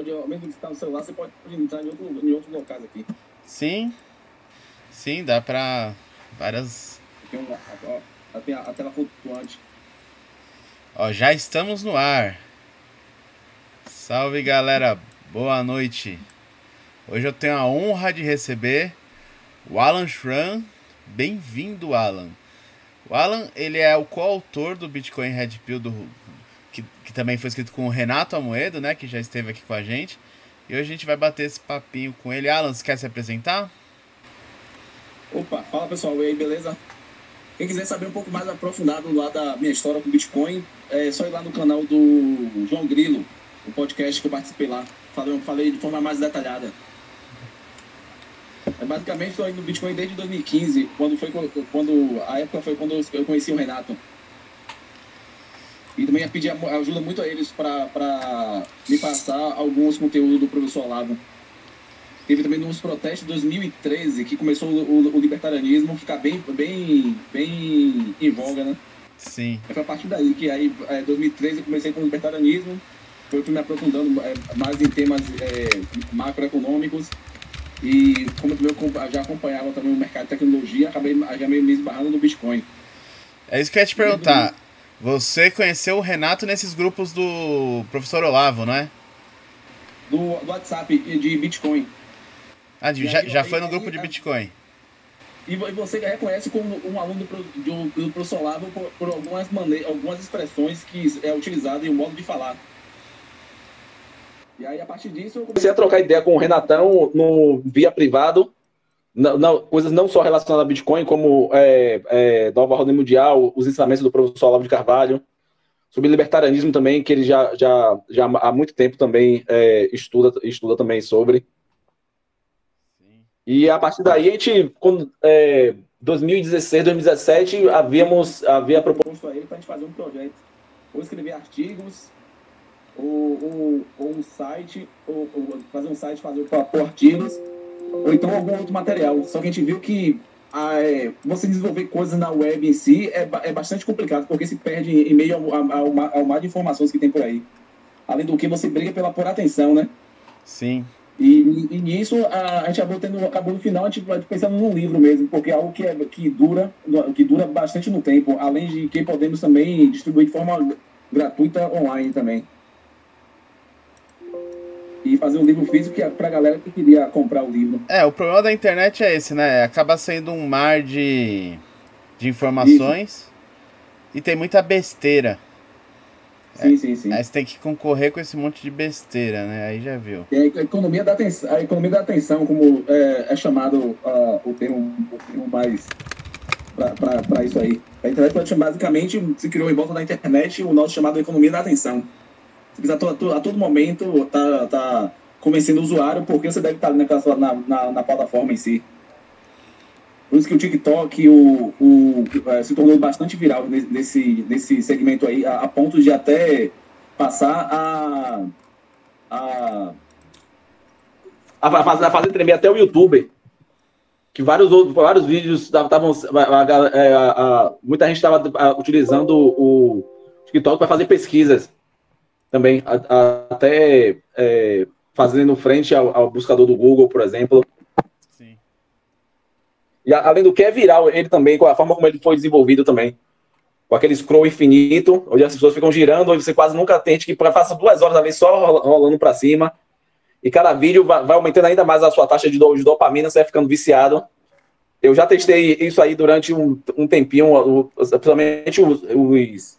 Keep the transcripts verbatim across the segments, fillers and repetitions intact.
pode, ao mesmo que está no celular, você pode entrar em, outro, em outros locais aqui. Sim, sim, dá pra várias... Tem, um, ó, tem a, a tela flutuante. Ó, já estamos no ar. Salve, galera, boa noite. Hoje eu tenho a honra de receber o Alan Schramm. Bem-vindo, Alan. O Alan, ele é o coautor do Bitcoin Red Pill, do, que, que também foi escrito com o Renato Amoedo, né, que já esteve aqui com a gente. E hoje a gente vai bater esse papinho com ele. Alan, você quer se apresentar? Opa, fala pessoal, e aí, beleza? Quem quiser saber um pouco mais aprofundado lá da minha história com o Bitcoin, é só ir lá no canal do João Grilo, o podcast que eu participei lá. Falei, falei de forma mais detalhada. É, basicamente, estou indo no Bitcoin desde dois mil e quinze, quando foi quando a época foi quando eu conheci o Renato. E também pedi ajuda muito a eles para me passar alguns conteúdos do professor Olavo. Teve também nos protestos de dois mil e treze, que começou o, o, o libertarianismo ficar bem, bem, bem em voga, né? Sim. É a partir daí que aí, em dois mil e treze, eu comecei com o libertarianismo, foi me aprofundando é, mais em temas é, macroeconômicos. E como eu já acompanhava também o mercado de tecnologia, acabei já meio me esbarrando no Bitcoin. É isso que eu ia te perguntar. Você conheceu o Renato nesses grupos do professor Olavo, não é? Do, do WhatsApp de Bitcoin. Ah, de, já, aí, já foi no aí, grupo aí, de Bitcoin. E você reconhece como um aluno do, do, do professor Olavo por, por algumas, maneiras, algumas expressões que é utilizado em um modo de falar. E aí, a partir disso, eu comecei a trocar ideia com o Renatão no, via privado, não, não, coisas não só relacionadas a Bitcoin, como é, é, nova ordem mundial, os ensinamentos do professor Olavo de Carvalho, sobre libertarianismo também, que ele já, já, já há muito tempo também é, estuda, estuda também sobre. Sim. E a partir daí, a gente, quando, é, dois mil e dezesseis, dois mil e dezessete, havíamos, havia proposto a ele para a gente fazer um projeto, ou escrever artigos, ou, ou, ou um site, ou, ou fazer um site, fazer por artigos, ou então algum outro material. Só que a gente viu que a, é, você desenvolver coisas na web em si é, é bastante complicado, porque se perde em meio ao, ao, ao, ao mar de informações que tem por aí. Além do que, você briga pela por atenção, né? Sim. E, e nisso, a, a gente acabou, tendo, acabou no final, a gente pensando num livro mesmo, porque é algo que, é, que, dura, que dura bastante no tempo, além de que podemos também distribuir de forma gratuita online também. E fazer um livro físico que é pra galera que queria comprar o livro. É, o problema da internet é esse, né? Acaba sendo um mar de, de informações. Isso. E tem muita besteira. Sim, é, sim, sim. Aí você tem que concorrer com esse monte de besteira, né? Aí já viu. É a economia da atenção, a economia da atenção, como é, é chamado uh, o, termo, o termo mais para isso aí. A internet basicamente se criou em volta da internet o nosso chamado economia da atenção. A todo, a todo momento tá, tá convencendo o usuário porque você deve estar naquela, na, na, na plataforma em si. Por isso que o TikTok o, o, se tornou bastante viral nesse, nesse segmento aí, a, a ponto de até passar a, a, a, fazer, a fazer tremer até o YouTube. Que vários outros, vários vídeos estavam. Muita gente estava utilizando o TikTok para fazer pesquisas. Também, a, a, até é, fazendo frente ao, ao buscador do Google, por exemplo. Sim. E a, além do que é viral, ele também, com a forma como ele foi desenvolvido também. Com aquele scroll infinito, onde as pessoas ficam girando, onde você quase nunca tem, que passa duas horas ali só rolando para cima. E cada vídeo vai, vai aumentando ainda mais a sua taxa de, do, de dopamina, você vai ficando viciado. Eu já testei isso aí durante um, um tempinho, principalmente os... os,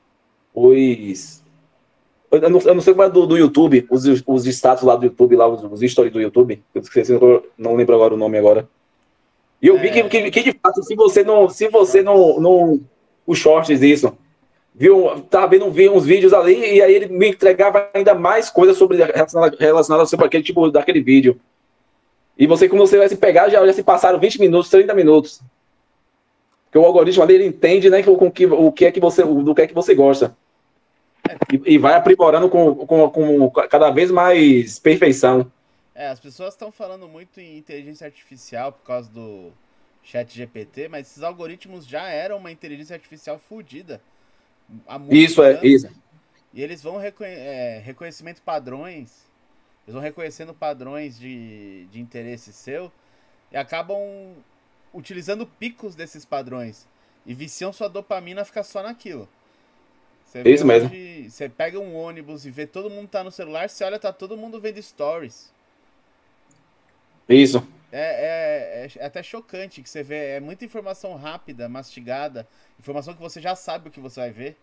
os Eu não, eu não sei como é do, do YouTube, os, os status lá do YouTube, lá, os, os stories do YouTube. Eu esqueci, não lembro agora o nome agora. E eu é... vi que, que, que, de fato, se você não. Se você não. não os shorts, isso. Viu? Tava vendo uns vídeos ali e aí ele me entregava ainda mais coisas sobre relacionadas relacionada sobre aquele tipo daquele vídeo. E você, como você vai se pegar, já, já se passaram vinte minutos, trinta minutos. Porque o algoritmo ali, ele entende, né, com que, o que é que você, do que é que você gosta. E, e vai aprimorando com, com, com cada vez mais perfeição. É, as pessoas estão falando muito em inteligência artificial por causa do chat G P T, mas esses algoritmos já eram uma inteligência artificial fodida. Isso, é, isso. E eles vão reconhe é, reconhecimento padrões. Eles vão reconhecendo padrões de, de interesse seu e acabam utilizando picos desses padrões. E viciam sua dopamina a ficar só naquilo. Você É isso mesmo. Hoje, você pega um ônibus e vê todo mundo tá no celular, você olha, tá todo mundo vendo stories. Isso. É, é, é até chocante que você vê, é muita informação rápida, mastigada, informação que você já sabe o que você vai ver.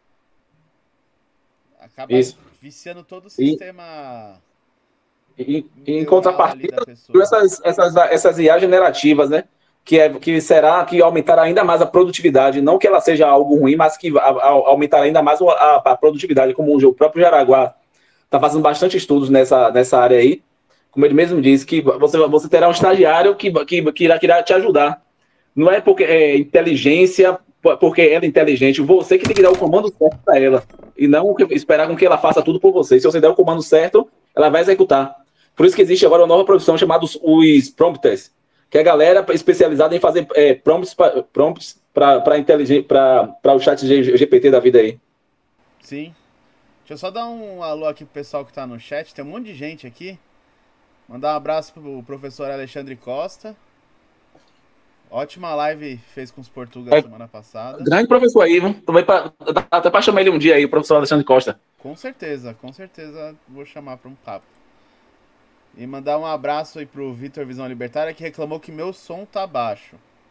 Acaba Isso. viciando todo o E, sistema e, e em neural ali contrapartida, da pessoa. essas, essas, essas I A generativas, né? Que, é, que será que aumentará ainda mais a produtividade, não que ela seja algo ruim, mas que a, a, aumentará ainda mais a, a produtividade, como o próprio Jaraguá está fazendo bastante estudos nessa, nessa área aí, como ele mesmo disse, que você, você terá um estagiário que, que, que, irá, que irá te ajudar. Não é porque é inteligência, porque ela é inteligente, você que tem que dar o comando certo para ela, e não esperar com que ela faça tudo por você. Se você der o comando certo, ela vai executar. Por isso que existe agora uma nova profissão chamada os, os prompters, que é a galera especializada em fazer é, prompts para prompts para o chat G P T da vida aí. Sim. Deixa eu só dar um alô aqui pro pessoal que tá no chat. Tem um monte de gente aqui. Mandar um abraço pro professor Alexandre Costa. Ótima live fez com os portugueses é, semana passada. Grande professor aí, viu? Pra, até para chamar ele um dia aí, o professor Alexandre Costa. Com certeza, com certeza vou chamar para um papo. E mandar um abraço aí pro Vitor Visão Libertária, que reclamou que meu som tá baixo.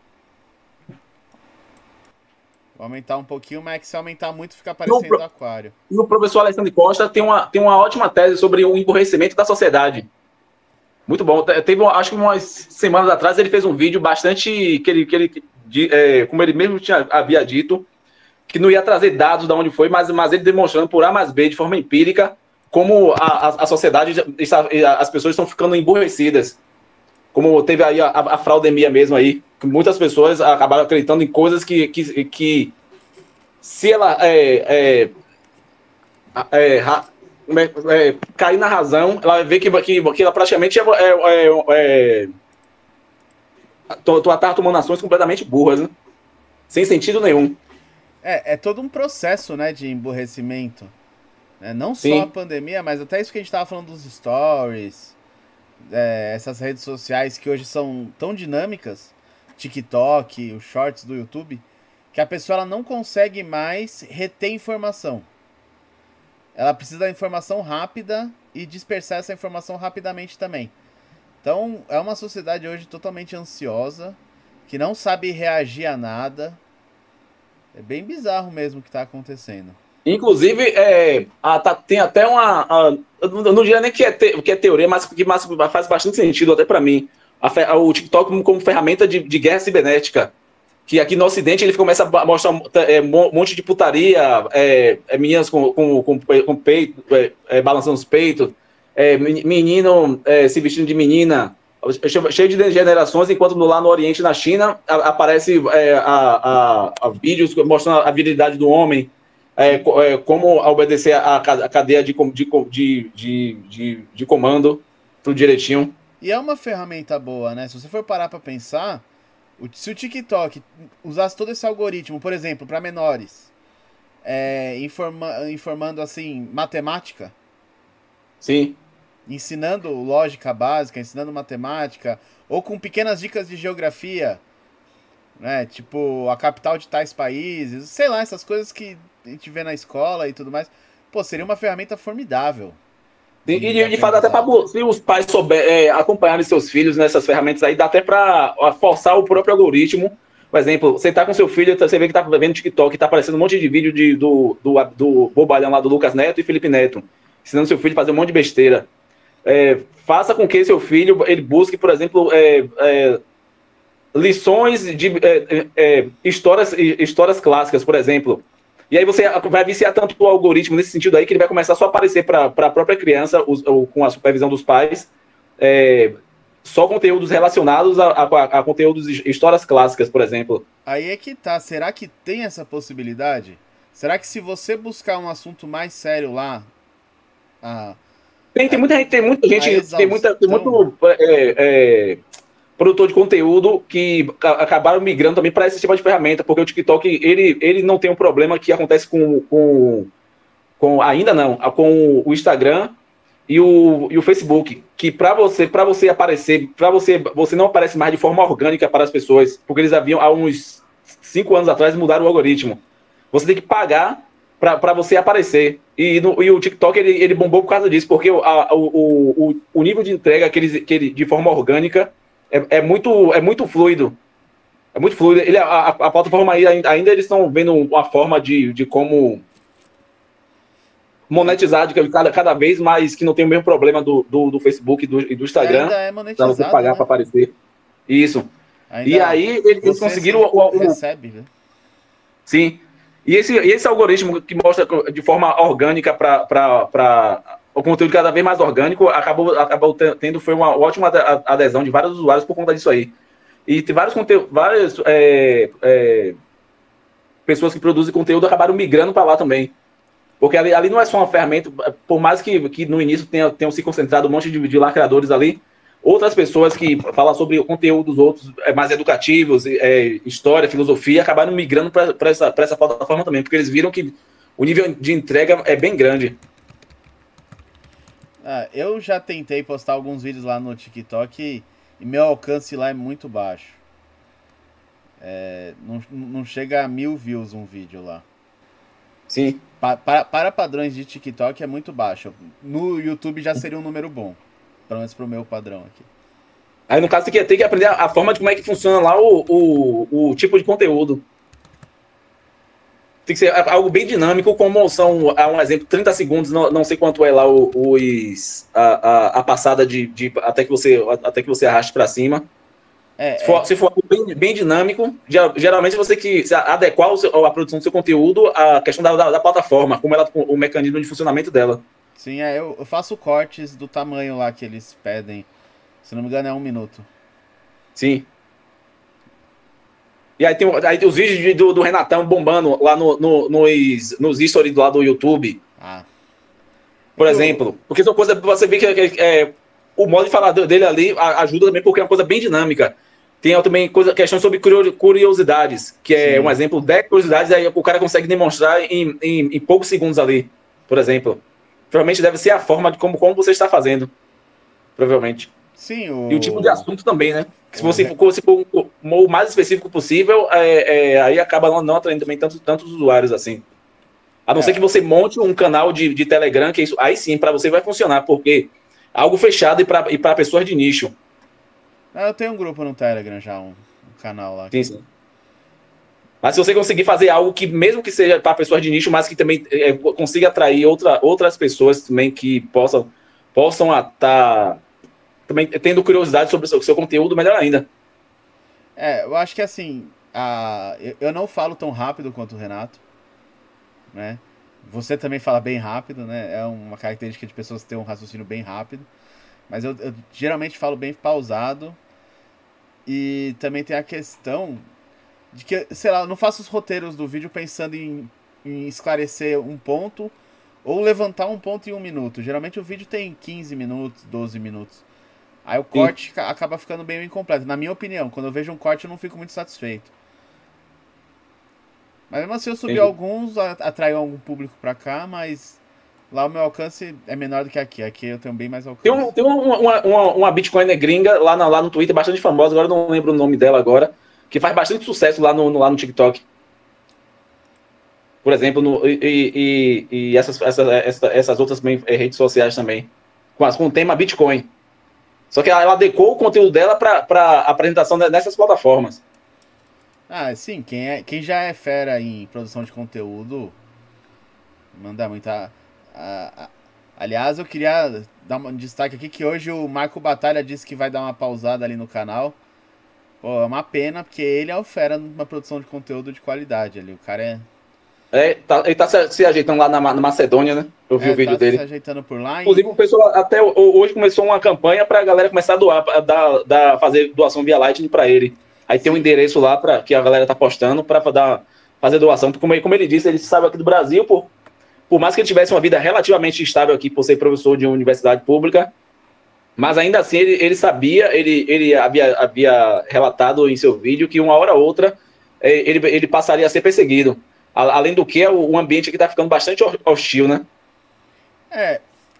Vou aumentar um pouquinho, mas é que se aumentar muito fica parecendo pro... aquário. E o professor Alexandre Costa tem uma, tem uma ótima tese sobre o emburrecimento da sociedade. Muito bom. Teve, acho que umas semanas atrás, ele fez um vídeo bastante... que ele, que ele é, como ele mesmo tinha, havia dito, que não ia trazer dados de onde foi, mas, mas ele demonstrando por A mais B, de forma empírica, como a, a, a sociedade, está, as pessoas estão ficando emburrecidas. Como teve aí a, a fraudemia mesmo aí, que muitas pessoas acabaram acreditando em coisas que, que, que se ela é, é, é, é, é, cair na razão, ela vê que, que, que ela praticamente é... é, é, é tô, tô tomando ações completamente burras, né? Sem sentido nenhum. É, é todo um processo, né, de emburrecimento. É, não Sim. só a pandemia, mas até isso que a gente estava falando dos stories, é, essas redes sociais que hoje são tão dinâmicas, TikTok, os shorts do YouTube, que a pessoa ela não consegue mais reter informação. Ela precisa da informação rápida e dispersar essa informação rapidamente também. Então, é uma sociedade hoje totalmente ansiosa, que não sabe reagir a nada. É bem bizarro mesmo o que está acontecendo. Inclusive, é, a, tá, tem até uma... A, eu não diria nem que é, te, que é teoria, mas que mas faz bastante sentido até para mim. A, a, o TikTok como, como ferramenta de, de guerra cibernética. Que aqui no Ocidente ele começa a mostrar é, um monte de putaria, é, é, meninas com, com, com, com peito, é, é, balançando os peitos, é, menino é, se vestindo de menina, cheio de gerações, enquanto lá no Oriente, na China, a, aparece é, a, a, a vídeos mostrando a virilidade do homem, é, é, como obedecer a, a cadeia de, de, de, de, de, de comando, tudo direitinho. E é uma ferramenta boa, né? Se você for parar para pensar, se o TikTok usasse todo esse algoritmo, por exemplo, para menores, é, informa, informando assim, matemática, sim, ensinando lógica básica, ensinando matemática, ou com pequenas dicas de geografia, né? Tipo, a capital de tais países, sei lá, essas coisas que a gente vê na escola e tudo mais. Pô, seria uma ferramenta formidável. E, de, de fato, até para se os pais souber, é, acompanharem seus filhos nessas ferramentas aí, dá até para forçar o próprio algoritmo. Por exemplo, você tá com seu filho, você vê que tá vendo TikTok, tá aparecendo um monte de vídeo de, do, do, do bobalhão lá do Lucas Neto e Felipe Neto, ensinando seu filho a fazer um monte de besteira. É, faça com que seu filho ele busque, por exemplo, é, é, lições de é, é, histórias, histórias clássicas, por exemplo. E aí você vai viciar tanto o algoritmo nesse sentido aí que ele vai começar só a aparecer para a própria criança, os, ou, com a supervisão dos pais, é, só conteúdos relacionados a, a, a conteúdos de histórias clássicas, por exemplo. Aí é que tá. Será que tem essa possibilidade? Será que se você buscar um assunto mais sério lá... Ah, tem, tem muita gente, tem muita gente, tem, muita, tem muito... É, é, produtor de conteúdo que acabaram migrando também para esse tipo de ferramenta, porque o TikTok, ele, ele não tem um problema que acontece com, com, com ainda não, com o Instagram e o, e o Facebook, que para você, para você aparecer, para você, você não aparece mais de forma orgânica para as pessoas, porque eles haviam, há uns cinco anos atrás, mudaram o algoritmo. Você tem que pagar para você aparecer. E, no, e o TikTok, ele, ele bombou por causa disso, porque a, o, o, o nível de entrega que ele, que ele, de forma orgânica é, é, muito, é muito fluido. É muito fluido. Ele, a, a plataforma aí, ainda eles estão vendo uma forma de, de como monetizar de cada, cada vez mais, que não tem o mesmo problema do, do, do Facebook e do, e do Instagram, é para você pagar, né, para aparecer. Isso. Ainda e aí eles conseguiram o, o, recebe, né? Sim. E esse, e esse algoritmo que mostra de forma orgânica para o conteúdo cada vez mais orgânico, acabou, acabou tendo, foi uma ótima adesão de vários usuários por conta disso aí. E tem vários conteúdos, várias é, é, pessoas que produzem conteúdo acabaram migrando para lá também. Porque ali, ali não é só uma ferramenta, por mais que, que no início tenham, tenham se concentrado um monte de, de lacradores ali, outras pessoas que falam sobre o conteúdo dos outros, é, mais educativos, é, história, filosofia, acabaram migrando para essa, essa plataforma também, porque eles viram que o nível de entrega é bem grande. Ah, eu já tentei postar alguns vídeos lá no TikTok e, e meu alcance lá é muito baixo. É, não, não chega a mil views um vídeo lá. Sim. Pa, para, para padrões de TikTok é muito baixo. No YouTube já seria um número bom. Pelo menos pro meu padrão aqui. Aí, no caso, você tem que aprender a forma de como é que funciona lá o, o, o tipo de conteúdo. Tem que ser algo bem dinâmico, como são, um exemplo, trinta segundos, não, não sei quanto é lá os, a, a, a passada de, de até, que você, até que você arraste para cima. É, se, for, é. se for bem, bem dinâmico, geralmente você tem que adequar o seu, a produção do seu conteúdo à questão da, da, da plataforma, como ela, o mecanismo de funcionamento dela. Sim, é, eu, eu faço cortes do tamanho lá que eles pedem. Se não me engano, é um minuto. Sim. E aí tem, aí tem os vídeos do, do Renatão bombando lá no, no, nos, nos stories lá do YouTube. Ah. Por eu... exemplo. Porque são coisas que você vê que, que é, o modo de falar dele ali ajuda também, porque é uma coisa bem dinâmica. Tem também coisa, questões sobre curiosidades, que é Sim. um exemplo, dez curiosidades, aí o cara consegue demonstrar em, em, em poucos segundos ali, por exemplo. Provavelmente deve ser a forma de como, como você está fazendo. Provavelmente. Sim, o... E o tipo de assunto também, né? Se você for, se for o mais específico possível, é, é, aí acaba não, não atraindo também tantos, tantos usuários assim. A não é. ser que você monte um canal de, de Telegram, que isso, aí sim, para você vai funcionar, porque é algo fechado e para e para pessoas de nicho. Eu tenho um grupo no Telegram já, um, um canal lá. Sim, sim. Mas se você conseguir fazer algo que, mesmo que seja para pessoas de nicho, mas que também é, consiga atrair outra, outras pessoas também que possam possam estar também tendo curiosidade sobre o seu, seu conteúdo, melhor ainda. É, eu acho que assim, a, eu, eu não falo tão rápido quanto o Renato, né? Você também fala bem rápido, né? É uma característica de pessoas que têm um raciocínio bem rápido. Mas eu, eu geralmente falo bem pausado. E também tem a questão de que, sei lá, eu não faço os roteiros do vídeo pensando em, em esclarecer um ponto ou levantar um ponto em um minuto. Geralmente o vídeo tem quinze minutos, doze minutos. Aí o corte Sim. acaba ficando bem incompleto. Na minha opinião, quando eu vejo um corte eu não fico muito satisfeito. Mas mesmo assim eu subi Sim. alguns, atraiu algum público pra cá, mas lá o meu alcance é menor do que aqui. Aqui eu tenho bem mais alcance. Tem, um, tem uma, uma, uma, uma Bitcoin gringa lá, na, lá no Twitter, bastante famosa, agora eu não lembro o nome dela agora, que faz bastante sucesso lá no, no, lá no TikTok. Por exemplo, no, e, e, e essas, essas, essas, essas outras redes sociais também, com, as, com o tema Bitcoin. Só que ela adequou o conteúdo dela para apresentação nessas plataformas. Ah, sim. Quem, é, quem já é fera em produção de conteúdo manda muita... A, a, aliás, eu queria dar um destaque aqui que hoje o Marco Batalha disse que vai dar uma pausada ali no canal. Pô, é uma pena, porque ele é o fera numa produção de conteúdo de qualidade ali. O cara é... É, tá, ele tá se, se ajeitando lá na, na Macedônia, né? Eu vi é, o vídeo tá dele. Se ajeitando por lá. Inclusive, E... o pessoal até hoje começou uma campanha pra galera começar a doar, a dar, dar, fazer doação via Lightning pra ele. Aí Sim. tem um endereço lá pra, que a galera tá postando pra dar, fazer doação. Como, como ele disse, ele sabe aqui do Brasil, por, por mais que ele tivesse uma vida relativamente estável aqui, por ser professor de uma universidade pública, mas ainda assim ele, ele sabia, ele, ele havia, havia relatado em seu vídeo que uma hora ou outra ele, ele passaria a ser perseguido. Além do que, o ambiente aqui tá ficando bastante hostil, né? É,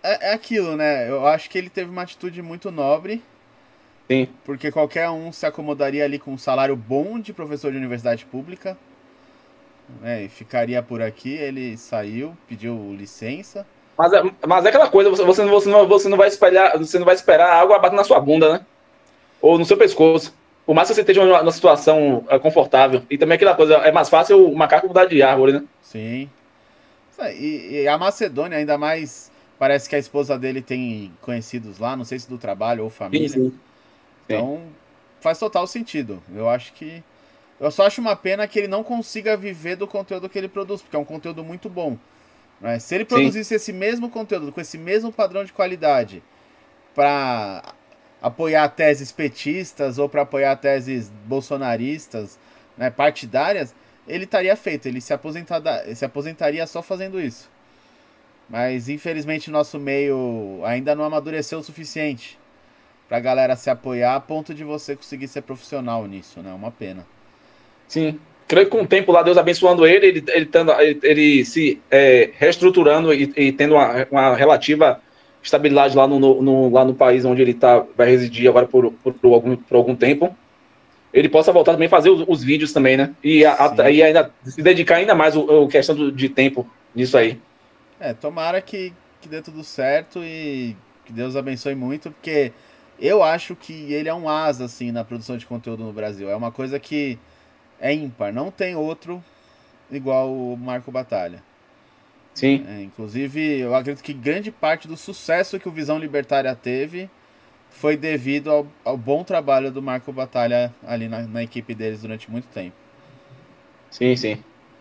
é, é aquilo, né? Eu acho que ele teve uma atitude muito nobre. Sim. Porque qualquer um se acomodaria ali com um salário bom de professor de universidade pública. Né, e ficaria por aqui. Ele saiu, pediu licença. Mas é, mas é aquela coisa, você, você, não, você, não, você, não vai espalhar, você não vai esperar a água bater na sua bunda, né? Ou no seu pescoço. Por mais que você esteja numa, numa situação é, confortável. E também aquela coisa, é mais fácil o macaco mudar de árvore, né? Sim. E, e a Macedônia, ainda mais, parece que a esposa dele tem conhecidos lá, não sei se do trabalho ou família. Sim, sim. Então, faz total sentido. Eu acho que... Eu só acho uma pena que ele não consiga viver do conteúdo que ele produz, porque é um conteúdo muito bom. Né? Se ele produzisse sim. esse mesmo conteúdo, com esse mesmo padrão de qualidade, para apoiar teses petistas ou para apoiar teses bolsonaristas, né, partidárias, ele estaria feito, ele se, aposentada, se aposentaria só fazendo isso. Mas infelizmente nosso meio ainda não amadureceu o suficiente pra galera se apoiar a ponto de você conseguir ser profissional nisso, né? Uma pena. Sim. Creio que com o tempo lá, Deus abençoando ele, ele, ele, tendo, ele, ele se é, reestruturando e, e tendo uma, uma relativa estabilidade lá no, no, lá no país onde ele tá, vai residir agora por, por, por, algum, por algum tempo, ele possa voltar também a fazer os, os vídeos também, né? E, a, a, e ainda se dedicar ainda mais o, o questão do, de tempo nisso aí. É, tomara que, que dê tudo certo e que Deus abençoe muito, porque eu acho que ele é um asa, assim, na produção de conteúdo no Brasil. É uma coisa que é ímpar, não tem outro igual o Marco Batalha. Sim. É, inclusive, eu acredito que grande parte do sucesso que o Visão Libertária teve foi devido ao, ao bom trabalho do Marco Batalha ali na, na equipe deles durante muito tempo. Sim, sim.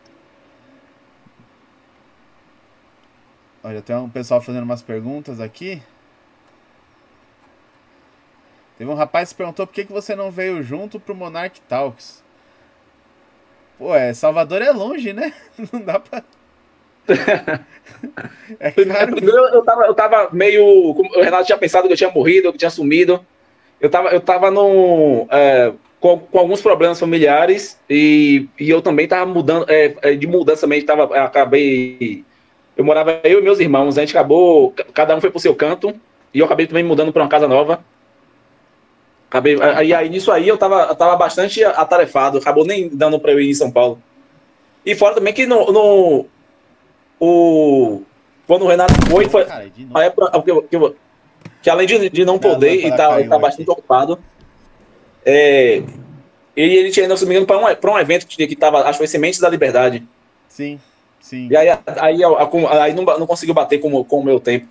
Olha, tem um pessoal fazendo umas perguntas aqui. Teve um rapaz que perguntou por que, que você não veio junto pro Monarch Talks. Pô, é, Salvador é longe, né? Não dá pra... É claro. Primeiro eu tava, eu tava meio... O Renato tinha pensado que eu tinha morrido, que eu tinha sumido. Eu tava, eu tava num, é, com, com alguns problemas familiares e, e eu também tava mudando, é, de mudança também, tava, acabei... Eu morava, eu e meus irmãos, a gente acabou... Cada um foi pro seu canto e eu acabei também mudando pra uma casa nova. Acabei, aí, aí nisso aí eu tava, eu tava bastante atarefado, acabou nem dando pra eu ir em São Paulo. E fora também que no, no o, quando o Renato foi, foi Cara, a época que, eu, que, eu, que além de, de não poder e tá, tá bastante ocupado, é, ele, ele tinha ido, se não me engano, para um, pra um evento que, que tava, acho que foi Sementes da Liberdade. Sim, sim. E aí, aí, aí, aí não, não conseguiu bater com, com o meu tempo.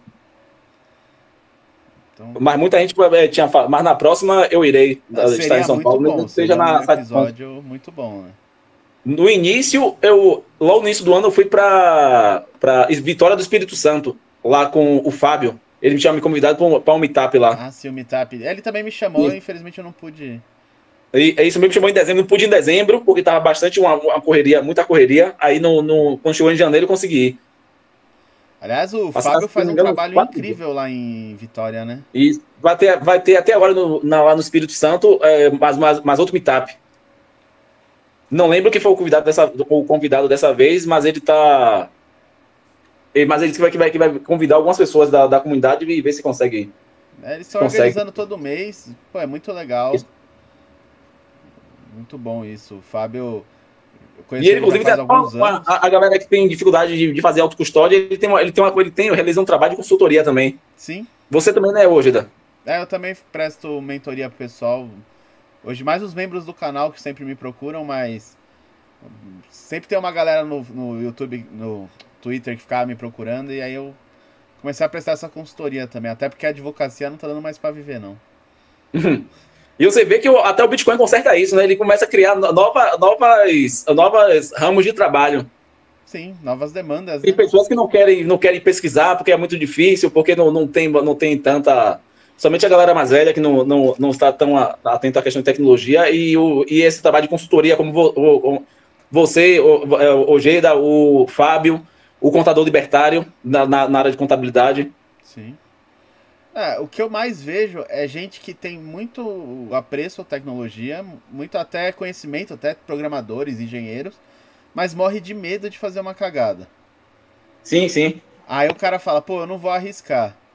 Então, mas muita gente tinha falado, mas na próxima eu irei estar em São Paulo, bom, mesmo que seja na um episódio muito bom, né? No início, eu logo no início do ano eu fui para para Vitória do Espírito Santo, lá com o Fábio. Ele me tinha me convidado para um meetup lá. Ah, sim, o meetup. Ele também me chamou, e... infelizmente eu não pude ir. E, é isso mesmo, me chamou em dezembro, não pude ir em dezembro, porque tava bastante uma, uma correria, muita correria. Aí no, no, quando chegou em janeiro eu consegui ir. Aliás, o Mas, Fábio faz um engano, trabalho incrível dias. lá em Vitória, né? E vai ter, vai ter até agora no, na, lá no Espírito Santo é, mais, mais, mais outro meetup. Não lembro quem foi o convidado dessa, o convidado dessa vez, mas ele tá. Mas ele vai, vai, vai convidar algumas pessoas da, da comunidade e ver se consegue ir. É, eles estão organizando todo mês. Pô, é muito legal. Isso. Muito bom isso. O Fábio. E ele, inclusive, tem alguns uma, anos. A, a galera que tem dificuldade de, de fazer autocustódia, ele tem uma, ele tem uma ele tem, realiza um trabalho de consultoria também. Sim. Você também, né, Ojeda? É, eu também presto mentoria pro pessoal. Hoje mais os membros do canal que sempre me procuram, mas sempre tem uma galera no, no YouTube, no Twitter que ficava me procurando, e aí eu comecei a prestar essa consultoria também, até porque a advocacia não tá dando mais para viver, não. E você vê que o, até o Bitcoin conserta isso, né? Ele começa a criar nova, novas, novas ramos de trabalho. Sim, novas demandas. Tem né? pessoas que não querem, não querem pesquisar porque é muito difícil, porque não, não, tem, não tem tanta... Somente a galera mais velha que não, não, não está tão atenta à questão de tecnologia e, o, e esse trabalho de consultoria, como vo, o, você, o Ojeda, o Fábio, o contador libertário na, na, na área de contabilidade. Sim. É, o que eu mais vejo é gente que tem muito apreço à tecnologia, muito até conhecimento, até programadores, engenheiros, mas morre de medo de fazer uma cagada. Sim, sim. Aí o cara fala, pô, eu não vou arriscar.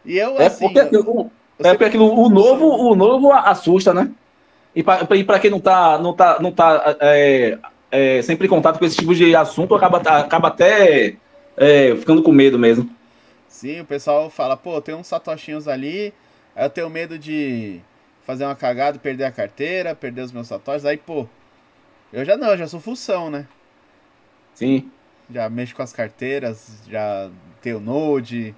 E eu, É assim... porque, aquilo, eu é porque aquilo, o, novo, o novo assusta, né? E para quem não tá, não tá, não tá é, é, sempre em contato com esse tipo de assunto, acaba, acaba até é, ficando com medo mesmo. Sim, o pessoal fala, pô, tem uns satoshinhos ali, aí eu tenho medo de fazer uma cagada, perder a carteira, perder os meus satoshis, aí, pô, eu já não, eu já sou fução, né? Sim. Já mexo com as carteiras, já tenho Node.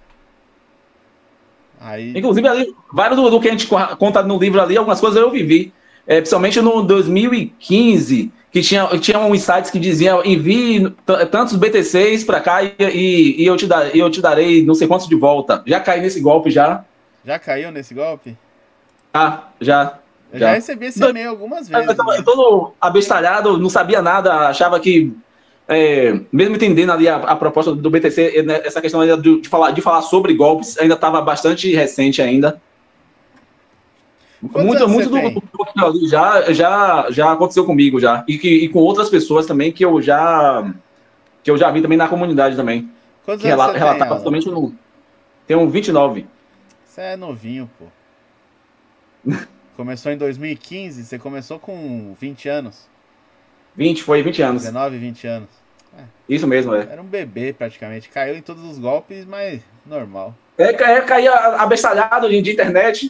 Aí. Inclusive, ali, vários do, do que a gente conta no livro ali, algumas coisas eu vivi. É, principalmente no dois mil e quinze, que tinha, tinha uns sites que diziam envie tantos B T Cs para cá e, e, e, eu te dar, eu te darei não sei quantos de volta. Já caí nesse golpe já? Já caiu nesse golpe? Ah, já. Eu já já. recebi esse e-mail algumas Eu vezes, tava né? todo abestalhado, não sabia nada, achava que, é, mesmo entendendo ali a, a proposta do B T C, né, essa questão ainda de, de, falar, de falar sobre golpes ainda estava bastante recente ainda. Quantos Muito, anos você muito do, do tem? que eu li já, já, já aconteceu comigo já. E, que, e com outras pessoas também que eu já que eu já vi também na comunidade também. Quantos Que anos você relata, tem, relatava Alan? somente no. Tem um vinte e nove. Você é novinho, pô. Começou em dois mil e quinze, você começou com vinte anos. vinte, foi vinte anos. dezenove, vinte anos. É, Isso mesmo, é. era um bebê praticamente. Caiu em todos os golpes, mas normal. É, é caía abestalhado de, de internet.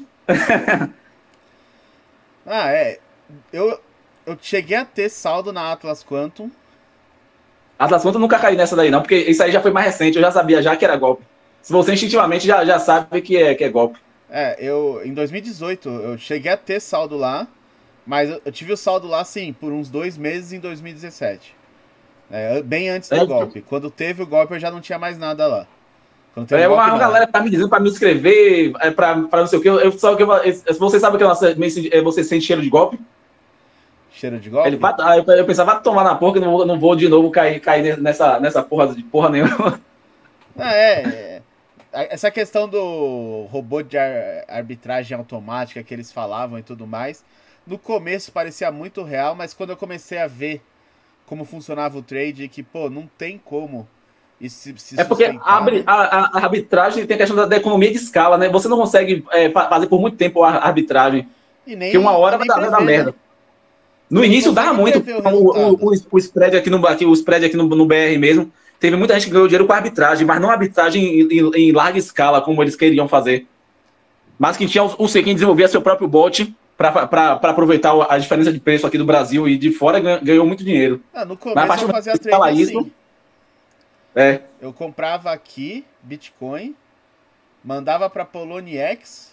Ah, é. Eu, eu cheguei a ter saldo na Atlas Quantum. Atlas Quantum nunca caí nessa daí, não, porque isso aí já foi mais recente, eu já sabia já que era golpe. Se você instintivamente já, já sabe que é, que é golpe. É, eu em dois mil e dezoito eu cheguei a ter saldo lá, mas eu, eu tive o saldo lá sim por uns dois meses em dois mil e dezessete. É, bem antes do É, golpe. Quando teve o golpe eu já não tinha mais nada lá. Quando teve é o golpe, uma não. galera tá me dizendo pra me inscrever, é, pra, pra não sei o que. Eu, só que eu, você sabe que nossa, você sente cheiro de golpe? Cheiro de Ele, golpe? aí eu pensava, vai tomar na porra, que eu não vou, não vou de novo cair, cair nessa, nessa porra de porra nenhuma. Ah, é, é. Essa questão do robô de ar- arbitragem automática que eles falavam e tudo mais, no começo parecia muito real, mas quando eu comecei a ver como funcionava o trade, que, pô, não tem como isso se, se É porque a, sustentar, né? a, a arbitragem tem a questão da, da economia de escala, né? Você não consegue é, fazer por muito tempo a arbitragem, E porque uma nem, e hora vai nem dar, vai dar prever, né? merda. No Você não início dava consegue muito. prever o O, o, resultado. o, o spread aqui no, aqui, o spread aqui no, no B R mesmo. Teve muita gente que ganhou dinheiro com a arbitragem, mas não arbitragem em, em, em larga escala, como eles queriam fazer. Mas que tinha o, o quem desenvolvia seu próprio bot para aproveitar a diferença de preço aqui do Brasil e de fora ganhou, ganhou muito dinheiro. Ah, no Mas a começo partir eu do momento fazia que você trade fala assim. isso, é. Eu comprava aqui Bitcoin, mandava para Poloniex,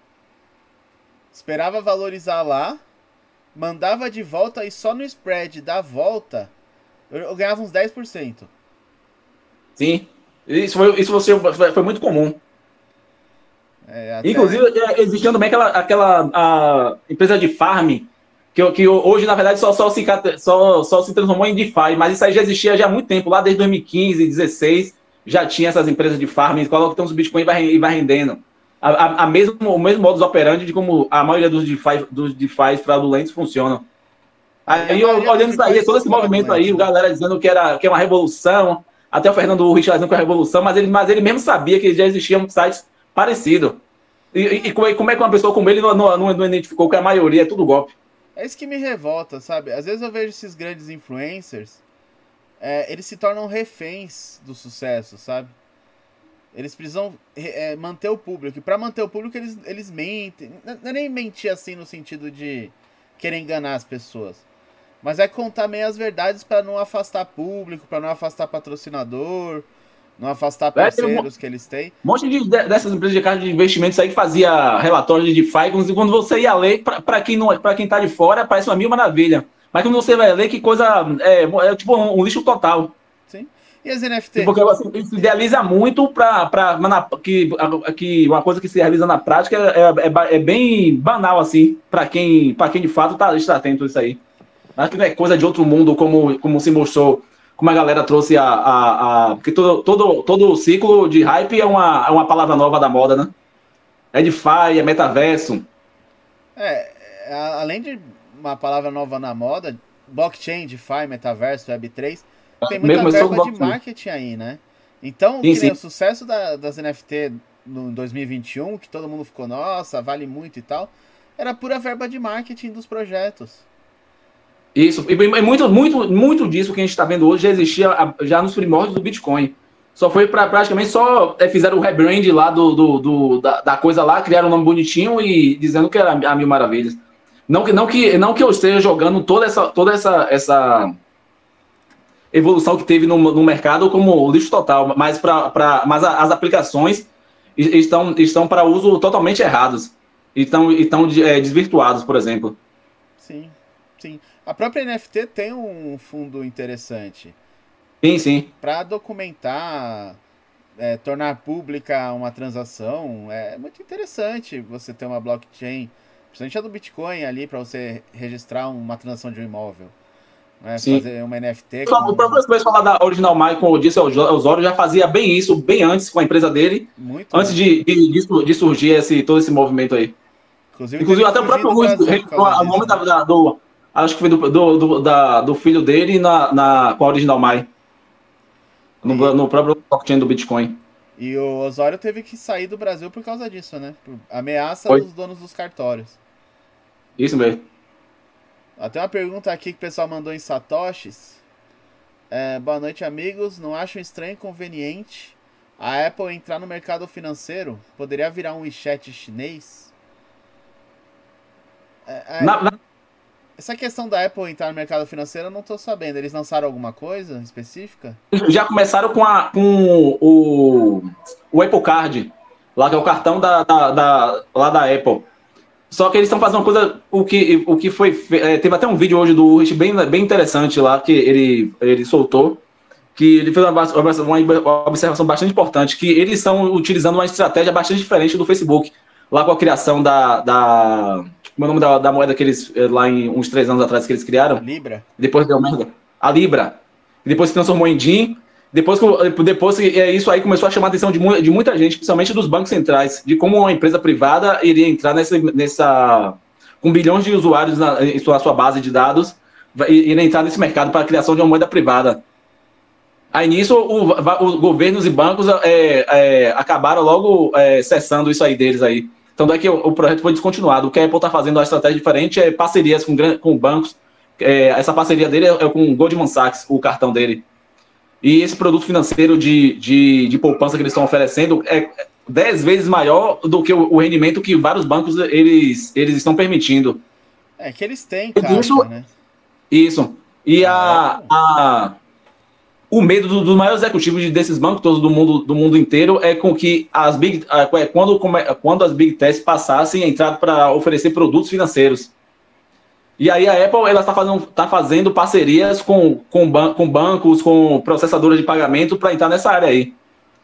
esperava valorizar lá, mandava de volta e só no spread da volta eu, eu ganhava uns dez por cento. Sim. Isso foi, isso foi, foi muito comum. É, até... Inclusive, é, existia também aquela, aquela a empresa de farm, que, que hoje, na verdade, só, só, se, só, só se transformou em DeFi, mas isso aí já existia já há muito tempo, lá desde dois mil e quinze, dois mil e dezesseis, já tinha essas empresas de farm, coloca então os Bitcoin e vai, vai rendendo. A, a, a mesmo, o mesmo modus operandi de como a maioria dos DeFi, dos DeFi fraudulentos funcionam. É, e a Aí, maioria olhando dos isso aí, DeFi todo são esse movimento aí, fraudulentos, o né? galera dizendo que, era, que é uma revolução, até o Fernando Richard dizendo que é uma revolução, mas ele, mas ele mesmo sabia que já existiam sites parecidos. E, e, e como é que uma pessoa como ele não, não, não identificou que a maioria é tudo golpe? É isso que me revolta, sabe? Às vezes eu vejo esses grandes influencers, é, eles se tornam reféns do sucesso, sabe? Eles precisam é, manter o público. E pra manter o público, eles, eles mentem. Não é nem mentir assim no sentido de querer enganar as pessoas. Mas é contar meio as verdades pra não afastar público, pra não afastar patrocinador, não afastar parceiros É, que eles têm. um monte de, dessas empresas de casa de investimentos aí que fazia relatório de DeFi, quando você ia ler, para quem não, para quem tá de fora, parece uma mil maravilha. Mas quando você vai ler, que coisa. É, é tipo um, um lixo total. Sim. E as N F T? Porque assim, se idealiza muito para que, que uma coisa que se realiza na prática é, é, é bem banal, assim, para quem, quem de fato tá, está atento a isso aí. Acho que não é coisa de outro mundo, como, como se mostrou, como a galera trouxe a. a, a porque todo, todo, todo ciclo de hype é uma, é uma palavra nova da moda, né? É DeFi, é metaverso. É, além de uma palavra nova na moda, blockchain, DeFi, metaverso, web três, tem muita Mesmo verba de marketing aí, né? Então, sim, que nem sim. o sucesso da, das N F T no dois mil e vinte e um, que todo mundo ficou, nossa, vale muito e tal, era pura verba de marketing dos projetos. Isso, e muito, muito, muito disso que a gente está vendo hoje já existia já nos primórdios do Bitcoin. Só foi para praticamente só é, fizeram o rebrand lá do, do, do da, da coisa lá, criaram um nome bonitinho e dizendo que era a Mil Maravilhas. Não que, não que, não que eu esteja jogando toda essa, toda essa, essa evolução que teve no, no mercado como lixo total, mas, pra, pra, mas as aplicações estão, estão para uso totalmente errados. Estão, estão é, desvirtuados, por exemplo. Sim, sim. A própria N F T tem um fundo interessante. Sim, sim. Para documentar, é, tornar pública uma transação, é muito interessante você ter uma blockchain, principalmente a do Bitcoin ali, para você registrar uma transação de um imóvel. Né? Fazer uma N F T. Com... O próprio vez falar da Original Mine, como eu disse, o Osório já fazia bem isso, bem antes com a empresa dele, muito antes de, de, de surgir esse, todo esse movimento aí. Inclusive, Inclusive até o próprio Luiz, o nome da, da, do, acho que foi do, do, do, da, do filho dele na, na, com a Original Mine. No, e... no próprio blockchain do Bitcoin. E o Osório teve que sair do Brasil por causa disso, né? Por ameaça Foi. dos donos dos cartórios. Isso mesmo. Até uma pergunta aqui que o pessoal mandou em Satoshis. É, boa noite, amigos. Não acham estranho e inconveniente a Apple entrar no mercado financeiro? Poderia virar um WeChat chinês? É, é... Na, na... Essa questão da Apple entrar no mercado financeiro eu não tô sabendo. Eles lançaram alguma coisa específica? Já começaram com, a, com o, o Apple Card, lá que é o cartão da, da, da, lá da Apple. Só que eles estão fazendo uma coisa, o que, o que foi... É, teve até um vídeo hoje do Rich bem, bem interessante lá, que ele, ele soltou, que ele fez uma, uma observação bastante importante, que eles estão utilizando uma estratégia bastante diferente do Facebook, lá com a criação da... da como é o nome da, da moeda que eles, lá em uns três anos atrás, que eles criaram? Libra. Depois deu merda. A Libra. Depois se transformou em D I N. Depois, depois isso aí começou a chamar a atenção de, de muita gente, principalmente dos bancos centrais, de como uma empresa privada iria entrar nessa... nessa com bilhões de usuários na, em sua, sua base de dados, iria entrar nesse mercado para a criação de uma moeda privada. Aí nisso, os governos e bancos é, é, acabaram logo é, cessando isso aí deles aí. Então, daí que o, o projeto foi descontinuado. O que a Apple está fazendo, a estratégia diferente, é parcerias com, com bancos. É, essa parceria dele é, é com o Goldman Sachs, o cartão dele. E esse produto financeiro de, de, de poupança que eles estão oferecendo é dez vezes maior do que o, o rendimento que vários bancos eles, eles estão permitindo. É que eles têm caixa, isso, né? Isso. E a... a o medo dos do maiores executivos desses bancos todos do mundo, do mundo inteiro é com que as big, quando, quando as big techs passassem a entrar para oferecer produtos financeiros. E aí a Apple ela está fazendo, tá fazendo parcerias com, com, ban com bancos, com processadoras de pagamento para entrar nessa área aí.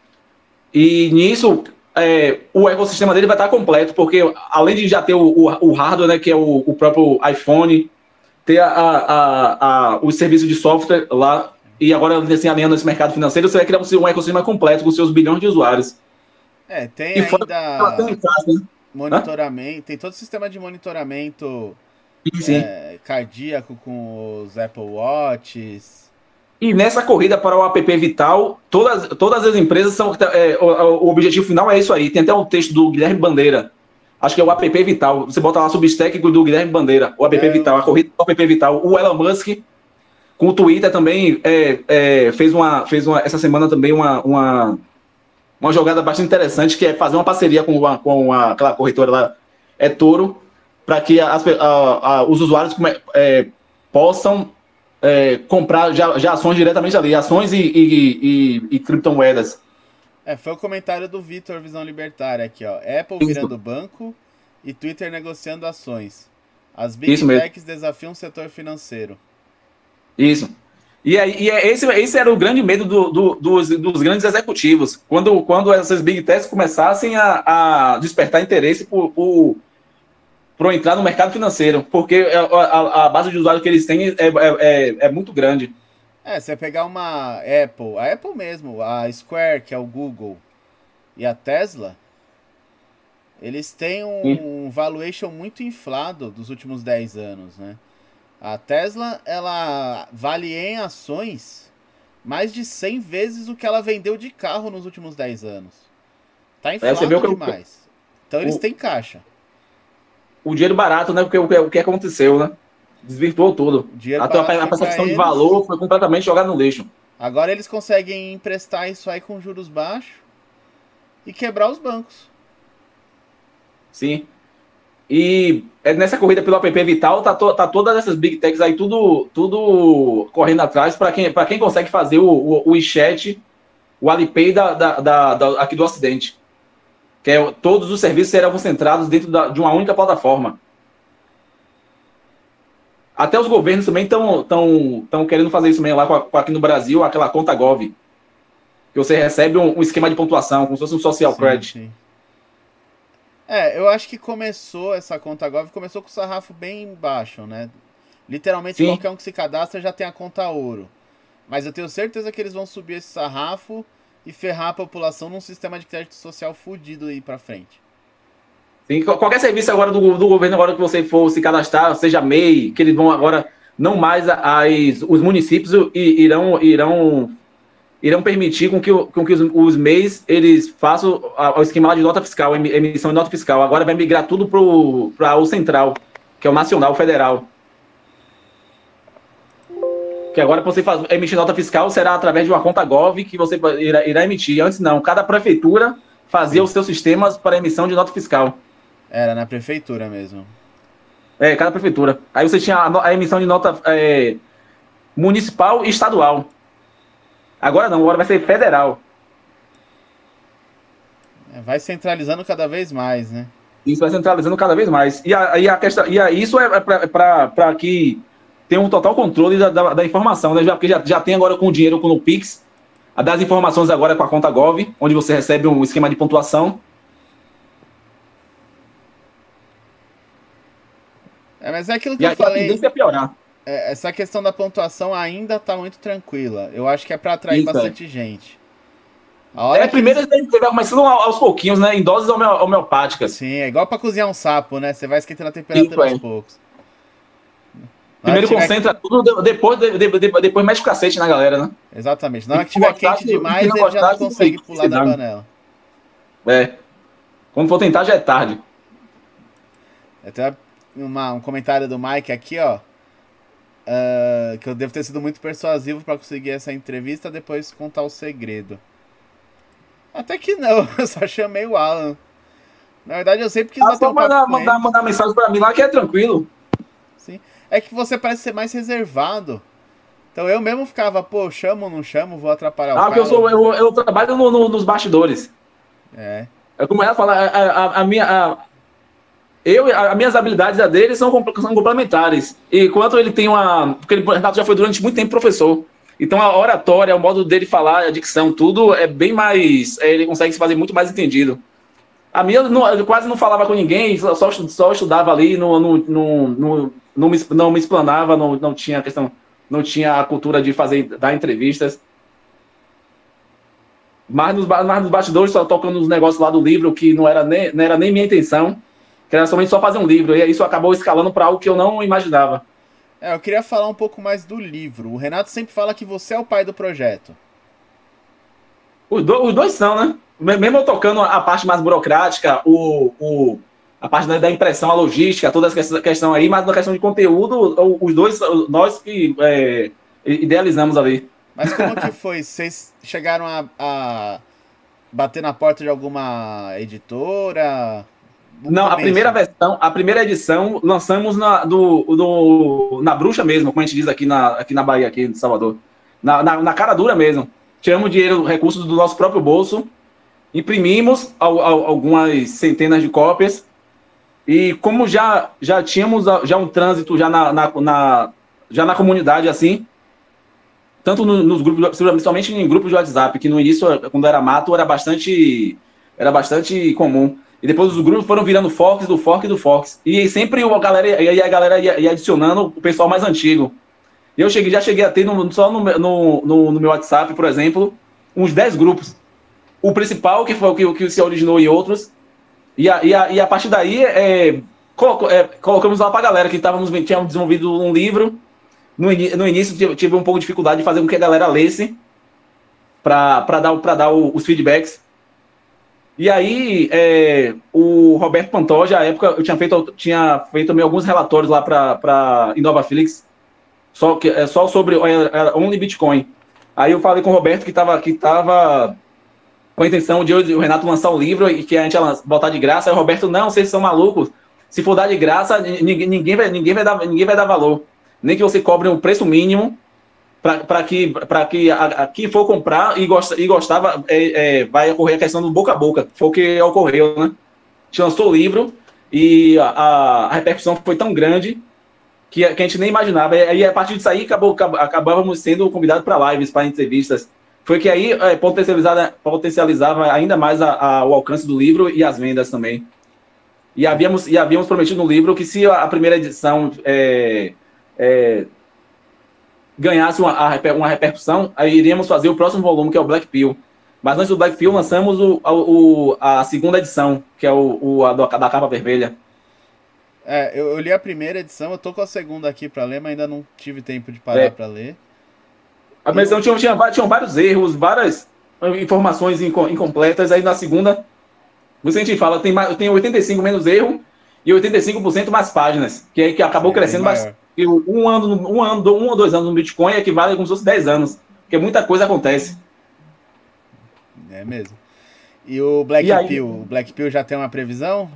E nisso é, o ecossistema dele vai estar completo, porque além de já ter o, o, o hardware, né, que é o, o próprio iPhone, ter a, a, a, o serviço de software lá, e agora, assim, alinhando esse mercado financeiro, você vai criar um ecossistema completo com seus bilhões de usuários. É, tem e ainda casa, né? monitoramento, Hã? Tem todo o sistema de monitoramento sim, sim. É, cardíaco com os Apple Watches. E nessa corrida para o app Vital, todas, todas as empresas são... É, o, o objetivo final é isso aí. Tem até um texto do Guilherme Bandeira. Acho que é o app Vital. Você bota lá Substack do Guilherme Bandeira. O app é, Vital, a corrida do app Vital. O Elon Musk... Com o Twitter também é, é, fez, uma, fez uma, essa semana também uma, uma, uma jogada bastante interessante, que é fazer uma parceria com, uma, com uma, aquela corretora lá, é Toro, para que as, a, a, os usuários é, possam é, comprar já, já ações diretamente ali, ações e, e, e, e criptomoedas. É, foi o comentário do Vitor Visão Libertária aqui, ó. Apple virando Isso. banco e Twitter negociando ações. As Big Techs desafiam o setor financeiro. Isso. E, aí, e esse, esse era o grande medo do, do, dos, dos grandes executivos. Quando, quando essas big techs começassem a, a despertar interesse por, por, por entrar no mercado financeiro, porque a, a, a base de usuários que eles têm é, é, é muito grande. É, você pegar uma Apple, a Apple mesmo, a Square, que é o Google, e a Tesla, eles têm um Sim. valuation muito inflado dos últimos dez anos, né? A Tesla, ela vale em ações mais de cem vezes o que ela vendeu de carro nos últimos dez anos. Tá inflado é, você vê demais. Eu, então eles o, têm caixa. O dinheiro barato, né? Porque o que, o que aconteceu, né? Desvirtuou tudo. Até a, a percepção de valor foi completamente jogada no lixo. Agora eles conseguem emprestar isso aí com juros baixos e quebrar os bancos. Sim. E nessa corrida pelo app Vital, tá, to, tá todas essas big techs aí, tudo, tudo correndo atrás para quem, pra quem consegue fazer o, o, o WeChat, o Alipay da, da, da, da, aqui do Ocidente. Que é, todos os serviços serão concentrados dentro da, de uma única plataforma. Até os governos também estão tão, tão querendo fazer isso mesmo lá com, com aqui no Brasil, aquela conta Gov. Que você recebe um, um esquema de pontuação, como se fosse um social sim, credit. Sim. É, eu acho que começou, essa conta Gov começou com o sarrafo bem baixo, né? Literalmente sim. Qualquer um que se cadastra já tem a conta ouro. Mas eu tenho certeza que eles vão subir esse sarrafo e ferrar a população num sistema de crédito social fudido aí pra frente. Sim, qualquer serviço agora do, do governo, agora que você for se cadastrar, seja M E I, que eles vão agora, não mais as, os municípios irão, irão, irão permitir com que, com que os, os M E Is eles façam o esquema de nota fiscal, emissão de nota fiscal. Agora vai migrar tudo para o central, que é o nacional, o federal. Que agora você faz, emitir nota fiscal será através de uma conta Gov que você irá, irá emitir. Antes não, cada prefeitura fazia Sim. os seus sistemas para emissão de nota fiscal. Era na prefeitura mesmo. É, cada prefeitura. Aí você tinha a, a emissão de nota é, municipal e estadual. Agora não, agora vai ser federal. É, vai centralizando cada vez mais, né? Isso vai centralizando cada vez mais. E, a, e, a questão, e a, isso é para que tenha um total controle da, da, da informação, né? Já, porque já, já tem agora com o dinheiro com o Pix, a das informações agora com a conta Gov, onde você recebe um esquema de pontuação. É, mas é aquilo que e eu falei. A tendência é piorar. É, essa questão da pontuação ainda tá muito tranquila. Eu acho que é para atrair Isso, bastante é. gente. A hora é, primeiro eles... você vai começando aos pouquinhos, né? Em doses homeopáticas. Sim, é igual para cozinhar um sapo, né? Você vai esquentando a temperatura Isso, aos é. poucos. Primeiro concentra que... tudo, depois, de, de, de, depois mexe o cacete na galera, né? Exatamente. Na hora que tiver quente demais, ele já não consegue pular da panela. É. Quando for tentar, já é tarde. Até uma, um comentário do Mike aqui, ó. Uh, que eu devo ter sido muito persuasivo para conseguir essa entrevista, depois contar o segredo. Até que não, eu só chamei o Alan. Na verdade, eu sempre quis ah, bater um papo mandar, com mandar, ele. mandar mensagem para mim lá que é tranquilo. Sim. É que você parece ser mais reservado. Então eu mesmo ficava, pô, chamo ou não chamo, vou atrapalhar ah, o cara. Ah, eu, sou, eu, eu trabalho no, no, nos bastidores. É. É como ela fala, a, a, a minha... A, eu, as minhas habilidades a dele são, são complementares. E enquanto ele tem uma... Porque ele, o Renato já foi durante muito tempo professor. Então a oratória, o modo dele falar, a dicção, tudo é bem mais... Ele consegue se fazer muito mais entendido. A minha, eu, não, eu quase não falava com ninguém, só, só estudava ali, não, não, não, não, não, me, não me explanava, não, não tinha questão, não tinha a cultura de fazer, dar entrevistas. Mas nos, mas nos bastidores, só tocando nos negócios lá do livro, que não era nem, não era nem minha intenção, que era somente só fazer um livro, e isso acabou escalando para algo que eu não imaginava. É, eu queria falar um pouco mais do livro. O Renato sempre fala que você é o pai do projeto. Os, do, os dois são, né? Mesmo eu tocando a parte mais burocrática, o, o, a parte da impressão, a logística, toda essa questão aí, mas na questão de conteúdo, os dois, nós que é, idealizamos ali. Mas como que foi? Vocês chegaram a, a bater na porta de alguma editora? No Não, começo? a primeira versão, a primeira edição, lançamos na, do, do, na bruxa mesmo, como a gente diz aqui na, aqui na Bahia, aqui em Salvador. Na, na, na cara dura mesmo. Tiramos dinheiro, recursos do nosso próprio bolso, imprimimos ao, ao, algumas centenas de cópias e como já, já tínhamos já um trânsito já na, na, na, já na comunidade assim, tanto no, nos grupos, principalmente em grupos de WhatsApp, que no início, quando era mato, era bastante, era bastante comum. E depois os grupos foram virando forks do fork do forks. E sempre a galera, e a galera ia, ia adicionando o pessoal mais antigo. Eu cheguei, já cheguei a ter no, só no, no, no, no meu WhatsApp, por exemplo, uns dez grupos. O principal, que foi o que, que se originou em outros. E a, e a, e a partir daí, é, coloco, é, colocamos lá para a galera que estávamos, tínhamos desenvolvido um livro. No, no início, tive um pouco de dificuldade de fazer com que a galera lesse para dar, pra dar o, os feedbacks. E aí, é, o Roberto Pantoja, à época, eu tinha feito, tinha feito também alguns relatórios lá para Innova Felix, só, que, é, só sobre é, Only Bitcoin. Aí eu falei com o Roberto que estava que tava com a intenção de o Renato lançar um livro e que a gente ia botar de graça. Aí o Roberto, não, vocês são malucos. Se for dar de graça, ninguém, ninguém, vai, ninguém, vai, dar, ninguém vai dar valor. Nem que você cobre um preço mínimo para que, que a, a, quem for comprar e, gosta, e gostava, é, é, vai ocorrer a questão do boca a boca. Foi o que ocorreu, né? A gente lançou o livro e a, a repercussão foi tão grande que a, que a gente nem imaginava. E aí, a partir disso aí, acabou, acabávamos sendo convidados para lives, para entrevistas. Foi que aí é, potencializava, potencializava ainda mais a, a, o alcance do livro e as vendas também. E havíamos, e havíamos prometido no livro que se a primeira edição é, é, ganhasse uma, uma repercussão, aí iríamos fazer o próximo volume, que é o Black Pill. Mas antes do Black Pill, lançamos o, o, a segunda edição, que é o, o a da capa vermelha. É, eu, eu li a primeira edição, eu tô com a segunda aqui para ler, mas ainda não tive tempo de parar é. para ler. A primeira edição tinha, tinha, tinha vários erros, várias informações incompletas. Aí na segunda, você a gente fala, tem, tem oitenta e cinco por cento menos erro e oitenta e cinco por cento mais páginas, que, que acabou Sim, crescendo bastante. Um ano, um ano, um ou dois anos no Bitcoin equivale como se fosse dez anos, porque muita coisa acontece. É mesmo. E o Black e Pill? Aí, o Black Pill já tem uma previsão?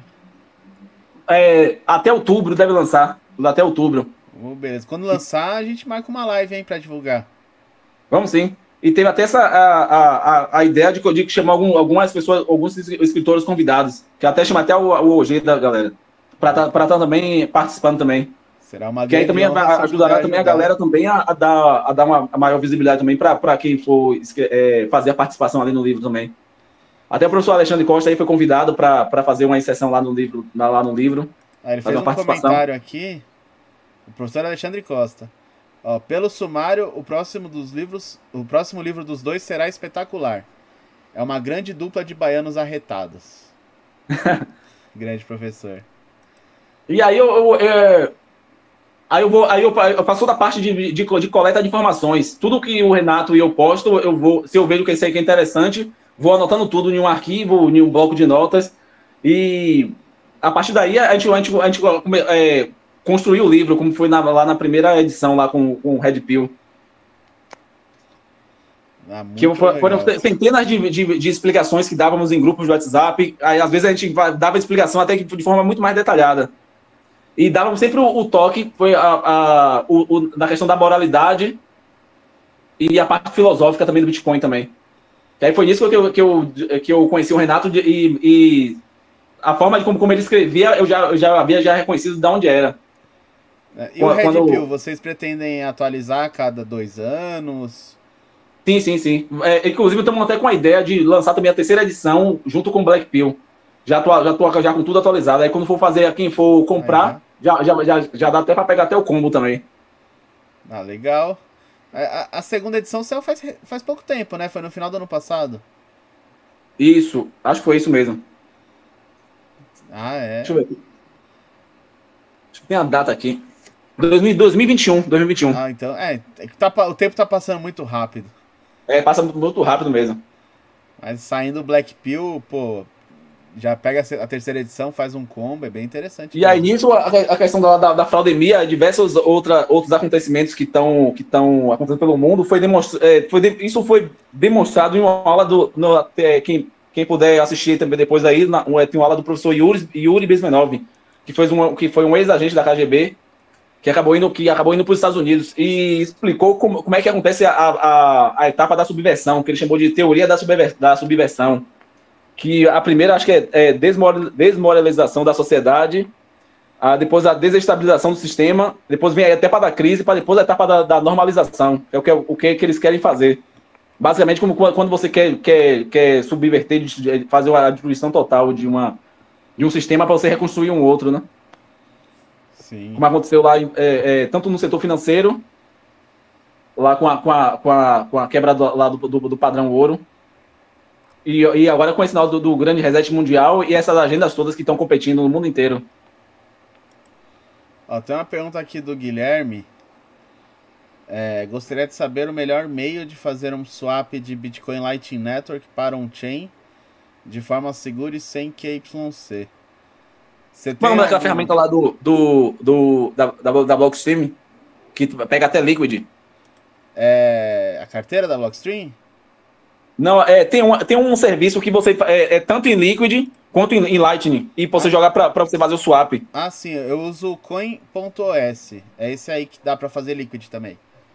É, até outubro deve lançar. Até outubro. Oh, beleza. Quando lançar, a gente marca uma live, hein, pra divulgar. Vamos sim. E teve até essa, a, a, a ideia de, de chamar algum, algumas pessoas, alguns escritores convidados, que até chama até o, o O G da galera, para estar tá, também participando também. Será uma que aí também ajudará também ajudar. a galera também a, a dar, a dar uma a maior visibilidade também para quem for é, fazer a participação ali no livro também. Até o professor Alexandre Costa aí foi convidado para fazer uma inserção lá no livro. Lá no livro ah, ele fez um comentário aqui, o professor Alexandre Costa. Ó, pelo sumário, o próximo dos livros, o próximo livro dos dois será espetacular. É uma grande dupla de baianos arretados. Grande professor. E aí eu, eu é... Aí eu vou, aí eu, eu faço toda a parte de, de, de coleta de informações. Tudo que o Renato e eu posto, eu vou, se eu vejo que isso aí que é interessante, vou anotando tudo em um arquivo, em um bloco de notas. E a partir daí a gente, a gente, a gente é, construiu o livro, como foi na, lá na primeira edição, lá com, com o Red Pill. Ah, que foram, foram centenas de, de, de explicações que dávamos em grupos de WhatsApp. Aí, às vezes a gente dava explicação até que de forma muito mais detalhada. E dávamos sempre o, o toque, foi a, a, o, o, na questão da moralidade e a parte filosófica também do Bitcoin também. E aí foi nisso que eu, que eu, que eu conheci o Renato de, e, e a forma de como, como ele escrevia, eu já, eu já havia já reconhecido de onde era. É, e quando, o Red quando... Pill, vocês pretendem atualizar a cada dois anos? Sim, sim, sim. É, inclusive, estamos até com a ideia de lançar também a terceira edição junto com o Black Pill. Já tô, já tô já com tudo atualizado. Aí quando for fazer, quem for comprar, já, já, já, já dá até para pegar até o combo também. Ah, legal. A, a segunda edição saiu faz, faz pouco tempo, né? Foi no final do ano passado. Isso, acho que foi isso mesmo. Ah, é. Deixa eu ver aqui. Acho que tem a data aqui. dois mil, dois mil e vinte e um, dois mil e vinte e um. Ah, então, é. é que tá, o tempo tá passando muito rápido. É, passa muito rápido mesmo. Mas saindo o Black Pill, pô, já pega a terceira edição, faz um combo, é bem interessante. E aí nisso, a, a questão da, da, da fraudemia, diversos outra, outros acontecimentos que estão que acontecendo pelo mundo, foi demonstrado, é, foi de, isso foi demonstrado em uma aula do, no, é, quem, quem puder assistir também depois aí, na, tem uma aula do professor Yuri, Yuri Bezmenov, que foi um, que foi um ex-agente da K G B, que acabou indo, que acabou indo para os Estados Unidos e explicou como, como é que acontece a, a, a etapa da subversão, que ele chamou de teoria da, subver, da subversão. Que a primeira, acho que é, é desmoralização da sociedade, a, depois a desestabilização do sistema, depois vem a etapa da crise, para depois a etapa da, da normalização, é o que, o que, que eles querem fazer. Basicamente, como quando você quer, quer, quer subverter, fazer a destruição total de, uma, de um sistema para você reconstruir um outro, né? Sim. Como aconteceu lá, é, é, tanto no setor financeiro, lá com a, com a, com a, com a quebra do, lá do, do, do padrão ouro, e, e agora com esse sinal do, do grande reset mundial e essas agendas todas que estão competindo no mundo inteiro. Ó, tem uma pergunta aqui do Guilherme. É, gostaria de saber o melhor meio de fazer um swap de Bitcoin Lightning Network para on-chain de forma segura e sem Q Y C. Você tem algum... aquela ferramenta lá do, do, do da, da, da Blockstream que pega até Liquid? É a carteira da Blockstream? Não, é, tem, um, tem um serviço que você é, é tanto em Liquid quanto em, em Lightning e você ah. jogar para você fazer o swap. Ah, sim, eu uso coin.os. É esse aí que dá para fazer Liquid também.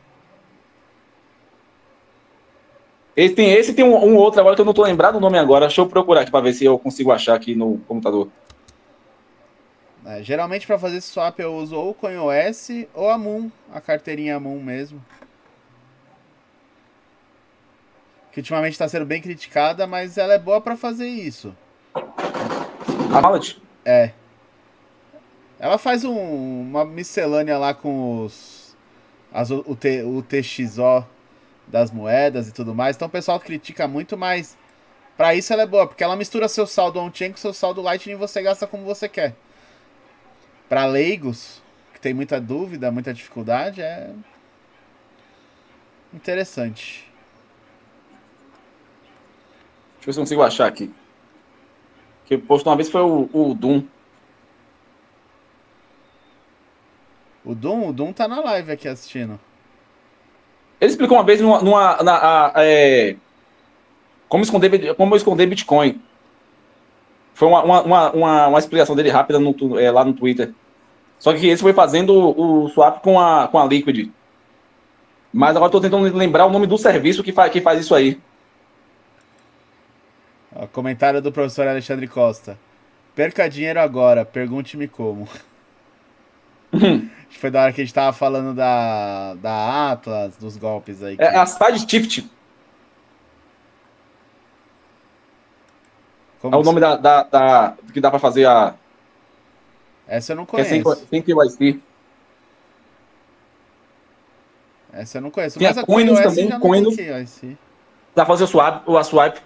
Esse tem esse tem um, um outro agora que eu não tô lembrado o nome agora. Deixa eu procurar aqui para ver se eu consigo achar aqui no computador. É, geralmente para fazer esse swap eu uso ou o CoinOS ou a Moon, a carteirinha Moon mesmo. Que ultimamente está sendo bem criticada, mas ela é boa para fazer isso. A wallet? É. Ela faz um, uma miscelânea lá com os as, o, T, o T X O das moedas e tudo mais. Então o pessoal critica muito, mas para isso ela é boa, porque ela mistura seu saldo on-chain com seu saldo Lightning e você gasta como você quer. Para leigos, que tem muita dúvida, muita dificuldade, é interessante. Deixa eu ver se eu consigo achar aqui. Que postou uma vez foi o, o Doom. O Doom? O Doom tá na live aqui assistindo. Ele explicou uma vez numa, numa, na, a, é, como, esconder, como esconder Bitcoin. Foi uma, uma, uma, uma explicação dele rápida no, é, lá no Twitter. Só que esse foi fazendo o, o swap com a, com a Liquid. Mas agora estou tentando lembrar o nome do serviço que, fa, que faz isso aí. O comentário do professor Alexandre Costa. Perca dinheiro agora, pergunte-me como. Acho que foi da hora que a gente tava falando da, da Atlas, dos golpes aí. Que... É a Side Shift. Como é o nome da, da, da que dá para fazer a... Essa eu não conheço. É sem K Y C. Essa eu não conheço. Tem mas a Coinus também, já Coinus. Dá pra fazer o swap, o swap.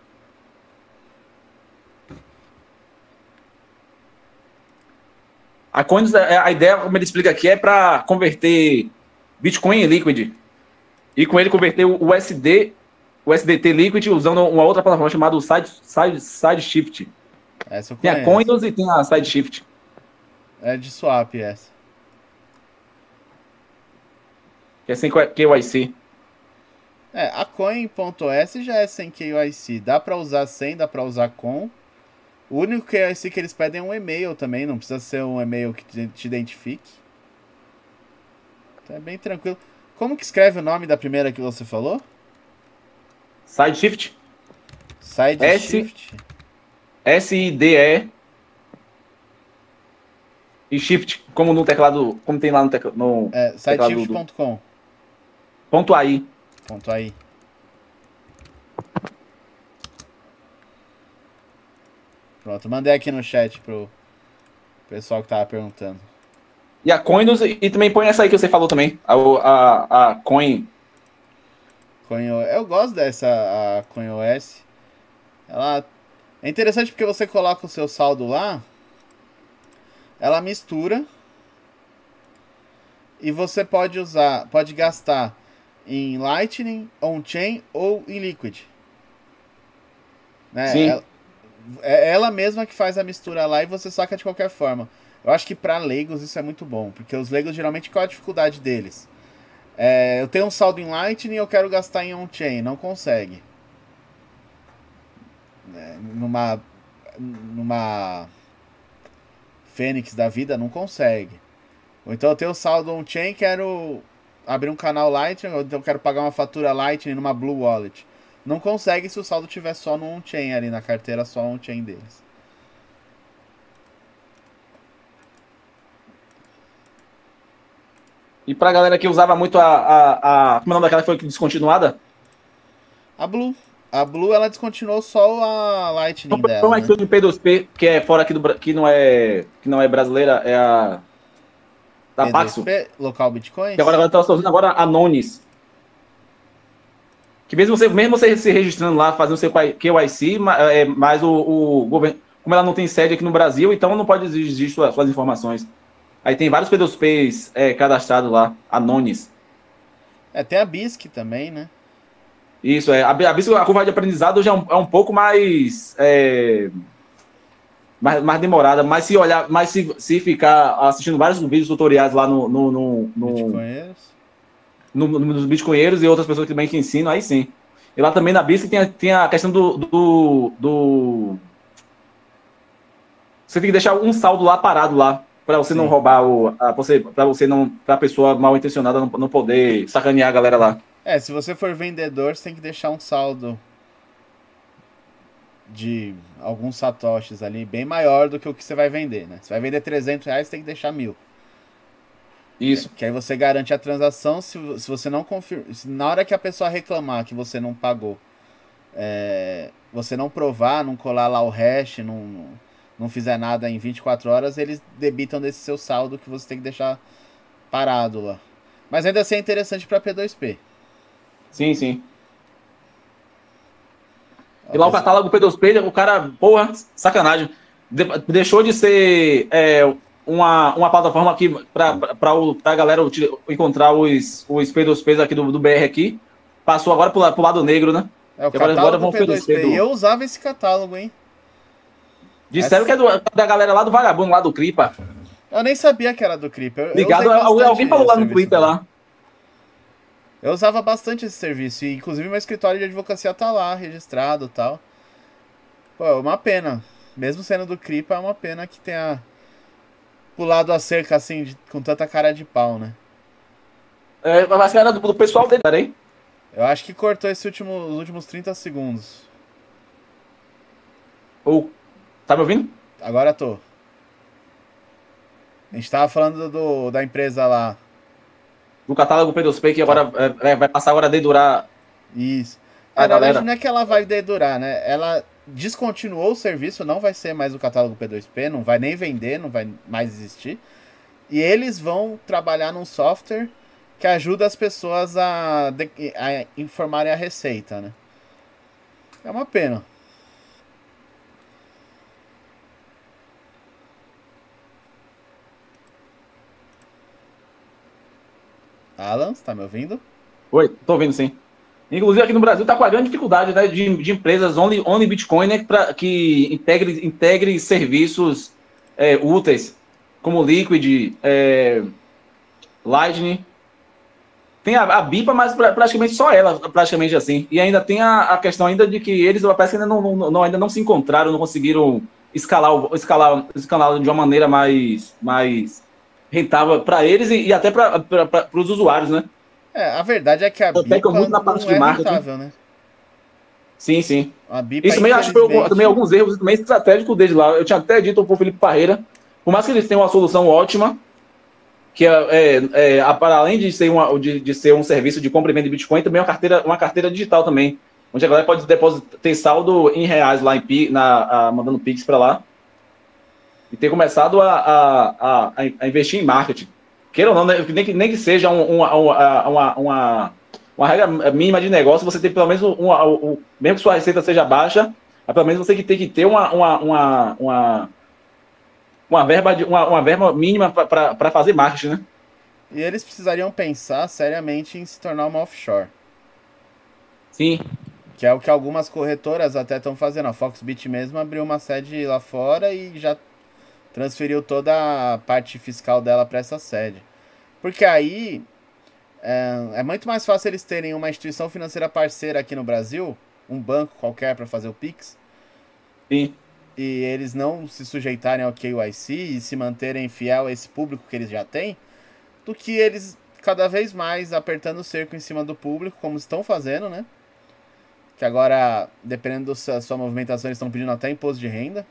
A Coinus, a ideia, como ele explica aqui, é para converter Bitcoin em Liquid. E com ele converter o U S D, o S D T Liquid usando uma outra plataforma chamada Side, Side, Side Shift. Essa eu tem a Coinus e tem a Side Shift. É de swap essa. Que é sem K Y C. É, a Coin.s já é sem K Y C. Dá para usar sem, dá para usar com. O único K Y C que eles pedem é um e-mail também, não precisa ser um e-mail que te identifique. Então é bem tranquilo. Como que escreve o nome da primeira que você falou? Side Shift. Side S Shift. S I D E e Shift, como no teclado, como tem lá no, teclado, no é, sideshift ponto com. Ponto aí. Ponto aí. Pronto, mandei aqui no chat pro pessoal que tava perguntando. E a Coinus, e também põe essa aí que você falou também, a, a, a Coin. Coin. Eu gosto dessa, a CoinOS. Ela é interessante porque você coloca o seu saldo lá, ela mistura e você pode usar, pode gastar em Lightning, on-chain ou em Liquid. Né? Sim. Ela, é ela mesma que faz a mistura lá e você saca de qualquer forma. Eu acho que para leigos isso é muito bom, porque os leigos geralmente qual é a dificuldade deles? É, eu tenho um saldo em Lightning e eu quero gastar em on-chain, não consegue. É, numa numa Fênix da vida não consegue. Ou então eu tenho um saldo on-chain, quero abrir um canal Lightning, ou então quero pagar uma fatura Lightning numa Blue Wallet. Não consegue se o saldo tiver só no on-chain ali, na carteira só on-chain deles. E pra galera que usava muito a... a, a como é o nome daquela que foi descontinuada? A Blue. A Blue, ela descontinuou só a Lightning então, dela, né? P dois P, que é fora aqui do... que não é, que não é brasileira, é a... da Paxo. Local Bitcoin. Que agora ela tá usando agora a Nonis. Que mesmo você, mesmo você se registrando lá, fazendo o seu K Y C, é, mas o, o governo, como ela não tem sede aqui no Brasil, então não pode exigir suas, suas informações. Aí tem vários P dois Ps é, cadastrados lá, a Nonis. É, tem a B I S C também, né? Isso, é. A, a, a curva de aprendizado já é um, é um pouco mais, é, mais. mais demorada, mas se olhar, mas se, se ficar assistindo vários vídeos tutoriais lá no. no, no, no Bitcoinheiros? No, no, nos bitcoinheiros e outras pessoas também que ensinam, aí sim. E lá também na BISC tem, a- tem a questão do, do, do. Você tem que deixar um saldo lá parado lá. Pra você não Sim. roubar o. A, você, pra você não. Pra pessoa mal intencionada não, não poder sacanear a galera lá. É, se você for vendedor, você tem que deixar um saldo de alguns satoshis ali, bem maior do que o que você vai vender, né? Você vai vender trezentos reais, você tem que deixar mil. Isso. Que aí você garante a transação. Se, se você não confirma. Na hora que a pessoa reclamar que você não pagou, é, você não provar, não colar lá o hash, não, não fizer nada em vinte e quatro horas, eles debitam desse seu saldo que você tem que deixar parado lá. Mas ainda assim é interessante para P dois P. Sim, sim. Ó, E lá o pessoal, catálogo P dois P, o cara, porra, sacanagem. De, deixou de ser é, uma, uma plataforma aqui para a galera encontrar os, os P dois Ps aqui do, do B R aqui. Passou agora pro, pro lado negro, né? é o E agora, agora catálogo vão oferecer P dois P. E do. eu usava esse catálogo, hein? Disseram que Essa... é do, da galera lá do vagabundo, lá do Cripa. Eu nem sabia que era do Creeper. Eu, eu usei Ligado, alguém, bastante alguém falou o lá no serviço Twitter dele. lá. Eu usava bastante esse serviço. E, inclusive, meu escritório de advocacia tá lá, registrado e tal. Pô, é uma pena. Mesmo sendo do Cripa, é uma pena que tenha pulado a cerca assim, de, com tanta cara de pau, né? É, mas que era do, do pessoal dele, peraí. Eu acho que cortou esse último, os últimos trinta segundos. Ou, tá me ouvindo? Agora tô. A gente tava falando do, da empresa lá. Do catálogo P dois P, que Cat- agora é, é, vai passar agora a dedurar Isso. a É, na verdade galera. não é que ela vai dedurar, né? Ela descontinuou o serviço, não vai ser mais o catálogo P dois P, não vai nem vender, não vai mais existir. E eles vão trabalhar num software que ajuda as pessoas a, de, a informarem a receita, né? É uma pena. Alan, você tá me ouvindo? Oi, tô ouvindo sim. Inclusive aqui no Brasil está com a grande dificuldade, né, de, de empresas only, only Bitcoin, né, pra, que integre, integre serviços é, úteis, como Liquid, é, Lightning. Tem a, a BIPA, mas pra, praticamente só ela, praticamente assim. E ainda tem a, a questão ainda de que eles parece que ainda não, não, não, ainda não se encontraram, não conseguiram escalar, escalar, escalar de uma maneira mais, mais rentável para eles e, e até para os usuários, né? É, a verdade é que a Pecam BIPA muito na parte não de é marketing. rentável, né? Sim, sim. A BIPA, Isso também acho que foi também infelizmente. alguns erros também estratégicos deles lá. Eu tinha até dito para o Felipe Parreira, por mais que eles tenham uma solução ótima, que é, é, é para além de ser, uma, de, de ser um serviço de compra e venda de Bitcoin, também é uma carteira, uma carteira digital também, onde a galera pode depositar, ter saldo em reais lá, em, na, a, mandando Pix para lá, e ter começado a, a, a, a investir em marketing. Queira ou não, né? nem, que, nem que seja um, uma, uma, uma, uma regra mínima de negócio, você tem pelo menos, uma, um, mesmo que sua receita seja baixa, mas pelo menos você tem que ter uma, uma, uma, uma, uma, verba, de, uma, uma verba mínima para fazer marketing, né? E eles precisariam pensar seriamente em se tornar uma offshore. Sim. Que é o que algumas corretoras até estão fazendo. A Foxbit mesmo abriu uma sede lá fora e já transferiu toda a parte fiscal dela para essa sede. Porque aí é, é muito mais fácil eles terem uma instituição financeira parceira aqui no Brasil, um banco qualquer para fazer o Pix, Sim. e eles não se sujeitarem ao K Y C e se manterem fiel a esse público que eles já têm, do que eles cada vez mais apertando o cerco em cima do público, como estão fazendo, né? Que agora, dependendo da sua movimentação, eles estão pedindo até imposto de renda.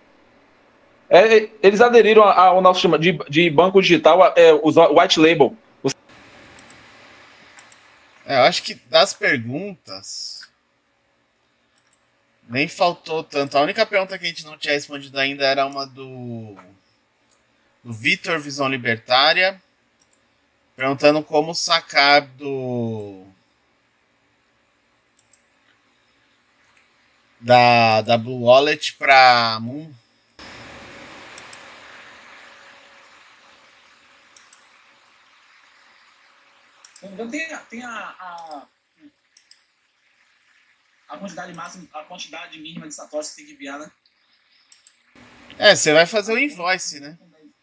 É, eles aderiram ao nosso chama de, de banco digital, é, os white label. É, eu acho que das perguntas nem faltou tanto. A única pergunta que a gente não tinha respondido ainda era uma do, do Vitor Visão Libertária, perguntando como sacar do da, da Blue Wallet para Moon. Então tem, tem a, a, a quantidade máxima, a quantidade mínima de satoshi que tem que enviar, né? É, você vai fazer o invoice, né?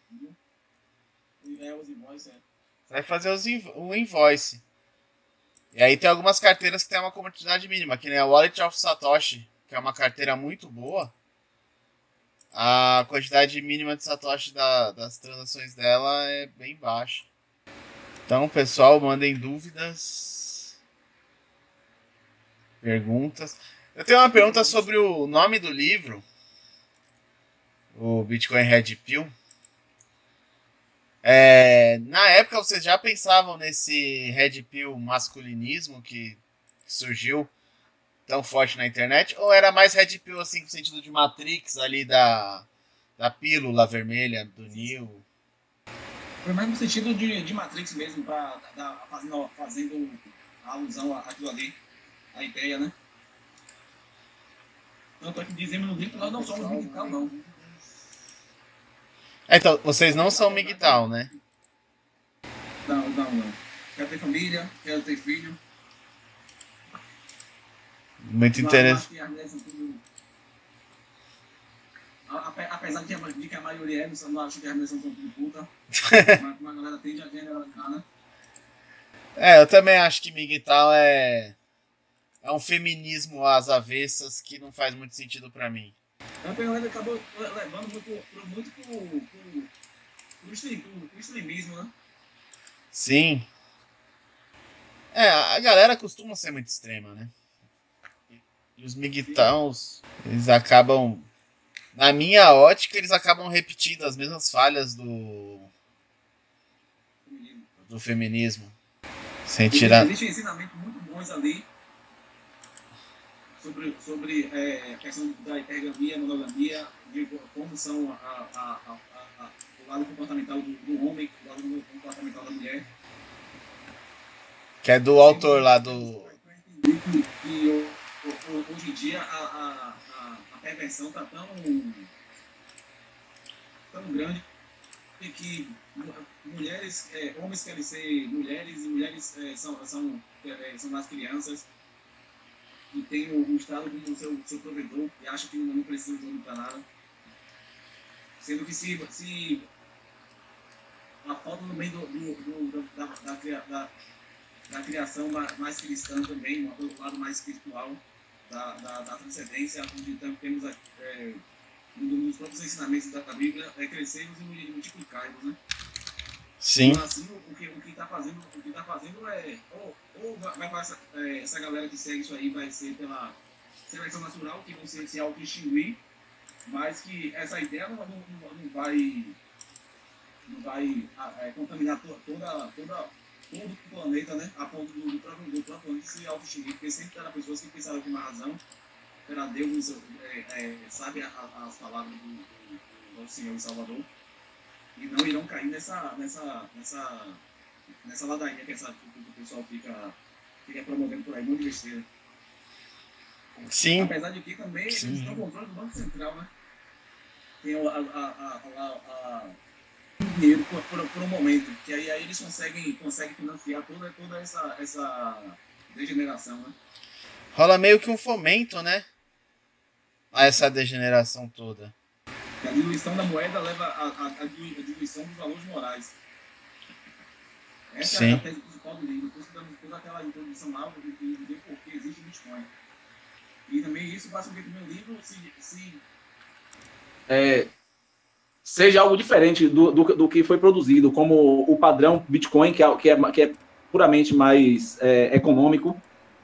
É, os invoices, é. Você vai fazer os invo o invoice. E aí tem algumas carteiras que tem uma quantidade mínima, que nem a Wallet of Satoshi, que é uma carteira muito boa. A quantidade mínima de Satoshi da, das transações dela é bem baixa. Então, pessoal, mandem dúvidas, perguntas. Eu tenho uma pergunta sobre o nome do livro, o Bitcoin Red Pill. É, na época, vocês já pensavam nesse Red Pill masculinismo que surgiu tão forte na internet? Ou era mais Red Pill assim, no sentido de Matrix ali da, da pílula vermelha do Neo? Foi mais no sentido de, de Matrix mesmo, pra, da, fazendo, fazendo alusão àquilo ali, a ideia, né? Tanto é que dizemos no livro que nós não somos MGTOW, não. Então, vocês não são MGTOW, né? Não, não, não. Quero ter família, quero ter filho. Muito interessante. Apesar de, de que a maioria é, não acho que as mulheres são tudo puta. Mas uma galera tende a generalizar, né? É, eu também acho que MGTOW é, é um feminismo às avessas que não faz muito sentido pra mim. A galera acabou levando muito, muito pro, pro, pro, pro extremismo, né? Sim. É, a galera costuma ser muito extrema, né? E os MGTOWs, eles acabam... Na minha ótica, eles acabam repetindo as mesmas falhas do... do feminismo. Sem tirar... Existem ensinamentos muito bons ali sobre, sobre é, a questão da hipergamia, monogamia, de como são a, a, a, a, o lado comportamental do, do homem, o lado comportamental da mulher. Que é do autor lá do... Que, que hoje em dia a, a, a, a perversão está tão, tão grande que mulheres, é, homens querem ser mulheres e mulheres é, são, são, é, são as crianças. E tem o, o Estado como seu, seu provedor e acha que não precisa de homem para nada. Sendo que se, se a falta no meio do, do, do, da, da, da, da criação mais cristã também, do lado mais espiritual da, da, da transcendência, onde temos é, um dos próprios ensinamentos da Bíblia, é crescermos e multiplicarmos, né? Sim. Então, assim, o que o que está fazendo, o que tá fazendo é ou, ou vai, vai essa, é, essa galera que segue isso aí vai ser pela seleção natural, que vão se, se auto-extinguir, mas que essa ideia não, não, não vai não vai é, contaminar to, toda, toda todo o planeta, né? A ponto do, do próprio do próprio planeta se auto-extinguir, porque sempre terá pessoas que pensaram com uma razão, terá Deus é, é, sabe a, a, as palavras do, do, do Senhor e Salvador. E não irão cair nessa, nessa, nessa, nessa ladainha que, essa, que o pessoal fica, fica promovendo por aí, muito besteira. Sim. Apesar de que também Sim. eles estão controle do Banco Central, né? Tem a, a, a, a, a, a dinheiro por, por, por um momento, que aí, aí eles conseguem, conseguem financiar toda, toda essa, essa degeneração, né? Rola meio que um fomento, né? A essa degeneração toda. A diluição da moeda leva à diluição dos valores morais. Essa Sim. é a tese principal do livro. Por isso damos toda aquela introdução lá de dizer por que existe Bitcoin. E também isso faz com que o meu livro se, se é, seja algo diferente do, do, do que foi produzido, como o padrão Bitcoin, que é, que é, que é puramente mais é, econômico,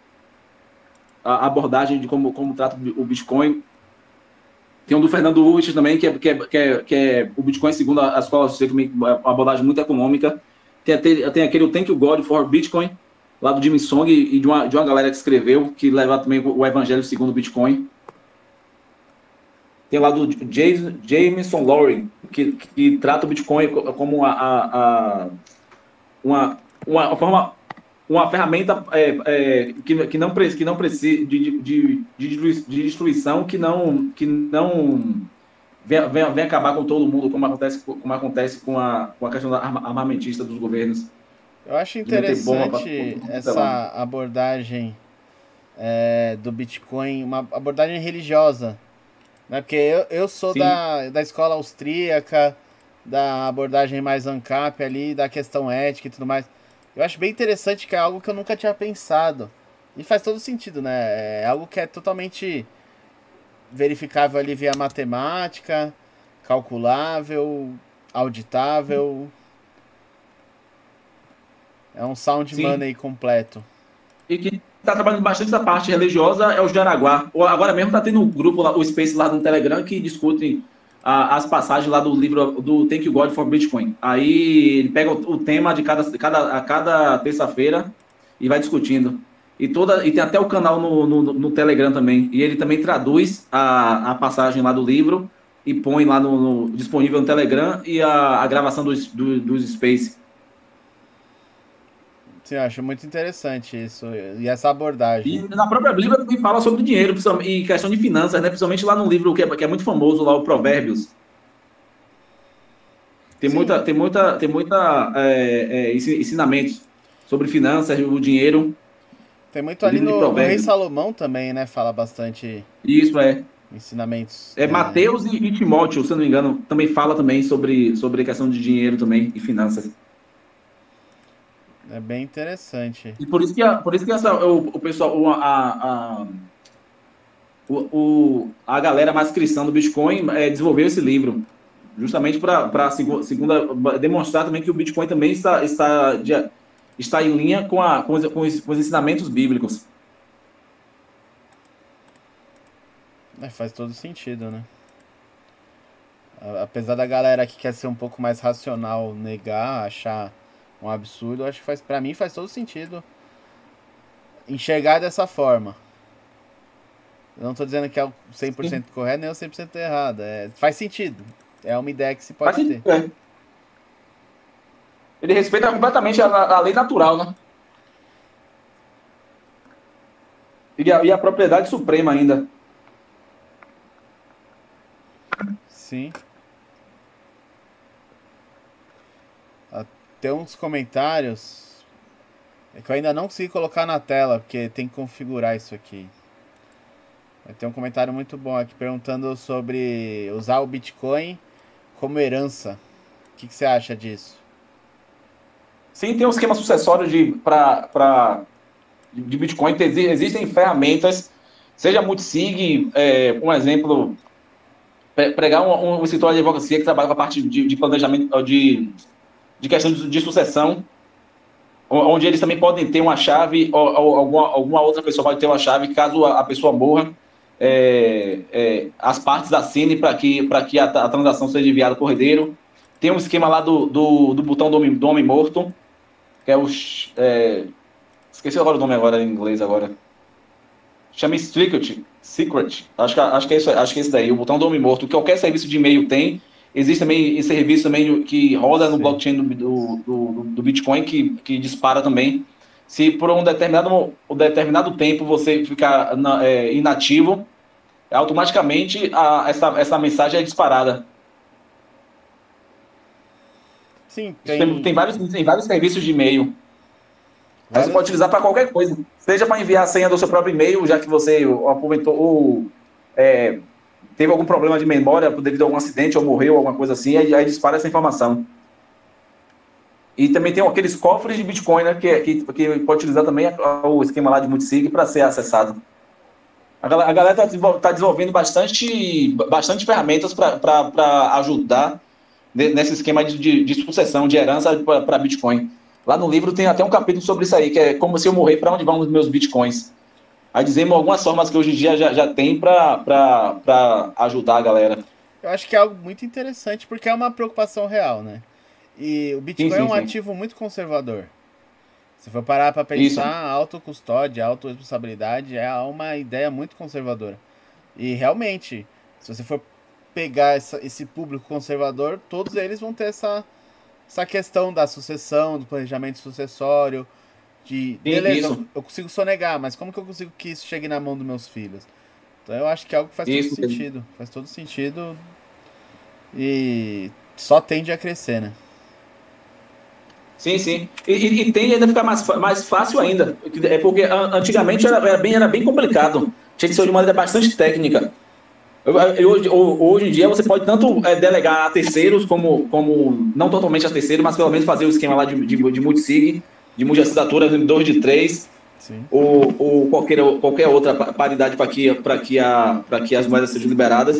a abordagem de como, como trata o Bitcoin. Tem um do Fernando Urich também, que é, que, é, que, é, que é o Bitcoin segundo a escola, uma abordagem muito econômica. Tem, tem aquele Thank You God for Bitcoin, lá do Jimmy Song, e de uma, de uma galera que escreveu, que leva também o Evangelho segundo o Bitcoin. Tem lá do James, Jameson Loring, que, que trata o Bitcoin como a, a, a, uma, uma forma... uma ferramenta é, é, que, que não, que não precisa de, de, de, de destruição, que não, que não vem, vem, vem acabar com todo mundo, como acontece, como acontece com, a, com a questão da armamentista dos governos. Eu acho interessante essa abordagem é, do Bitcoin, uma abordagem religiosa, né? Porque eu, eu sou da, da escola austríaca, da abordagem mais ANCAP ali, da questão ética e tudo mais. Eu acho bem interessante que é algo que eu nunca tinha pensado. E faz todo sentido, né? É algo que é totalmente verificável ali via matemática, calculável, auditável. É um sound Sim. money completo. E que está trabalhando bastante essa parte religiosa é o Jaraguá. Agora mesmo está tendo um grupo, lá, o Space lá no Telegram, que discutem ah, as passagens lá do livro do Thank You God for Bitcoin. Aí ele pega o, o tema de cada, cada, a cada terça-feira e vai discutindo. E, toda, e tem até o canal no, no, no Telegram também. E ele também traduz a, a passagem lá do livro e põe lá no, no disponível no Telegram e a, a gravação dos, do, dos Space. Sim, eu acho muito interessante isso. E essa E abordagem. na própria Bíblia também fala sobre dinheiro e questão de finanças, né? Principalmente lá no livro que é, que é muito famoso, lá o Provérbios. Tem Sim, muita, tem muita, tem muita é, é, ensinamentos sobre finanças, o dinheiro, tem muito o ali livro de no, no Rei Provérbios. Salomão também, né? Fala bastante Isso é. ensinamentos. É Né? Mateus e, e Timóteo, se eu não me engano, também fala também sobre, sobre a questão de dinheiro também e finanças. É bem interessante. E por isso que, a, por isso que essa, o, o pessoal, o, a, a, o, o, a galera mais cristã do Bitcoin é, desenvolveu esse livro. Justamente para segunda demonstrar também que o Bitcoin também está, está, de, está em linha com, a, com, os, com, os, com os ensinamentos bíblicos. É, faz todo sentido, né? Apesar da galera que quer ser um pouco mais racional negar, achar um absurdo, acho que faz, pra mim faz todo sentido enxergar dessa forma. Eu não tô dizendo que é o cem por Sim, cento correto nem o cem por cento errado. É, faz sentido. É uma ideia que se faz pode ter. sentido, é. Ele respeita completamente a, a lei natural, né? E a, e a propriedade suprema ainda. Sim. Tem uns comentários é que eu ainda não consegui colocar na tela, porque tem que configurar isso aqui. Tem um comentário muito bom aqui perguntando sobre usar o Bitcoin como herança. O que, que você acha disso? Sim, tem um esquema sucessório de, pra, pra, de Bitcoin. Existem ferramentas, seja Multisig, é, um exemplo, pregar um, um escritório de advocacia que trabalha com a parte de, de planejamento, de, de questão de, de sucessão, onde eles também podem ter uma chave, ou, ou alguma, alguma outra pessoa pode ter uma chave, caso a, a pessoa morra, é, é, as partes assinem para que, que a, a transação seja enviada por herdeiro. Tem um esquema lá do, do, do botão do homem, do homem morto, que é o... É, esqueci agora o nome agora em inglês agora. Chama Secret, Secret. Acho que, acho que é isso, acho que é esse daí, o botão do homem morto. Qualquer serviço de e-mail tem. Existe também esse serviço também que roda no Sim. blockchain do, do, do Bitcoin, que, que dispara também. Se por um determinado, um determinado tempo você ficar na, é, inativo, automaticamente a, essa, essa mensagem é disparada. Sim, Isso tem, tem tem, vários, tem vários serviços de e-mail. Aí você pode vários. utilizar para qualquer coisa. Seja para enviar a senha do seu próprio e-mail, já que você aproveitou ou é, teve algum problema de memória devido a algum acidente ou morreu, alguma coisa assim, aí, aí dispara essa informação. E também tem aqueles cofres de Bitcoin, né, que, que, que pode utilizar também o esquema lá de multisig para ser acessado. A galera está tá desenvolvendo bastante, bastante ferramentas para ajudar nesse esquema de, de, de sucessão, de herança para Bitcoin. Lá no livro tem até um capítulo sobre isso aí, que é como se eu morrer, para onde vão os meus Bitcoins. Aí dizemos algumas formas que hoje em dia já, já tem para ajudar a galera. Eu acho que é algo muito interessante porque é uma preocupação real, né? E o Sim, Bitcoin é sim, um sim. ativo muito conservador. Se for parar para Isso. pensar, autocustódia, autorresponsabilidade é uma ideia muito conservadora. E realmente, se você for pegar essa, esse público conservador, todos eles vão ter essa, essa questão da sucessão, do planejamento sucessório, de Sim, beleza, isso. eu consigo sonegar, mas como que eu consigo que isso chegue na mão dos meus filhos? Então eu acho que é algo que faz todo Isso. sentido. Faz todo sentido e só tende a crescer, né? Sim, sim. E, e, e tem ainda ficar mais, mais fácil ainda. É porque antigamente era, era, bem, era bem complicado. Tinha que ser de maneira bastante técnica. Hoje, hoje em dia você pode tanto é, delegar a terceiros, como, como não totalmente a terceiros, mas pelo menos fazer o esquema lá de, de, de multisig, de multi-assinatura, dois de três, ou, ou qualquer, qualquer outra paridade para que, que, a, que as moedas sejam liberadas.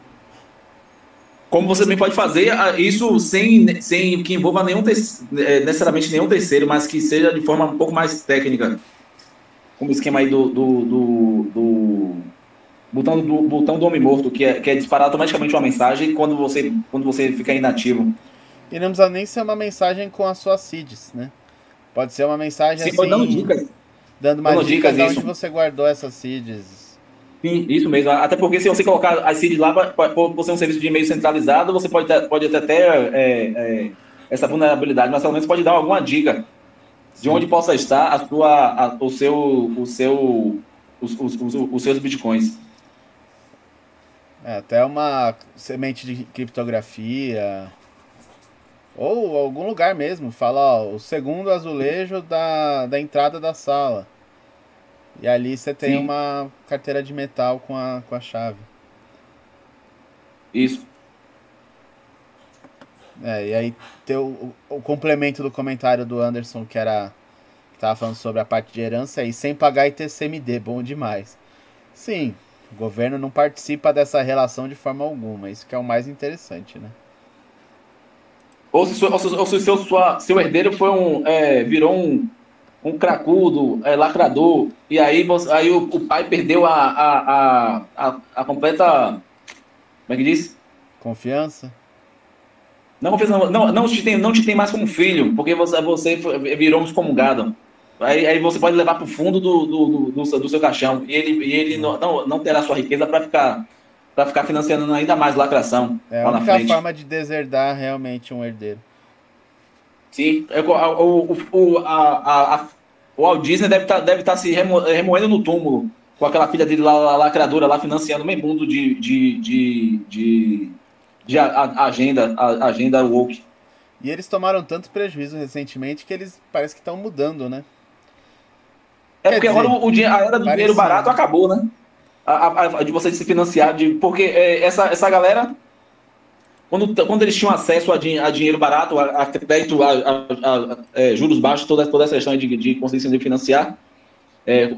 Como você também pode fazer isso sem, sem que envolva nenhum necessariamente nenhum terceiro, mas que seja de forma um pouco mais técnica. Como o esquema aí do, do, do, do botão do botão do homem morto, que é, que é disparar automaticamente uma mensagem quando você, quando você fica inativo. E não precisa nem ser uma mensagem com as suas seeds, né? Pode ser uma mensagem Sim, assim, pode dando dicas. Dando uma dando dica dicas, de onde isso. você guardou essas seeds. Sim, isso mesmo. Até porque se você colocar as seeds lá, por ser um serviço de e-mail centralizado, você pode ter, pode ter até é, é, essa vulnerabilidade, mas pelo menos pode dar alguma dica de Sim. onde possa estar a sua, a, o seu, o seu, os, os, os, os seus bitcoins. É, até uma semente de criptografia. Ou algum lugar mesmo. Fala, ó, o segundo azulejo da, da entrada da sala. E ali você tem Sim. uma carteira de metal com a, com a chave. Isso. É, e aí tem o, o complemento do comentário do Anderson, que era que tava falando sobre a parte de herança aí, sem pagar I T C M D, bom demais. Sim, o governo não participa dessa relação de forma alguma, isso que é o mais interessante, né? Ou se, ou se, ou se seu, sua, seu herdeiro foi um, é, virou um, um cracudo, é, lacrador, e aí, você, aí o, o pai perdeu a, a, a, a, a completa... Como é que diz? Confiança? Não, não, não, não, te tem, não te tem mais como filho, porque você, você virou um excomungado. Aí, aí você pode levar para o fundo do, do, do, do seu caixão, e ele, e ele não, não, não terá sua riqueza para ficar, para ficar financiando ainda mais lacração é lá a na única frente. forma de deserdar realmente um herdeiro. Sim, o, o, o, a, a, o Walt Disney deve estar deve tá se remo, remoendo no túmulo com aquela filha dele lá, a lacradora, lá financiando meio mundo de, de, de, de, de a, a agenda, a, agenda woke. E eles tomaram tanto prejuízo recentemente que eles parece que estão mudando, né? É Quer porque dizer, agora o, o, a era do parecia. dinheiro barato acabou, né? A, a, a, de você se financiar, de, porque é, essa, essa galera, quando, quando eles tinham acesso a, din, a dinheiro barato, a, a crédito, a, a, a é, juros baixos, toda, toda essa questão de, de conseguir se financiar, é,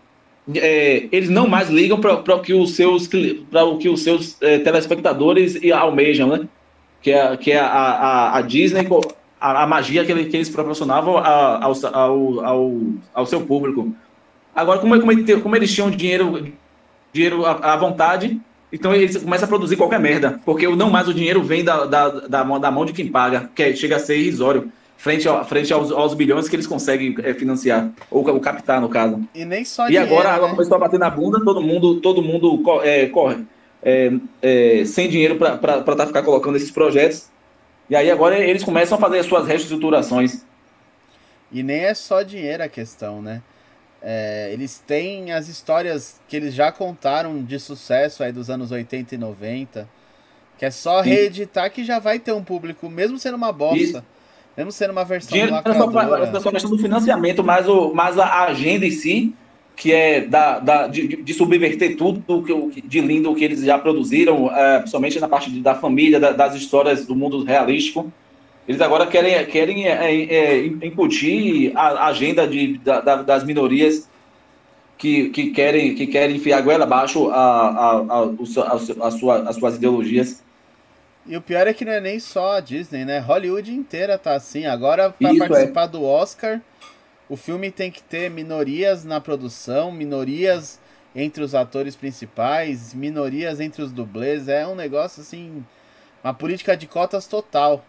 é, eles não mais ligam para o que os seus, pra o que os seus é, telespectadores almejam, né? Que é, que é a, a, a Disney, a, a magia que, ele, que eles proporcionavam a, ao, ao, ao, ao seu público. Agora, como, como, como eles tinham dinheiro, dinheiro à, à vontade, então eles começam a produzir qualquer merda, porque não mais o dinheiro vem da, da, da, mão, da mão de quem paga, que chega a ser irrisório, frente, ao, frente aos, aos bilhões que eles conseguem é, financiar, ou, ou captar, no caso. E nem só E dinheiro, agora a água né? começou a bater na bunda, todo mundo, todo mundo é, corre é, é, sem dinheiro para tá, ficar colocando esses projetos, e aí agora eles começam a fazer as suas reestruturações. E nem é só dinheiro a questão, né? É, eles têm as histórias que eles já contaram de sucesso aí dos anos oitenta e noventa, que é só Sim. reeditar que já vai ter um público, mesmo sendo uma bosta, Isso. mesmo sendo uma versão Dinheiro lacradora. é só questão do financiamento, mas, o, mas a agenda em si, que é da, da, de, de subverter tudo que, de lindo que eles já produziram, é, principalmente na parte de, da família, da, das histórias do mundo realístico. Eles agora querem, querem é, é, incutir a agenda de, da, das minorias que, que, querem, que querem enfiar a goela abaixo a, a, a, a, a sua, as suas ideologias. E o pior é que não é nem só a Disney, né? Hollywood inteira tá assim. Agora, para participar é. do Oscar, o filme tem que ter minorias na produção, minorias entre os atores principais, minorias entre os dublês. É um negócio assim, uma política de cotas total.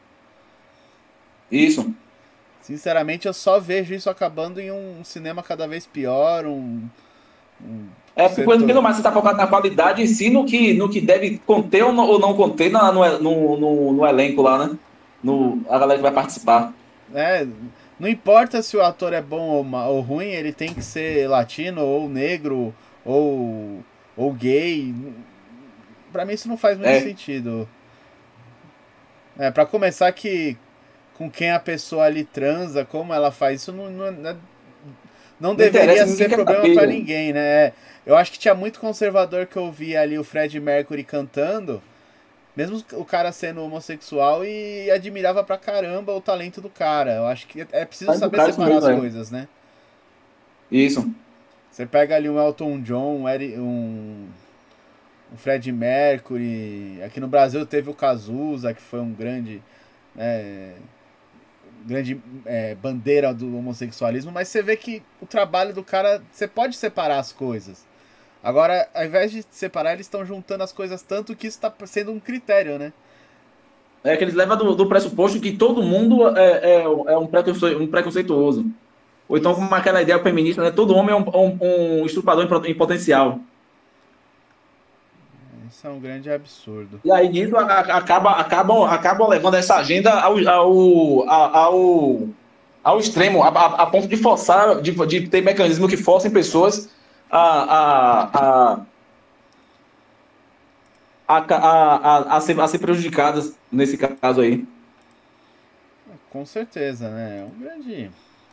Isso. Sinceramente, eu só vejo isso acabando em um cinema cada vez pior, um... um é, porque pelo mais você está focado na qualidade em si, no que, no que deve conter ou não, ou não conter no, no, no, no elenco lá, né? No, a galera que vai participar. É, não importa se o ator é bom ou, ou ruim, ele tem que ser latino, ou negro, ou, ou gay. Pra mim isso não faz muito é. sentido. É, pra começar que com quem a pessoa ali transa, como ela faz isso, não, não, não, não deveria ser problema para ninguém, né? Eu acho que tinha muito conservador que ouvia ali o Fred Mercury cantando, mesmo o cara sendo homossexual, e admirava pra caramba o talento do cara. Eu acho que é preciso saber separar as coisas, né? Isso. Você pega ali um Elton John, um, Eric, um, um Fred Mercury. Aqui no Brasil teve o Cazuza, que foi um grande, é, grande é, bandeira do homossexualismo. Mas você vê que o trabalho do cara, você pode separar as coisas. Agora, ao invés de separar, eles estão juntando as coisas tanto que isso está sendo um critério, né? É que eles levam do, do pressuposto que todo mundo é, é, é um, preconce, um preconceituoso. Ou então, como aquela ideia feminista, né? Todo homem é um, um, um estuprador em, em potencial. Isso é um grande absurdo. E aí, nisso, acaba, acabam, acabam levando essa agenda ao, ao, ao, ao extremo, a, a, a ponto de forçar, de, de ter mecanismos que forcem pessoas a, a, a, a, a, a, ser, a ser prejudicadas nesse caso aí. Com certeza, né? É um grande...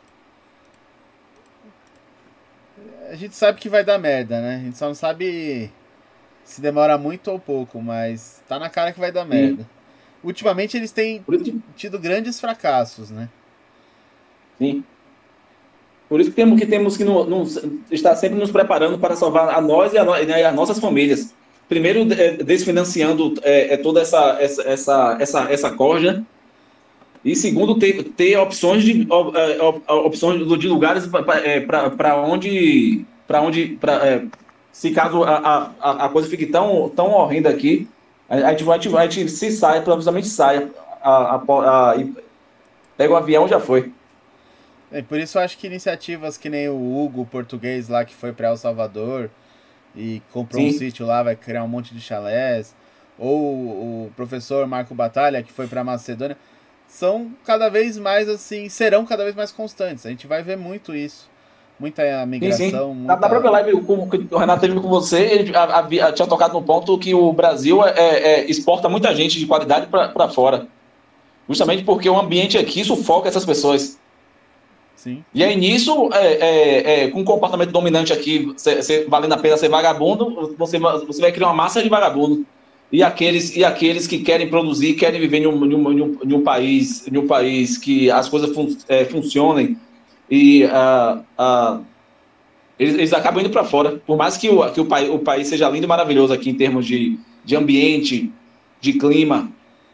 A gente sabe que vai dar merda, né? A gente só não sabe se demora muito ou pouco, mas tá na cara que vai dar merda. Sim. Ultimamente eles têm tido grandes fracassos, né? Sim. Por isso que temos que, temos que no, no, estar sempre nos preparando para salvar a nós e a, né, as nossas famílias. Primeiro, desfinanciando é, toda essa, essa, essa, essa, essa corja. E segundo, ter, ter opções de, opções de lugares para onde, para onde pra, é, se caso a, a, a coisa fique tão, tão horrenda aqui, a gente, a gente, a gente se saia, provavelmente saia, a, a, a, e pega o avião, já foi. É, por isso eu acho que iniciativas que nem o Hugo, o português lá, que foi para El Salvador e comprou Sim. um sítio lá, vai criar um monte de chalés, ou o professor Marco Batalha, que foi para Macedônia, são cada vez mais assim, serão cada vez mais constantes. A gente vai ver muito isso. Muita migração. Sim, sim. Muita... Na própria live que o Renato teve com você, ele havia, tinha tocado no ponto que o Brasil é, é, exporta muita gente de qualidade para fora. Justamente porque o ambiente aqui sufoca essas pessoas. Sim. E aí nisso, é, é, é, com um comportamento dominante aqui, cê, cê, valendo a pena ser vagabundo, você, você vai criar uma massa de vagabundo. E aqueles, e aqueles que querem produzir, querem viver em um, em um, em um, em um país, em um país que as coisas fun, é, funcionem, e uh, uh, eles, eles acabam indo para fora. Por mais que, o, que o, pai, o país seja lindo e maravilhoso aqui em termos de, de ambiente, de clima.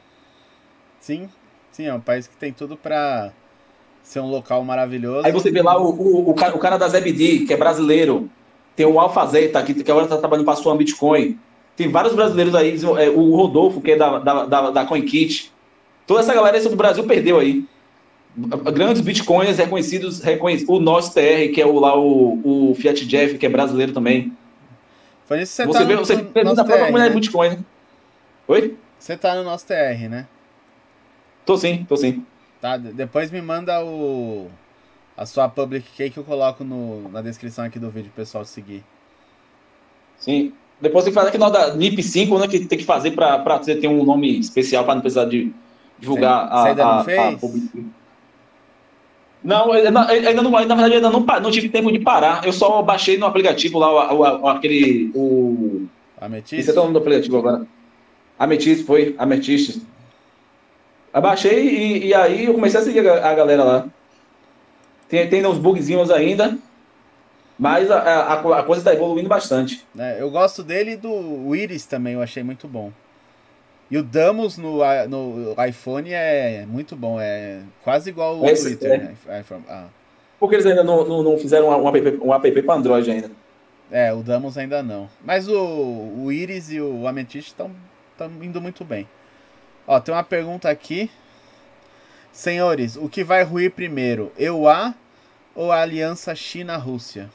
Sim, sim, é um país que tem tudo para ser um local maravilhoso. Aí você vê lá o, o, o, cara, o cara da Zebedee, que é brasileiro, tem o Alfa Zeta, que, que agora está trabalhando para a Swan Bitcoin. Tem vários brasileiros aí, o Rodolfo, que é da, da, da, da CoinKit. Toda essa galera do Brasil perdeu aí. Grandes bitcoins reconhecidos, reconhecidos. O nosso T R, que é o, lá o, o Fiat Jeff, que é brasileiro também. Foi isso que você, você tá vê, no, você no vê nosso da própria T R, mulher né? Bitcoin, né? Oi? Você tá no nosso T R, né? Tô sim, tô sim. Tá, depois me manda o a sua public key que eu coloco no, na descrição aqui do vídeo pro pessoal seguir. Sim. Depois tem que fazer aqui no da N I P cinco, né? Que tem que fazer para você ter um nome especial para não precisar de divulgar você, a, você ainda a, não fez? a public. Não, ainda não, na verdade ainda não, não tive tempo de parar. Eu só baixei no aplicativo lá o, o, aquele. O... Ametiste? Esse é o nome do aplicativo agora. Ametiste, foi. Ametiste. Eu baixei e, e aí eu comecei a seguir a, a galera lá. Tem, tem uns bugzinhos ainda. Mas a, a, a coisa está evoluindo bastante. É, eu gosto dele e do Iris também, eu achei muito bom. E o Damos no, no iPhone é muito bom, é quase igual o Esse, Twitter. é. Né? Ah. Porque eles ainda não, não, não fizeram um app, um app para Android ainda. É, o Damos ainda não. Mas o, o Iris e o Amethyst estão indo muito bem. Ó, tem uma pergunta aqui. Senhores, o que vai ruir primeiro, E U A ou a aliança China-Rússia?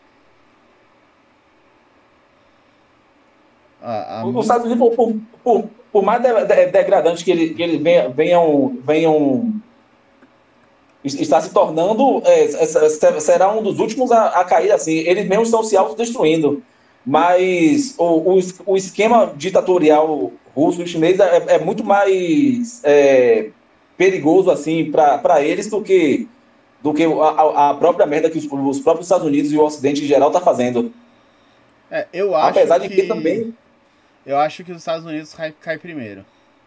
Ah, a... Os Estados Unidos, por, por, por mais de, de, degradante que ele, que ele venha, venham, venham está se tornando, é, será um dos últimos a, a cair assim. Eles mesmos estão se autodestruindo. Mas o, o, o esquema ditatorial russo e chinês é, é muito mais... É, perigoso assim para eles do que, do que a, a própria merda que os, os próprios Estados Unidos e o Ocidente em geral tá fazendo. É, eu acho Apesar que... de que também... Eu acho que os Estados Unidos cai, cai primeiro.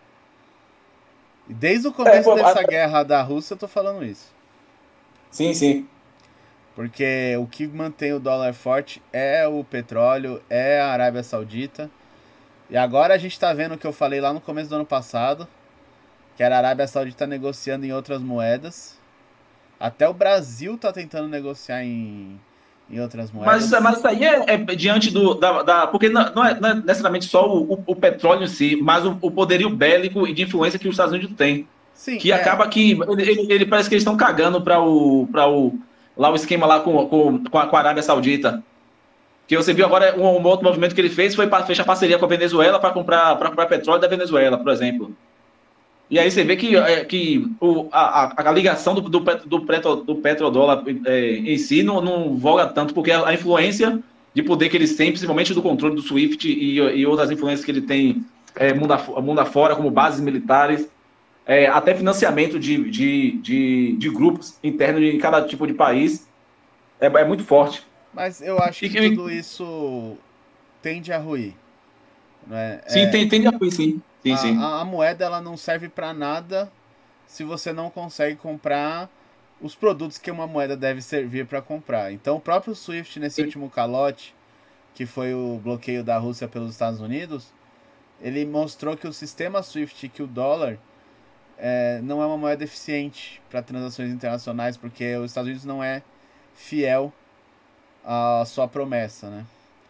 Desde o começo é, dessa a... guerra da Rússia eu tô falando isso. Sim, sim. Porque o que mantém o dólar forte é o petróleo, é a Arábia Saudita. E agora a gente tá vendo o que eu falei lá no começo do ano passado, que era a Arábia Saudita negociando em outras moedas. Até o Brasil tá tentando negociar em, em outras moedas. Mas, mas isso aí é, é diante do... Da, da, porque não, não, é, não é necessariamente só o, o, o petróleo em si, mas o, o poderio bélico e de influência que os Estados Unidos têm. Sim, que é. acaba que... Ele, ele, ele parece que eles estão cagando para o... Pra o lá o esquema lá com, com, com, a, com a Arábia Saudita. Que você viu agora, um, um outro movimento que ele fez foi para fechar parceria com a Venezuela para comprar, comprar petróleo da Venezuela, por exemplo. E aí você vê que, é, que o, a, a ligação do, do, do, petro, do petrodólar é, em si não, não voga tanto, porque a, a influência de poder que eles têm, principalmente do controle do SWIFT e, e outras influências que ele tem é, mundo, mundo afora, como bases militares, é, até financiamento de, de, de, de grupos internos em cada tipo de país, é, é muito forte. Mas eu acho que e, tudo isso tende a ruir. Não é? Sim, é, tem, tende a ruir, sim. sim, a, sim. A, a moeda ela não serve para nada se você não consegue comprar os produtos que uma moeda deve servir para comprar. Então o próprio SWIFT, nesse sim. último calote, que foi o bloqueio da Rússia pelos Estados Unidos, ele mostrou que o sistema SWIFT, que o dólar... É, não é uma moeda eficiente para transações internacionais, porque os Estados Unidos não é fiel à sua promessa, né?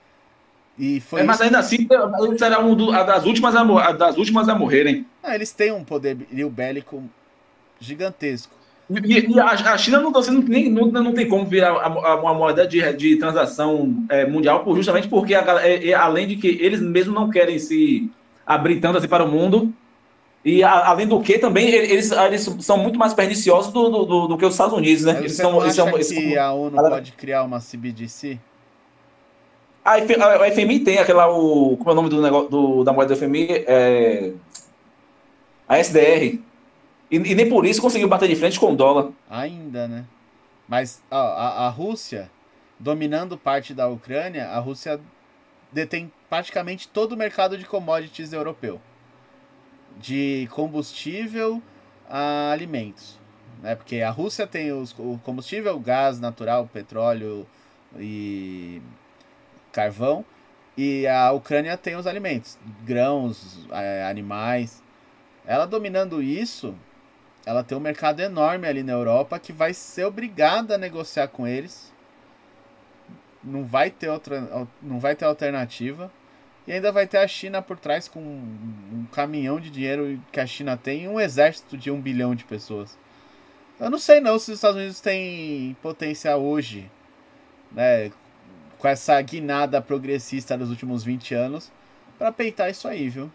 E foi é, mas ainda assim, eles serão um do, a das, últimas a, a das últimas a morrerem. Ah, eles têm um poderio bélico gigantesco. E, e a, a China não, você não, nem, não, não tem como virar a, a, uma moeda de, de transação é, mundial, por, justamente porque, a, é, é, além de que eles mesmos não querem se abrir tanto assim para o mundo. E a, além do que, também, eles, eles são muito mais perniciosos do, do, do, do que os Estados Unidos, né? Eles Você são, não eles acha são, eles que são... a ONU a... pode criar uma C B D C? A, F, a, a F M I tem aquela... O, como é o nome do negócio, do, da moeda da F M I? É, a S D R. E, e nem por isso conseguiu bater de frente com o dólar. Ainda, né? Mas ó, a, a Rússia, dominando parte da Ucrânia, a Rússia detém praticamente todo o mercado de commodities europeu. De combustível a alimentos, né? Porque a Rússia tem os, o combustível, gás natural, petróleo e carvão, e a Ucrânia tem os alimentos, grãos, animais. Ela dominando isso, ela tem um mercado enorme ali na Europa que vai ser obrigada a negociar com eles. Não vai ter outra, não vai ter alternativa. E ainda vai ter a China por trás com um caminhão de dinheiro que a China tem e um exército de um bilhão de pessoas. Eu não sei não se os Estados Unidos têm potência hoje, né, com essa guinada progressista dos últimos vinte anos, para peitar isso aí, viu?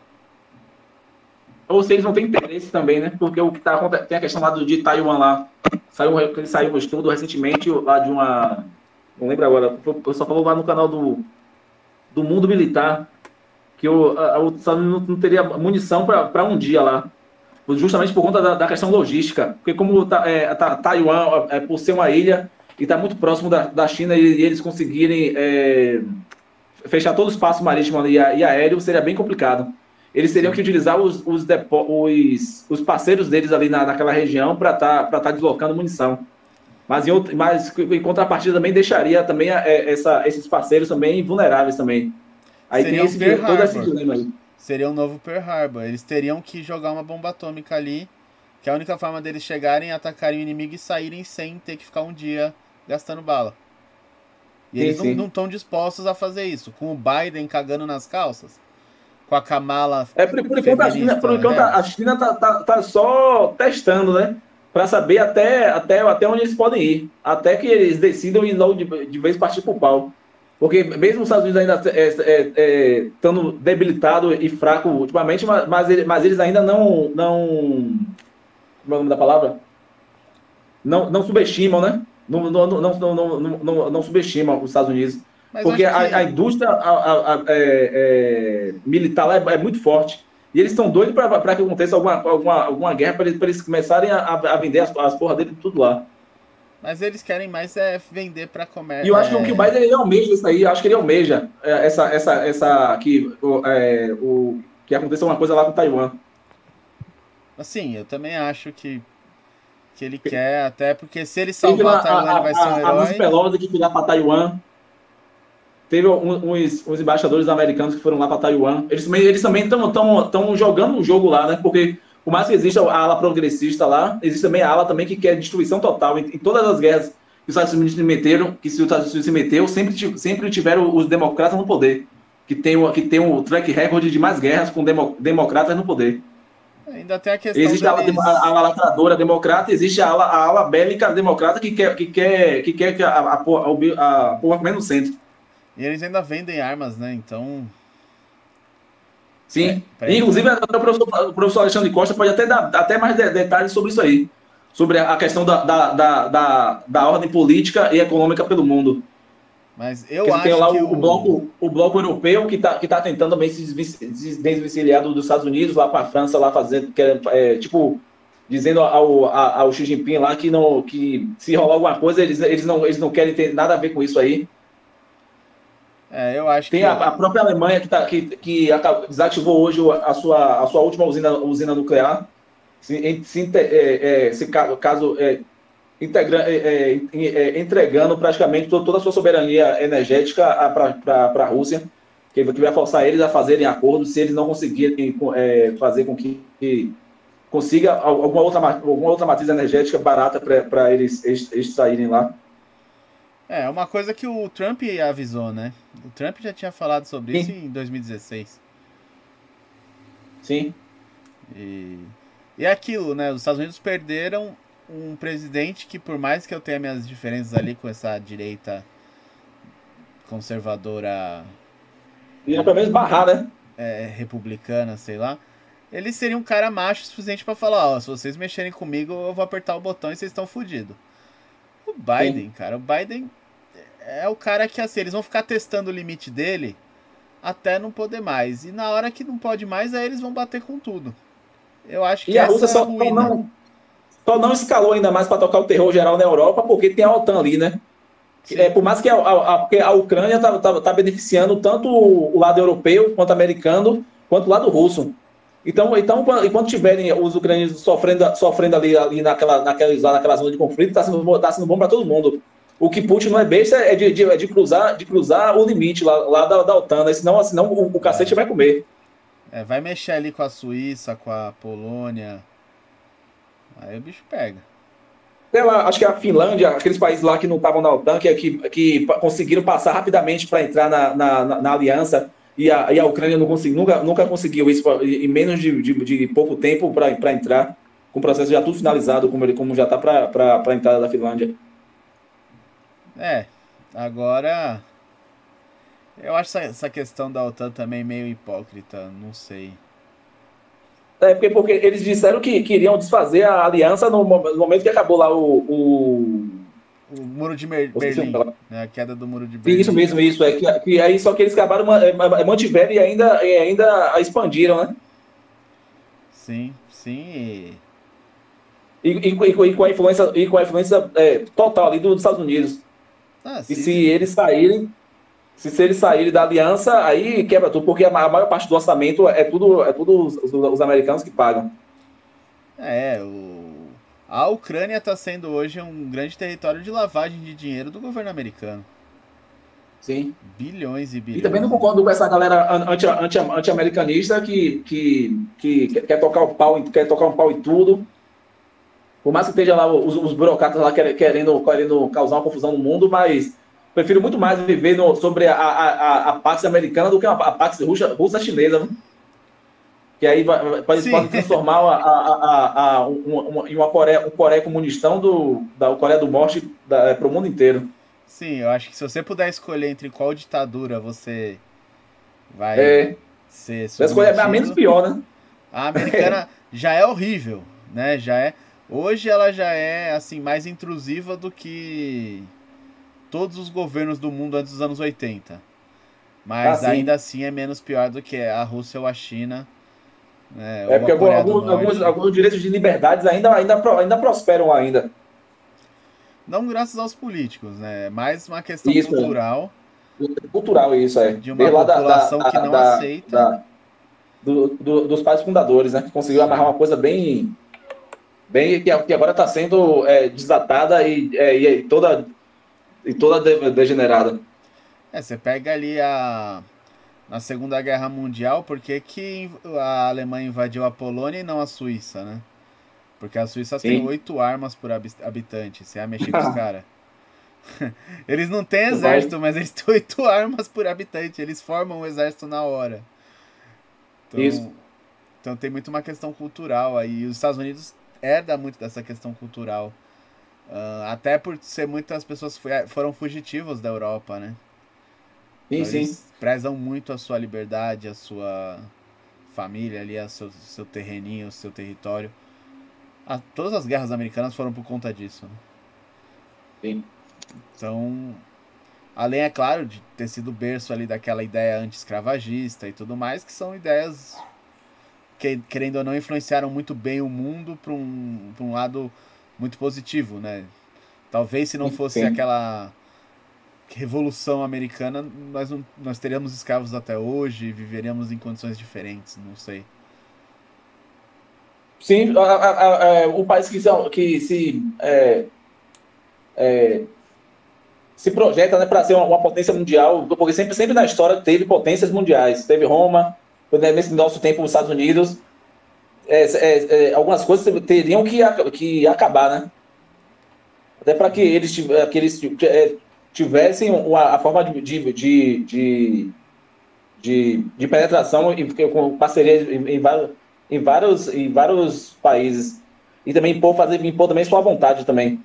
Ou se eles não têm interesse também, né? Porque o que tá acontecendo, tem a questão lá do, de Taiwan lá. Saiu, ele saiu um estudo recentemente lá de uma... Não lembro agora, eu só falou lá no canal do, do Mundo Militar, que o, a, o Estados Unidos não teria munição para um dia lá, justamente por conta da, da questão logística. Porque como tá, é, tá, Taiwan, é, por ser uma ilha e está muito próximo da, da China, e, e eles conseguirem é, fechar todo o espaço marítimo e, e aéreo, seria bem complicado. Eles teriam que utilizar os, os, depo, os, os parceiros deles ali na, naquela região para estar tá, tá deslocando munição. Mas em, outro, mas em contrapartida também deixaria também é, essa, esses parceiros também vulneráveis também. Aí seria tem esse, um todo esse dilema aí. Seria um novo Pearl Harbor. Eles teriam que jogar uma bomba atômica ali, que é a única forma deles chegarem, atacarem o inimigo e saírem sem ter que ficar um dia gastando bala. E sim, eles sim. não estão dispostos a fazer isso. Com o Biden cagando nas calças, com a Kamala... É, por, por enquanto a China, por enquanto, a China tá, tá, tá só testando, né? Para saber até, até, até onde eles podem ir. Até que eles decidam ir logo de, de vez partir pro pau. Porque mesmo os Estados Unidos ainda estando é, é, é, debilitado e fraco ultimamente, mas, mas, mas eles ainda não, não... Como é o nome da palavra? Não, não subestimam, né? Não, não, não, não, não, não, não subestimam os Estados Unidos. Mas porque a, que... a indústria a, a, a, é, é, militar lá é, é muito forte. E eles estão doidos para que aconteça alguma, alguma, alguma guerra, para eles, eles começarem a, a vender as, as porra dele tudo lá. Mas eles querem mais é vender para comércio. E eu acho é... que o Biden ele almeja isso aí, eu acho que ele almeja é, essa, essa, essa que, é, o, que aconteceu uma coisa lá com Taiwan. Assim, eu também acho que, que ele quer, até porque se ele salvar Taiwan, a, a, ele vai ser um herói. A Nancy Pelosi que foi lá para Taiwan. Teve uns, uns embaixadores americanos que foram lá para Taiwan. Eles, eles também estão jogando o jogo lá, né? Porque, por mais que exista a ala progressista lá, existe também a ala também que quer destruição total. Em, em todas as guerras que os Estados Unidos se meteram, que os Estados Unidos se meteu, sempre, sempre tiveram os democratas no poder. Que tem, que tem o track record de mais guerras com demo, democratas no poder. Ainda tem a questão existe deles... a, a, a ala lacradora democrata, existe a ala, a ala bélica democrata que quer que, quer, que, quer que a, a, a, a, a porra comendo no centro. E eles ainda vendem armas, né? Então... Sim. É, inclusive, o professor, o professor Alexandre Costa pode até dar até mais de, detalhes sobre isso aí. Sobre a questão da, da, da, da, da ordem política e econômica pelo mundo. Mas eu Porque acho tem lá que o, o, bloco, o bloco europeu que está que tá tentando também se desvencilhar dos Estados Unidos, lá para a França, lá fazendo, que é, é, tipo, dizendo ao, ao, ao Xi Jinping lá que, não, que se rolar alguma coisa, eles, eles, não, eles não querem ter nada a ver com isso aí. É, eu acho Tem que... a, a própria Alemanha que, tá, que, que desativou hoje a sua, a sua última usina, usina nuclear, se, se, é, é, se caso é, integra, é, é, entregando praticamente toda a sua soberania energética para a Rússia, que, que vai forçar eles a fazerem acordos se eles não conseguirem é, fazer com que, que consiga alguma outra, alguma outra matriz energética barata para eles extraírem lá. É, uma coisa que o Trump avisou, né? O Trump já tinha falado sobre Sim. isso em dois mil e dezesseis. Sim. E, e é aquilo, né? Os Estados Unidos perderam um presidente que, por mais que eu tenha minhas diferenças ali com essa direita conservadora... E pelo menos barrar, né? É, republicana, sei lá. Ele seria um cara macho o suficiente pra falar, ó, se vocês mexerem comigo, eu vou apertar o botão e vocês estão fodidos. O Biden, Sim. cara, o Biden... é o cara que, assim, eles vão ficar testando o limite dele até não poder mais. E na hora que não pode mais, aí eles vão bater com tudo. Eu acho que e a Rússia só, só, não, só não escalou ainda mais para tocar o terror geral na Europa, porque tem a OTAN ali, né? É, por mais que a, a, a, a Ucrânia tá, tá, tá beneficiando tanto o lado europeu, quanto americano, quanto o lado russo. Então, então enquanto tiverem os ucranianos sofrendo, sofrendo ali, ali naquela, naquela, naquela zona de conflito, está sendo, tá sendo bom para todo mundo. O que Putin não é besta é de, de, é de, cruzar, de cruzar o limite lá, lá da, da OTAN, né? Senão, senão o, o cacete vai comer. É, vai mexer ali com a Suíça, com a Polônia. Aí o bicho pega. Sei lá, acho que a Finlândia, aqueles países lá que não estavam na OTAN, que, que, que conseguiram passar rapidamente para entrar na, na, na, na aliança, e a, e a Ucrânia não consegui, nunca, nunca conseguiu isso em menos de, de, de pouco tempo para entrar, com o processo já tudo finalizado, como, ele, como já está para a entrada da Finlândia. É, agora eu acho essa, essa questão da OTAN também meio hipócrita, não sei. É, porque, porque eles disseram que queriam desfazer a aliança no, no momento que acabou lá o... O, o muro de Mer Berlim, né, a queda do muro de Berlim. Isso mesmo, isso. É que, que aí, só que eles acabaram, mantiveram e ainda, e ainda a expandiram, né? Sim, sim. E, e, e, e com a influência, e com a influência é, total ali dos Estados Unidos. Ah, e se eles saírem, se, se eles saírem da aliança, aí quebra tudo, porque a maior parte do orçamento é tudo, é tudo os, os americanos que pagam. É, o... a Ucrânia está sendo hoje um grande território de lavagem de dinheiro do governo americano. Sim. Bilhões e bilhões. E também não concordo com essa galera anti-americanista anti, anti, que, que, que quer tocar o pau, quer tocar um pau em tudo. Por mais que esteja lá os, os burocratas lá querendo, querendo causar uma confusão no mundo, mas prefiro muito mais viver no, sobre a, a, a, a Pax americana do que a, a Pax russa-chinesa. Que aí vai, pode, pode transformar a, a, a, a, um, em uma Coreia, um Coreia comunistão do, da Coreia do Norte para o mundo inteiro. Sim, eu acho que se você puder escolher entre qual ditadura você vai é, ser submetido... escolher a menos pior, né? A americana já é horrível, né? Já é... Hoje ela já é assim mais intrusiva do que todos os governos do mundo antes dos anos oitenta. Mas ah, ainda assim é menos pior do que a Rússia ou a China. É, é porque alguns, alguns, alguns direitos de liberdades ainda, ainda, ainda prosperam ainda. Não graças aos políticos, né? É mais uma questão isso, cultural. É. Cultural, isso, é. De uma população da, que não da, aceita. Da, do, do, dos pais fundadores, né? Que conseguiu Sim. amarrar uma coisa bem... bem que, que agora está sendo é, desatada e, é, e toda, e toda degenerada. É, você pega ali a... Na Segunda Guerra Mundial, por que, que a Alemanha invadiu a Polônia e não a Suíça, né? Porque a Suíça Sim. tem oito armas por habitante. Você ia mexer com os caras. Eles não têm exército, Vai. mas eles têm oito armas por habitante. Eles formam o exército na hora. Então, Isso. Então tem muito uma questão cultural aí. Os Estados Unidos herda muito dessa questão cultural. Uh, até por ser muitas pessoas foram fugitivos da Europa, né? Sim, então, sim. Eles prezam muito a sua liberdade, a sua família ali, a seu, seu terreninho, o seu território. Ah, todas as guerras americanas foram por conta disso, né? Sim. Então, além, é claro, de ter sido berço ali daquela ideia anti-escravagista e tudo mais, que são ideias que, querendo ou não, influenciaram muito bem o mundo para um, para um lado muito positivo, né? Talvez se não fosse Sim. aquela Revolução Americana, nós, não, nós teríamos escravos até hoje e viveríamos em condições diferentes, não sei. Sim, a, a, a, o país que, que se, é, é, se projeta, né, para ser uma, uma potência mundial, porque sempre, sempre na história teve potências mundiais. Teve Roma, nesse nosso tempo os Estados Unidos. É, é, é, algumas coisas teriam que, que acabar, né? Até para que eles, que eles tivessem a, a forma de, de, de, de, de penetração com parceria em, em vários... Em vários, em vários países. E também impor, fazer, impor também sua vontade também.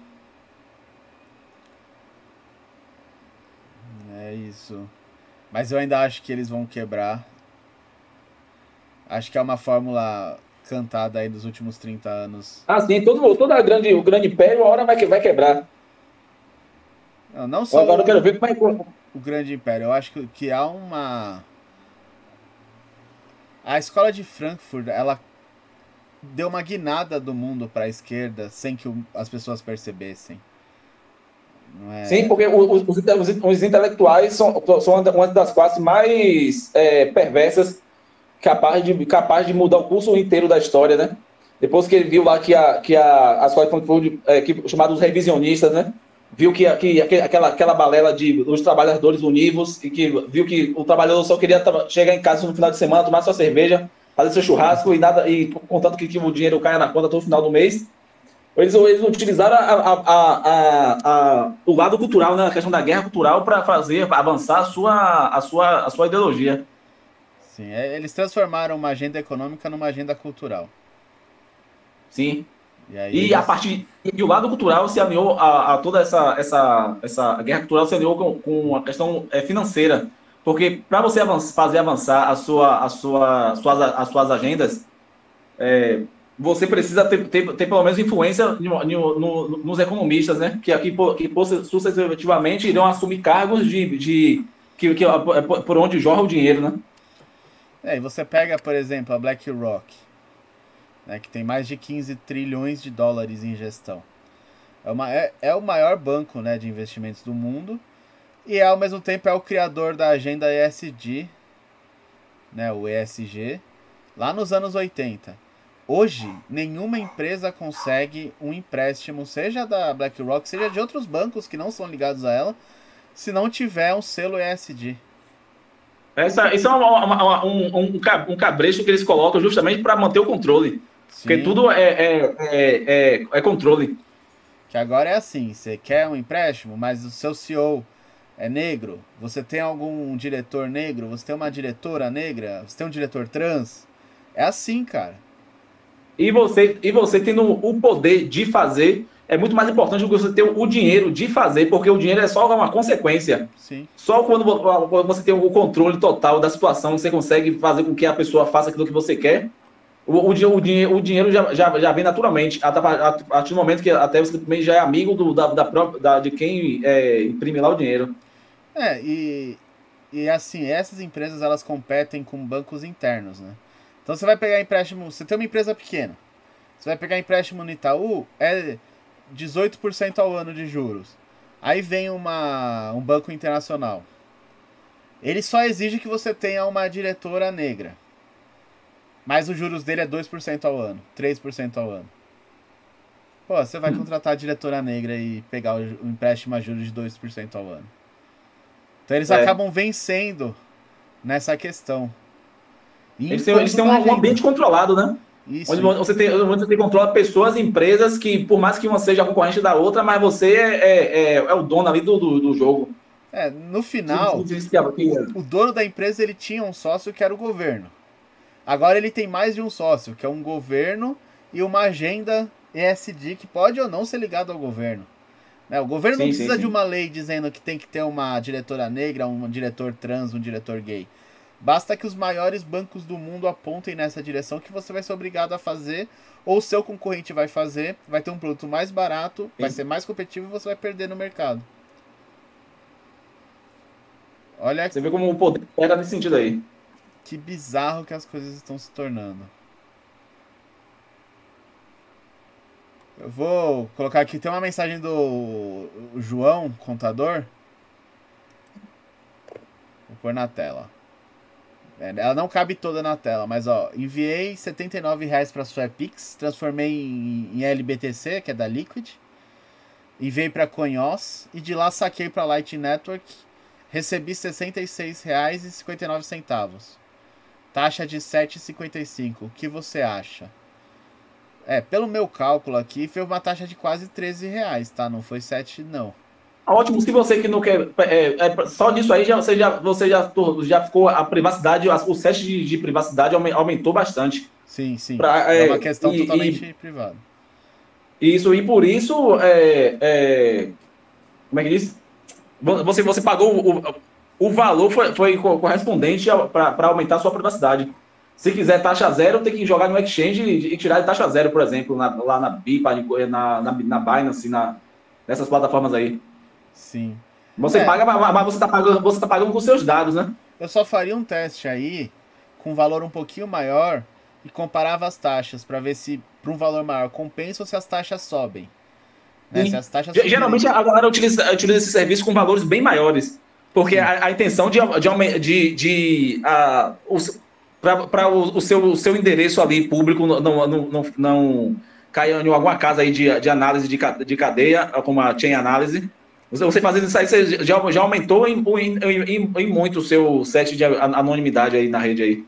É isso. Mas eu ainda acho que eles vão quebrar. Acho que é uma fórmula cantada aí dos últimos trinta anos. Ah, sim. Todo, todo a grande, o grande império, a hora vai, vai quebrar. Não, não só Agora o, eu quero ver como é que... o grande império. Eu acho que, que há uma... A escola de Frankfurt, ela deu uma guinada do mundo para a esquerda sem que o, as pessoas percebessem. Não é... Sim, porque os, os, os intelectuais são, são uma das classes mais é, perversas, capaz de, capaz de mudar o curso inteiro da história, né? Depois que ele viu lá que a, que a, a escola foi é, que, chamados revisionistas, né? Viu que, que aquela, aquela balela de os trabalhadores univos e que viu que o trabalhador só queria chegar em casa no final de semana, tomar sua cerveja, fazer seu churrasco e nada, e contanto que, que o dinheiro caia na conta todo final do mês. Eles, eles utilizaram a, a, a, a, o lado cultural, né, a questão da guerra cultural, para fazer pra avançar a sua, a, sua, a sua ideologia. Sim, é, eles transformaram uma agenda econômica numa agenda cultural. Sim. E, aí e eles... a partir e o lado cultural se alinhou a, a toda essa, essa, essa guerra cultural se alinhou com, com a questão é, financeira. Porque para você avançar, fazer avançar a sua, a sua, suas, as suas agendas, é, você precisa ter, ter, ter pelo menos influência no, no, no, nos economistas, né? Que aqui que sucessivamente irão assumir cargos de, de que, que por onde jorra o dinheiro, né? É, e você pega, por exemplo, a BlackRock, né, que tem mais de quinze trilhões de dólares em gestão. É, uma, é, é o maior banco, né, de investimentos do mundo. E ao mesmo tempo é o criador da agenda E S G, né, o E S G, lá nos anos oitenta. Hoje, nenhuma empresa consegue um empréstimo, seja da BlackRock, seja de outros bancos que não são ligados a ela, se não tiver um selo E S G. Essa, isso é uma, uma, um, um, um cabresto que eles colocam justamente para manter o controle. Sim. Porque tudo é, é, é, é, é controle. Que agora é assim, você quer um empréstimo, mas o seu C E O... é negro, você tem algum diretor negro, você tem uma diretora negra, você tem um diretor trans, é assim, cara. E você, e você tendo o poder de fazer, é muito mais importante do que você ter o dinheiro de fazer, porque o dinheiro é só uma consequência. Sim. Só quando você tem o controle total da situação, você consegue fazer com que a pessoa faça aquilo que você quer, o, o, o, dinheiro, o dinheiro já, já, já vem naturalmente, a, a, a partir do momento que até você também já é amigo do, da, da própria, da, de quem é, imprime lá o dinheiro. É, e, e assim, essas empresas elas competem com bancos internos, né? Então você vai pegar empréstimo, você tem uma empresa pequena, você vai pegar empréstimo no Itaú, é dezoito por cento ao ano de juros. Aí vem uma, um banco internacional. Ele só exige que você tenha uma diretora negra. Mas os juros dele é dois por cento ao ano, três por cento ao ano. Pô, você vai contratar a diretora negra e pegar o empréstimo a juros de dois por cento ao ano. Então eles é. acabam vencendo nessa questão. Eles têm, eles têm um ambiente controlado, né? Isso. Onde você tem, onde você tem controla pessoas, empresas que, por mais que uma seja concorrente da outra, mas você é, é, é o dono ali do, do, do jogo. É, no final, o dono da empresa ele tinha um sócio que era o governo. Agora ele tem mais de um sócio, que é um governo e uma agenda E S G que pode ou não ser ligado ao governo. Né? O governo sim, não precisa sim, sim. de uma lei dizendo que tem que ter uma diretora negra, um diretor trans, um diretor gay. Basta que os maiores bancos do mundo apontem nessa direção que você vai ser obrigado a fazer, ou o seu concorrente vai fazer, vai ter um produto mais barato, sim. vai ser mais competitivo e você vai perder no mercado. Olha você vê como o poder era nesse sentido aí. Que bizarro que as coisas estão se tornando. Eu vou colocar aqui, tem uma mensagem do João, contador. Vou pôr na tela. Ela não cabe toda na tela, mas ó, enviei setenta e nove reais para sua Pix, transformei em, em L B T C, que é da Liquid, enviei para Conhos e de lá saquei para Light Network, recebi sessenta e seis reais e cinquenta e nove centavos. Taxa de sete reais e cinquenta e cinco. O que você acha? É, pelo meu cálculo aqui, foi uma taxa de quase treze reais, tá? Não foi sete, não. Ótimo, se você que não quer... É, é, só nisso aí, já, você, já, você já, já ficou... A privacidade, o set de, de privacidade aumentou bastante. Sim, sim. Pra, é, é uma questão e, totalmente e, privada. Isso, e por isso... É, é, como é que diz? Você, você pagou... O, o valor foi, foi correspondente para aumentar a sua privacidade. Se quiser taxa zero, tem que jogar no exchange e, e tirar de taxa zero, por exemplo, na, lá na B I P, na, na, na Binance, na, nessas plataformas aí. Sim. Você é. paga, mas você está pagando, você tá pagando com seus dados, né? Eu só faria um teste aí, com um valor um pouquinho maior, e comparava as taxas, para ver se, para um valor maior, compensa ou se as taxas sobem. Né? Se as taxas Geralmente subirem... a galera utiliza, utiliza esse serviço com valores bem maiores, porque a, a intenção de, de, de, de a, para o, o, seu, o seu endereço ali público não, não, não, não cair em alguma casa aí de, de análise de, de cadeia, como a Chain Analysis. Você fazendo isso aí, você já, já aumentou em, em, em, em muito o seu set de anonimidade aí na rede aí.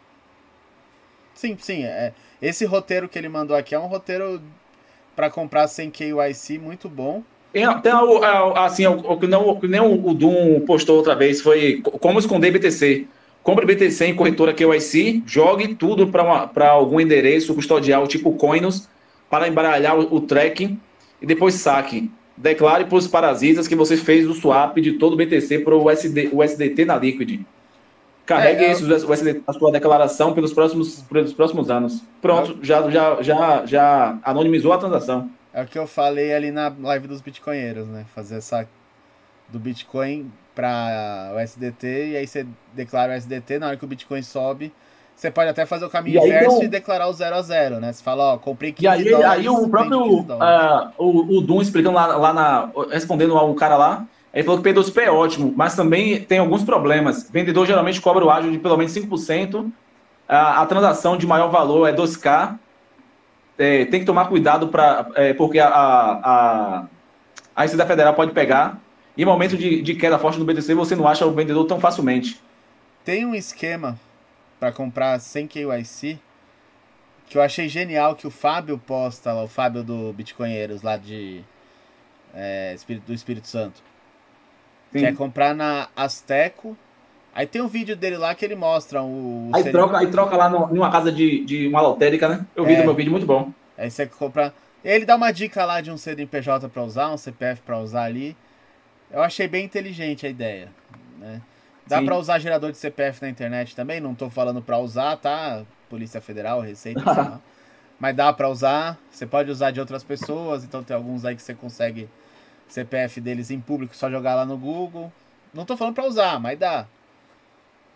Sim, sim. É, esse roteiro que ele mandou aqui é um roteiro para comprar sem K Y C muito bom. Tem, tem assim, o que nem o Doom postou outra vez, foi como esconder B T C. Compre B T C em corretora K Y C, jogue tudo para algum endereço custodial tipo Coinos para embaralhar o, o tracking e depois saque. Declare para os parasitas que você fez o swap de todo o B T C para o U S D T na Liquid. Carregue é, esse eu... U S D T na sua declaração pelos próximos, pelos próximos anos. Pronto, é. já, já, já, já anonimizou a transação. É o que eu falei ali na live dos bitcoinheiros, né? Fazer essa do Bitcoin para o S D T e aí você declara o S D T, na hora que o Bitcoin sobe, você pode até fazer o caminho e inverso então... e declarar o zero a zero, né? Você fala, ó, comprei quinze e aí, dólares. Aí o próprio uh, o, o Doom explicando lá, lá na... respondendo a um cara lá, ele falou que P dois P é ótimo, mas também tem alguns problemas. Vendedor geralmente cobra o ágio de pelo menos cinco por cento, a, a transação de maior valor é dois K, é, tem que tomar cuidado pra, é, porque a, a, a Receita Federal pode pegar, e em momento de, de queda forte no B T C, você não acha o vendedor tão facilmente. Tem um esquema para comprar sem K Y C que eu achei genial, que o Fábio posta lá, o Fábio do Bitcoinheiros lá de é, do Espírito Santo. Sim. Que é comprar na Azteco. Aí tem um vídeo dele lá que ele mostra o... Aí, troca, aí troca lá no, numa casa de, de uma lotérica, né? Eu vi é, no meu vídeo, muito bom. Aí você compra... Ele dá uma dica lá de um C N P J para usar, um C P F para usar ali. Eu achei bem inteligente a ideia, né? Dá para usar gerador de C P F na internet também, não tô falando para usar, tá? Polícia Federal, Receita, sei lá. Mas dá para usar, você pode usar de outras pessoas, então tem alguns aí que você consegue C P F deles em público, só jogar lá no Google. Não tô falando para usar, mas dá.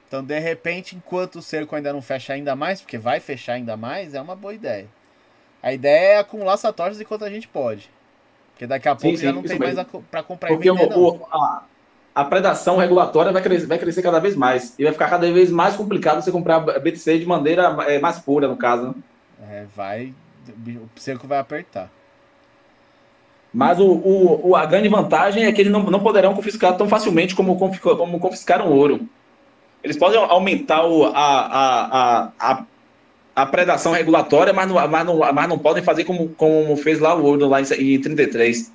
Então, de repente, enquanto o cerco ainda não fecha ainda mais, porque vai fechar ainda mais, é uma boa ideia. A ideia é acumular satoshis enquanto a gente pode. Porque daqui a pouco sim, já sim, não tem mais para comprar porque e vender, o, o, a, a predação regulatória vai crescer, vai crescer cada vez mais. E vai ficar cada vez mais complicado você comprar B T C de maneira é, mais pura, no caso. Né? É, vai... O cerco vai apertar. Mas o, o, a grande vantagem é que eles não, não poderão confiscar tão facilmente como, como confiscaram ouro. Eles podem aumentar o, a, a, a, a predação regulatória, mas não, mas, não, mas não podem fazer como, como fez lá o ouro lá em trinta e três.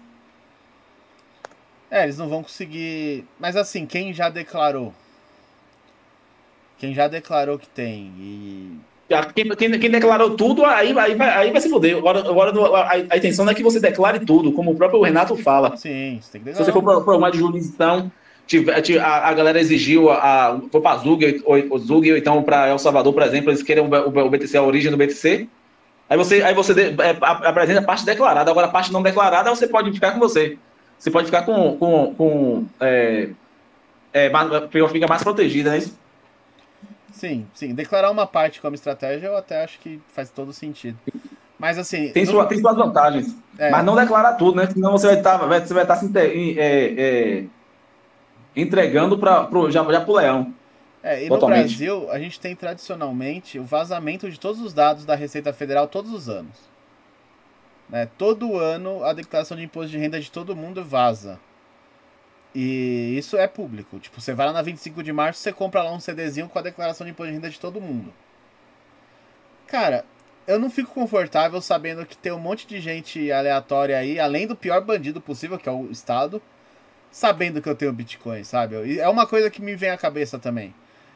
É, eles não vão conseguir... Mas assim, quem já declarou? Quem já declarou que tem e... Quem, quem, quem declarou tudo, aí, aí, vai, aí vai se foder. Agora, agora a, a intenção não é que você declare tudo, como o próprio Renato fala. Sim, você tem que declarar. Se você for para alguma jurisdição, tiver, a, a galera exigiu, a, foi para Zug, ou, Zug, ou então para El Salvador, por exemplo, eles querem o, o, o B T C, a origem do B T C. Aí você, aí você de, é, apresenta a parte declarada. Agora, a parte não declarada, você pode ficar com você. Você pode ficar com... com, com é, é, fica mais protegida, né? Sim, sim. Declarar uma parte como estratégia eu até acho que faz todo sentido. Mas assim... Tem, sua, tem suas vantagens. É. Mas não declarar tudo, né? Senão você vai estar, vai, você vai estar se é, é, entregando pra, pro, já, já pro leão. É, e totalmente. No Brasil, a gente tem tradicionalmente o vazamento de todos os dados da Receita Federal todos os anos. Né? Todo ano a declaração de imposto de renda de todo mundo vaza. E isso é público. Tipo, você vai lá na vinte e cinco de março, você compra lá um CDzinho com a declaração de imposto de renda de todo mundo. Cara, eu não fico confortável sabendo que tem um monte de gente aleatória aí, além do pior bandido possível, que é o Estado, sabendo que eu tenho Bitcoin, sabe? E é uma coisa que me vem à cabeça também.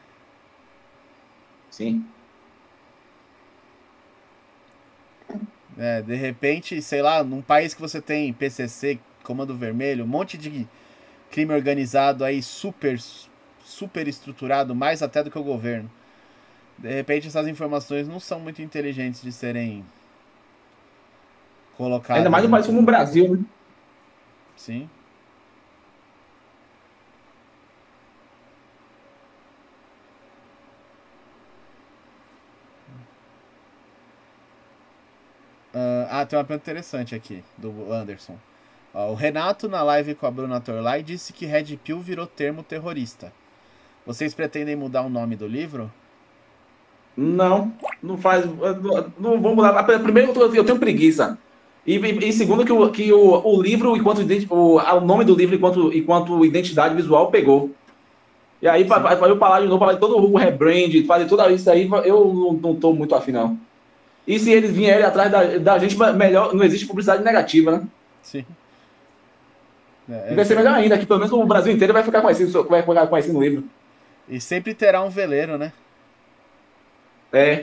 Sim. É, de repente, sei lá, num país que você tem P C C, Comando Vermelho, um monte de crime organizado aí super, super estruturado, mais até do que o governo. De repente essas informações não são muito inteligentes de serem colocadas. Ainda mais um país como o Brasil, né? Sim. Uh, ah, tem uma pergunta interessante aqui, do Anderson. Uh, o Renato, na live com a Bruna Torlai, disse que Red Pill virou termo terrorista. Vocês pretendem mudar o nome do livro? Não, não faz. Não, não vou mudar. Primeiro, eu tenho preguiça. E, e segundo, que, o, que o, o livro, enquanto o, o nome do livro, enquanto, enquanto identidade visual, pegou. E aí, para eu falar de novo, falar de todo o rebrand, fazer tudo isso aí, eu não, não tô muito afim, não. E se eles vierem atrás da, da gente, melhor, não existe publicidade negativa, né? Sim. É, vai ser melhor ainda, que pelo menos o Brasil inteiro vai ficar conhecido, vai ficar conhecido no livro. E sempre terá um veleiro, né? É.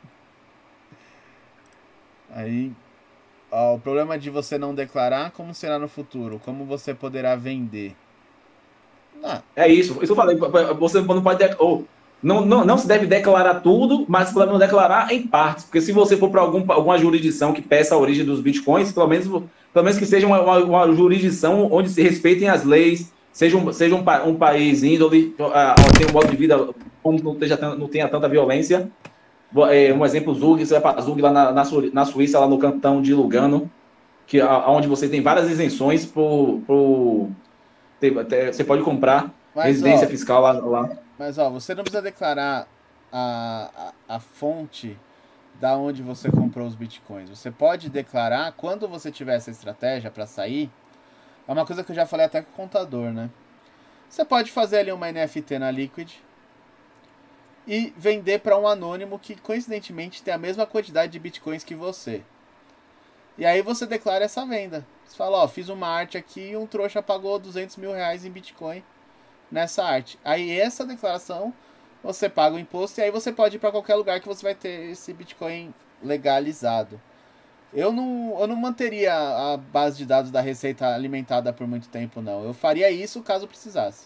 Aí, ó, o problema de você não declarar, como será no futuro? Como você poderá vender? Ah. É isso, isso eu falei. Você não pode... Oh, não, não, não se deve declarar tudo, mas pelo menos declarar em partes. Porque se você for para algum, alguma jurisdição que peça a origem dos bitcoins, pelo menos, pelo menos que seja uma, uma, uma jurisdição onde se respeitem as leis, seja um, seja um, um país índole, uh, tenha um modo de vida como não, esteja, não tenha tanta violência. É, um exemplo, Zug, você vai para Zug lá na, na, na Suíça, lá no cantão de Lugano, que, a, onde você tem várias isenções, por, por, ter, ter, você pode comprar mas, residência ó, fiscal lá, lá. Mas ó, você não precisa declarar a, a, a fonte da onde você comprou os bitcoins. Você pode declarar quando você tiver essa estratégia para sair. É uma coisa que eu já falei até com o contador, né? Você pode fazer ali uma N F T na Liquid e vender para um anônimo que coincidentemente tem a mesma quantidade de bitcoins que você. E aí você declara essa venda. Você fala, ó, fiz uma arte aqui e um trouxa pagou duzentos mil reais em bitcoin nessa arte. Aí essa declaração você paga o imposto e aí você pode ir para qualquer lugar que você vai ter esse bitcoin legalizado. Eu não, eu não manteria a base de dados da Receita alimentada por muito tempo, não. Eu faria isso caso precisasse.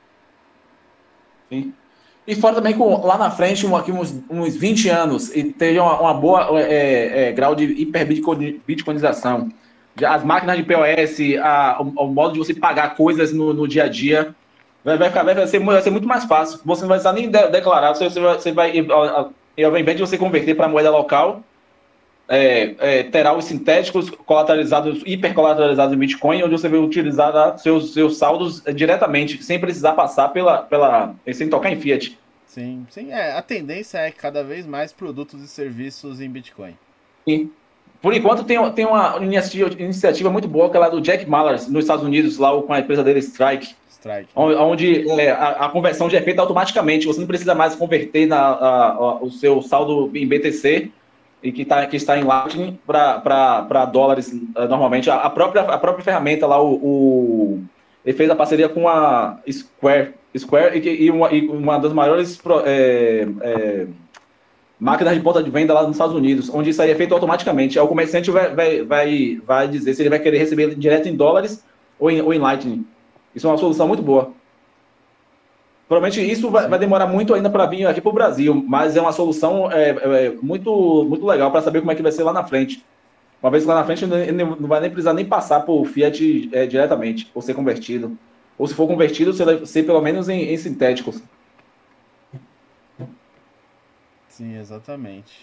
Sim. E fora também com lá na frente, um, aqui uns, uns vinte anos, e tenha uma, uma boa é, é, grau de hiperbitcoinização. As máquinas de P O S, a, o, o modo de você pagar coisas no, no dia a dia, Vai, vai, ficar, vai, ser, vai ser muito mais fácil. Você não vai precisar nem de, declarar. Você, você vai, você vai, ao invés de você converter para moeda local, é, é, terá os sintéticos colateralizados, hipercolateralizados em Bitcoin, onde você vai utilizar seus, seus saldos diretamente, sem precisar passar pela, pela. sem tocar em Fiat. Sim, sim. É, a tendência é cada vez mais produtos e serviços em Bitcoin. Sim. Por enquanto, tem, tem uma iniciativa, iniciativa muito boa, que é lá do Jack Mallers, nos Estados Unidos, lá com a empresa dele, Strike. Strike. Onde é, a, a conversão já é feita automaticamente. Você não precisa mais converter na, a, a, o seu saldo em B T C, e que, tá, que está em Lightning, para dólares normalmente. A, a, própria, a própria ferramenta lá, o, o, ele fez a parceria com a Square, Square e, e, uma, e uma das maiores é, é, máquinas de ponta de venda lá nos Estados Unidos, onde isso aí é feito automaticamente. Aí o comerciante vai, vai, vai, vai dizer se ele vai querer receber direto em dólares ou em, ou em Lightning. Isso é uma solução muito boa. Provavelmente isso vai, vai demorar muito ainda para vir aqui para o Brasil, mas é uma solução é, é, muito, muito legal para saber como é que vai ser lá na frente. Uma vez lá na frente, não vai nem precisar nem passar por Fiat é, diretamente, ou ser convertido. Ou se for convertido, ser, ser pelo menos em, em sintéticos. Sim, exatamente.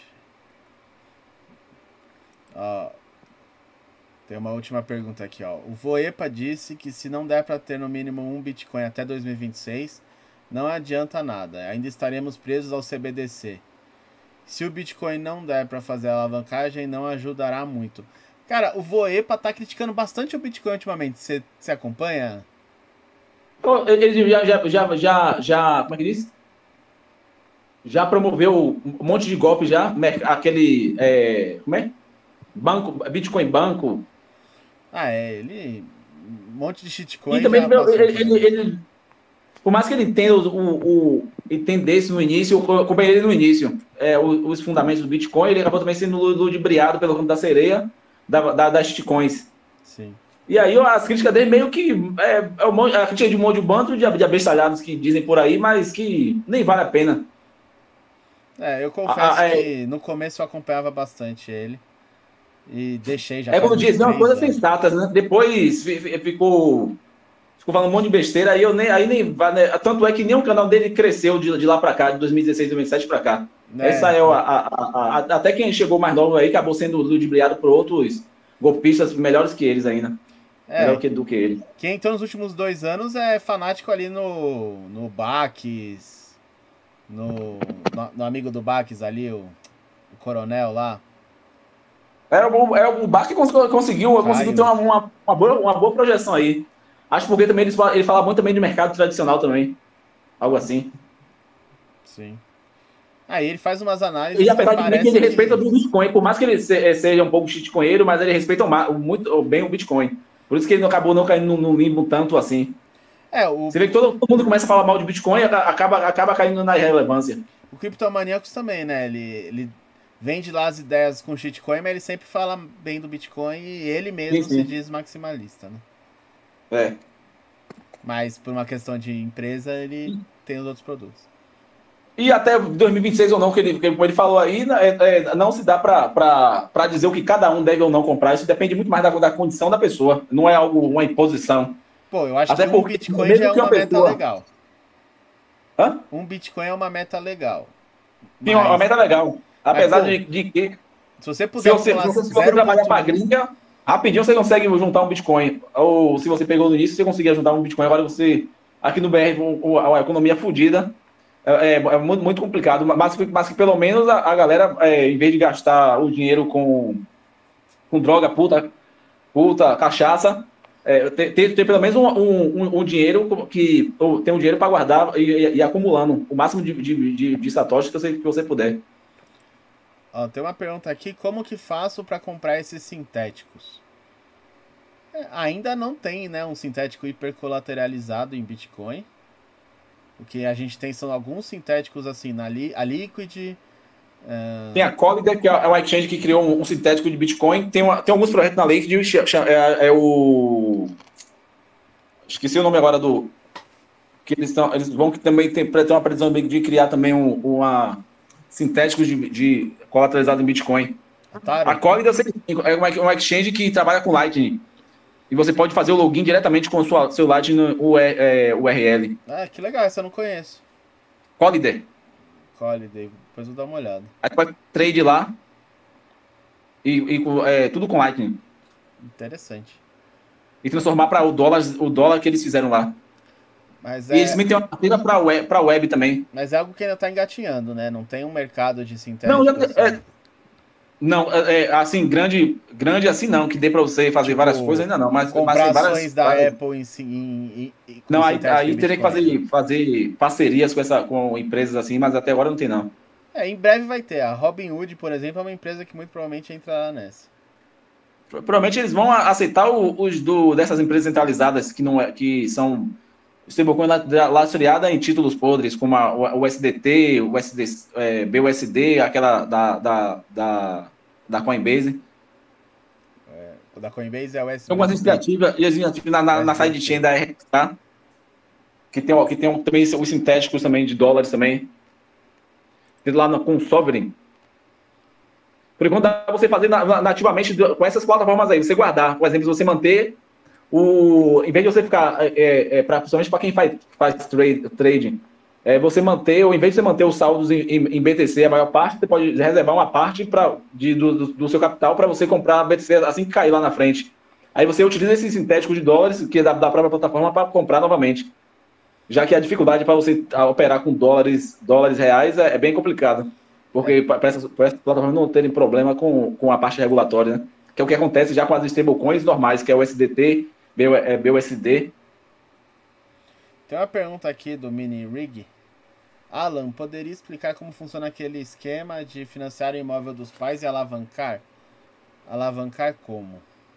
Ó, tem uma última pergunta aqui, ó. O Voepa disse que se não der para ter no mínimo um Bitcoin até dois mil e vinte e seis, não adianta nada. Ainda estaremos presos ao C B D C. Se o Bitcoin não der para fazer a alavancagem, não ajudará muito. Cara, o Voepa tá criticando bastante o Bitcoin ultimamente. Você acompanha? Ele já, já, já, já, já, como é que diz? Já promoveu um monte de golpe já, aquele, é, como é? Banco, Bitcoin Banco. Ah, é, ele, um monte de shitcoin. E também, ele, ele, ele, ele, por mais que ele entenda o, o, entendesse no início, eu acompanhei ele no início, é, os, os fundamentos do Bitcoin, ele acabou também sendo ludibriado pelo conto da sereia, da, da, das shitcoins. Sim. E aí as críticas dele meio que, é, é um, a crítica de um monte de bando de, de abestalhados que dizem por aí, mas que nem vale a pena. É, eu confesso ah, é... que no começo eu acompanhava bastante ele. E deixei já. É quando dizem uma coisa sensata, né? Depois ficou, ficou falando um monte de besteira, aí eu nem. Aí nem né? Tanto é que nem o canal dele cresceu de, de lá pra cá, de dois mil e dezesseis, dois mil e dezessete pra cá. É, Essa é, a, a, a, a. Até quem chegou mais novo aí acabou sendo ludibriado por outros golpistas melhores que eles ainda. É, melhor que, do que ele. Quem entrou nos últimos dois anos é fanático ali no, no Baques, no, no, no amigo do Baques ali, o, o coronel lá. É o, é o Bach que conseguiu, conseguiu ter uma, uma, uma, boa, uma boa projeção aí. Acho porque também ele, ele fala muito também de mercado tradicional também. Algo assim. Sim. Aí ele faz umas análises. E apesar de que ele que... respeita o Bitcoin, por mais que ele seja um pouco shitcoinheiro, mas ele respeita muito bem o Bitcoin. Por isso que ele acabou não caindo no limbo tanto assim. É, o... Você vê que todo, todo mundo começa a falar mal de Bitcoin e acaba, acaba caindo na irrelevância. O Criptomaníacos também, né? Ele, ele vende lá as ideias com shitcoin, mas ele sempre fala bem do Bitcoin e ele mesmo sim, sim. se diz maximalista, né? É. Mas por uma questão de empresa, ele sim. tem os outros produtos. E até dois mil e vinte e seis ou não, que ele, como ele falou aí, é, não se dá para dizer o que cada um deve ou não comprar. Isso depende muito mais da, da condição da pessoa. Não é algo, uma imposição. Pô, eu acho até que um Bitcoin já é uma, uma meta pessoa... legal. Hã? Um Bitcoin é uma meta legal. Sim, mas... uma meta legal. Apesar mas, pô, de, de que... Se você puder... Se você, se você, se você trabalhar para a gringa, rapidinho você consegue juntar um Bitcoin. Ou se você pegou no início, você conseguia juntar um Bitcoin. Agora você... Aqui no B R, com a economia fodida, é, é muito, muito complicado. Mas, mas que pelo menos a, a galera, é, em vez de gastar o dinheiro com, com droga, puta, puta cachaça, é, ter, ter, ter pelo menos um, um, um dinheiro que... Ou, ter um dinheiro para guardar e, e, e acumulando o máximo de, de, de, de satoshi que você, que você puder. Ó, tem uma pergunta aqui, como que faço para comprar esses sintéticos? É, ainda não tem, né, um sintético hipercolateralizado em Bitcoin. O que a gente tem são alguns sintéticos assim, na li a Liquid... Uh... Tem a Collider, que é uma exchange que criou um, um sintético de Bitcoin. Tem, uma, tem alguns projetos na Liquid, é, é o... Esqueci o nome agora do... Que eles, tão, eles vão que também ter, ter uma previsão de criar também um, uma... sintéticos de, de colateralizado em Bitcoin. Otário. A Collider é uma, uma exchange que trabalha com Lightning. E você pode fazer o login diretamente com o seu celular no U R L. Ah, que legal, essa eu não conheço. Holiday. Holiday, depois eu vou dar uma olhada. Aí tu vai trade lá e, e é, tudo com Lightning. Interessante. E transformar para o dólar, o dólar que eles fizeram lá. Mas e é... eles também têm uma partida para a web, web também. Mas é algo que ainda está engatinhando, né? Não tem um mercado de sintético. Não, já, é, não é, assim, grande, grande assim não, que dê para você fazer tipo, várias coisas ainda não. Mas, comprar mas ações várias, da várias... Apple em si. Em, em, não, aí, aí teria que fazer, fazer parcerias com, essa, com empresas assim, mas até agora não tem não. É, em breve vai ter. A Robinhood, por exemplo, é uma empresa que muito provavelmente entrará nessa. Provavelmente eles vão aceitar os do, dessas empresas centralizadas que, não é, que são stablecoin lastreada em títulos podres, como a, o U S D T, o U S D, é, B U S D, aquela da, da, da, da Coinbase. É, o da Coinbase é o U S D T. Tem algumas iniciativas na, na, na sidechain da R X, tá? Que tem, que tem também os sintéticos também de dólares também. Tem lá no, com o Sovereign. Por enquanto, dá pra você fazer nativamente com essas plataformas aí. Você guardar, por exemplo, você manter o... Em vez de você ficar, é, é, pra, principalmente para quem faz, faz trade, trading, é, você manter, ou em vez de você manter os saldos em, em, em B T C, a maior parte, você pode reservar uma parte pra, de, do, do seu capital para você comprar B T C assim que cair lá na frente. Aí você utiliza esse sintético de dólares, que é da, da própria plataforma, para comprar novamente. Já que a dificuldade para você operar com dólares, dólares reais é, é bem complicado. Porque para essas, essas plataformas não terem problema com, com a parte regulatória, né? Que é o que acontece já com as stablecoins normais, que é o U S D T, B U S D. Tem uma pergunta aqui do Mini Rig. Alan, poderia explicar como funciona aquele esquema de financiar o imóvel dos pais e alavancar? Alavancar como?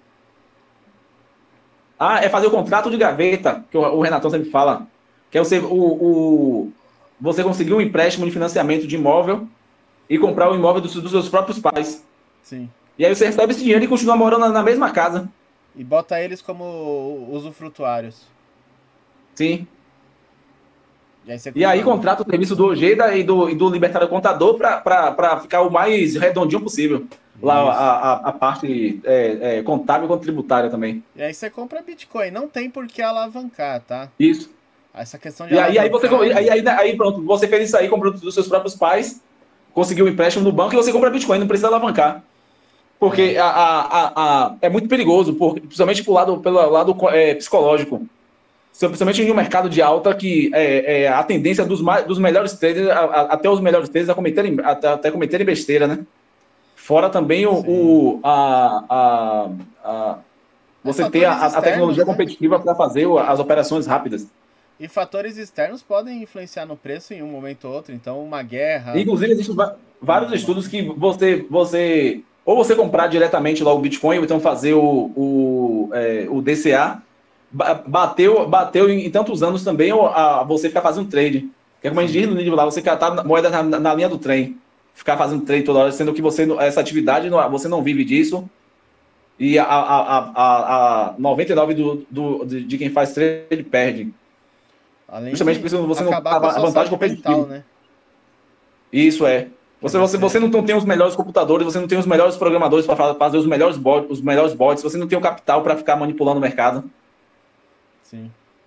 Ah, é fazer o contrato de gaveta, que o, o Renatão sempre fala. Que é você, o, o, você conseguir um empréstimo de financiamento de imóvel e comprar o imóvel dos, dos seus próprios pais. Sim. E aí você recebe esse dinheiro e continua morando na, na mesma casa. E bota eles como usufrutuários. Sim. E aí, você e aí contrata o serviço do Ojeda e do, e do Libertário Contador para ficar o mais redondinho possível. Isso. Lá a, a, a parte é, é, contábil e tributária também. E aí você compra Bitcoin. Não tem por que alavancar, tá? Isso. Essa questão de e aí, aí, você, aí, aí, aí pronto, você fez isso aí, comprou dos seus próprios pais, conseguiu um empréstimo no banco e você compra Bitcoin, não precisa alavancar. Porque é, a, a, a, a, é muito perigoso, por, principalmente pro lado, pelo lado é, psicológico. Principalmente em um mercado de alta que é, é a tendência dos, dos melhores traders, a, a, até os melhores traders, a cometerem, até, até cometerem besteira, né? Fora também o, o a, a, a, você ter a, a tecnologia, né, competitiva para fazer as operações rápidas. E fatores externos podem influenciar no preço em um momento ou outro. Então, uma guerra... Inclusive, existem vários estudos que você, você... Ou você comprar diretamente lá o Bitcoin, ou então fazer o, o, é, o D C A, bateu, bateu em, em tantos anos também, ou a, você ficar fazendo trade. Que é como a gente diz no livro lá, você catar moeda na, na linha do trem. Ficar fazendo trade toda hora, sendo que você, essa atividade, você não vive disso. E a, a, a, a noventa e nove por cento do, do, de quem faz trade perde. Além Justamente porque você não tem a vantagem competitiva. Né? Isso é. Você, você, você não tem os melhores computadores, você não tem os melhores programadores para fazer os melhores bots, os melhores bots, você não tem o capital para ficar manipulando o mercado. Sim.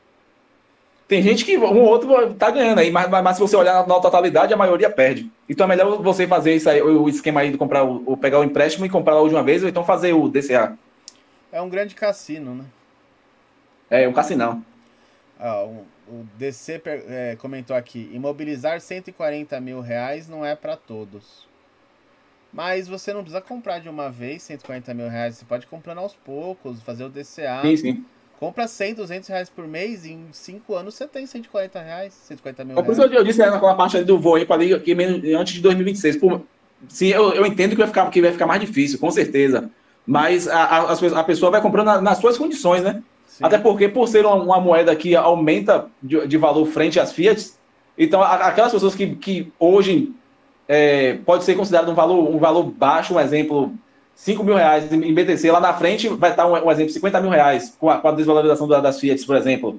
Tem gente que um ou outro tá ganhando aí, mas, mas se você olhar na totalidade, a maioria perde. Então é melhor você fazer isso aí, o esquema aí de comprar o, o pegar o empréstimo e comprar lá de uma vez, ou então fazer o D C A. É um grande cassino, né? É, um cassinão. Ah, um, o D C é, comentou aqui: imobilizar cento e quarenta mil reais não é para todos. Mas você não precisa comprar de uma vez cento e quarenta mil reais. Você pode ir comprando aos poucos, fazer o D C A. Sim, sim. Compra cem, duzentos reais por mês e em cinco anos você tem cento e quarenta reais, cento e quarenta mil reais. É por isso que eu disse, né, naquela parte ali do voo aí, para que antes de dois mil e vinte e seis. Por, sim, eu, eu entendo que vai, ficar, que vai ficar mais difícil, com certeza. Mas a, a, a pessoa vai comprando na, nas suas condições, né? Sim. Até porque, por ser uma, uma moeda que aumenta de, de valor frente às Fiat, então a, aquelas pessoas que, que hoje é, pode ser considerado um valor, um valor baixo, um exemplo, cinco mil reais em B T C, lá na frente vai estar um, um exemplo, cinquenta mil reais com a, com a desvalorização da, das Fiat, por exemplo.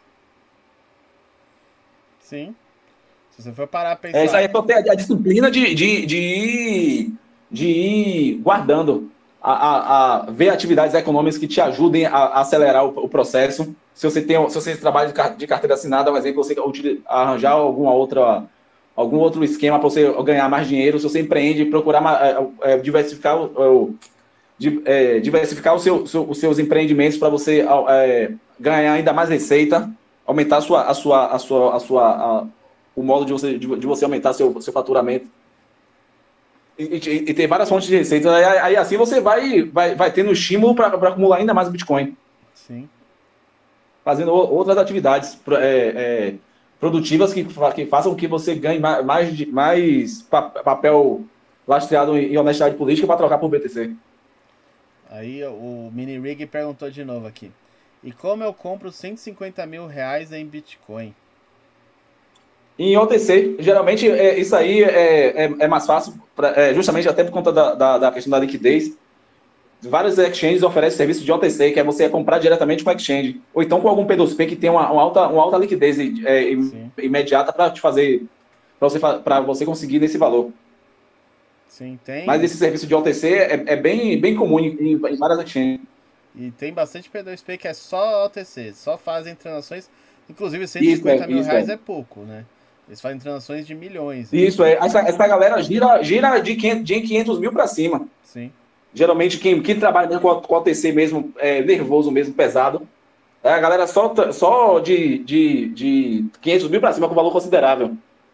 Sim. Se você for parar a pensar... É, isso aí é só ter a, a disciplina de, de, de, ir, de ir guardando. a, a, a ver atividades econômicas que te ajudem a, a acelerar o, o processo. Se você tem, se você trabalha de carteira assinada, por exemplo, você arranjar alguma outra, algum outro esquema para você ganhar mais dinheiro. Se você empreende, procurar é, diversificar, o, é, diversificar o seu, seu, os seus empreendimentos para você é, ganhar ainda mais receita, aumentar a sua, a sua, a sua, a sua, a, o modo de você, de, de você aumentar seu, seu faturamento. E, e, e ter várias fontes de receita. Aí, aí assim você vai, vai, vai tendo estímulo para acumular ainda mais Bitcoin. Sim. Fazendo outras atividades é, é, produtivas que, que façam que você ganhe mais, mais, mais papel lastreado em honestidade política para trocar por B T C. Aí o Mini Rig perguntou de novo aqui. E como eu compro cento e cinquenta mil reais em Bitcoin? Em O T C, geralmente é, isso aí é, é, é mais fácil, pra, é, justamente até por conta da, da, da questão da liquidez. Vários exchanges oferecem serviço de O T C, que é você comprar diretamente com o exchange, ou então com algum P dois P que tem uma, uma, alta, uma alta liquidez é, imediata para te fazer, para você, para você conseguir nesse valor. Sim, tem. Mas esse serviço de O T C é, é bem, bem comum em, em várias exchanges. E tem bastante P dois P que é só O T C, só fazem transações, inclusive cento e cinquenta mil reais é. é pouco, né? Eles fazem transações de milhões. Isso, é. Essa, essa galera gira, gira de quinhentos mil para cima. Sim. Geralmente, quem, quem trabalha com, com o T C mesmo, é, nervoso mesmo, pesado, é a galera só, só de, de, de quinhentos mil para cima com valor considerável.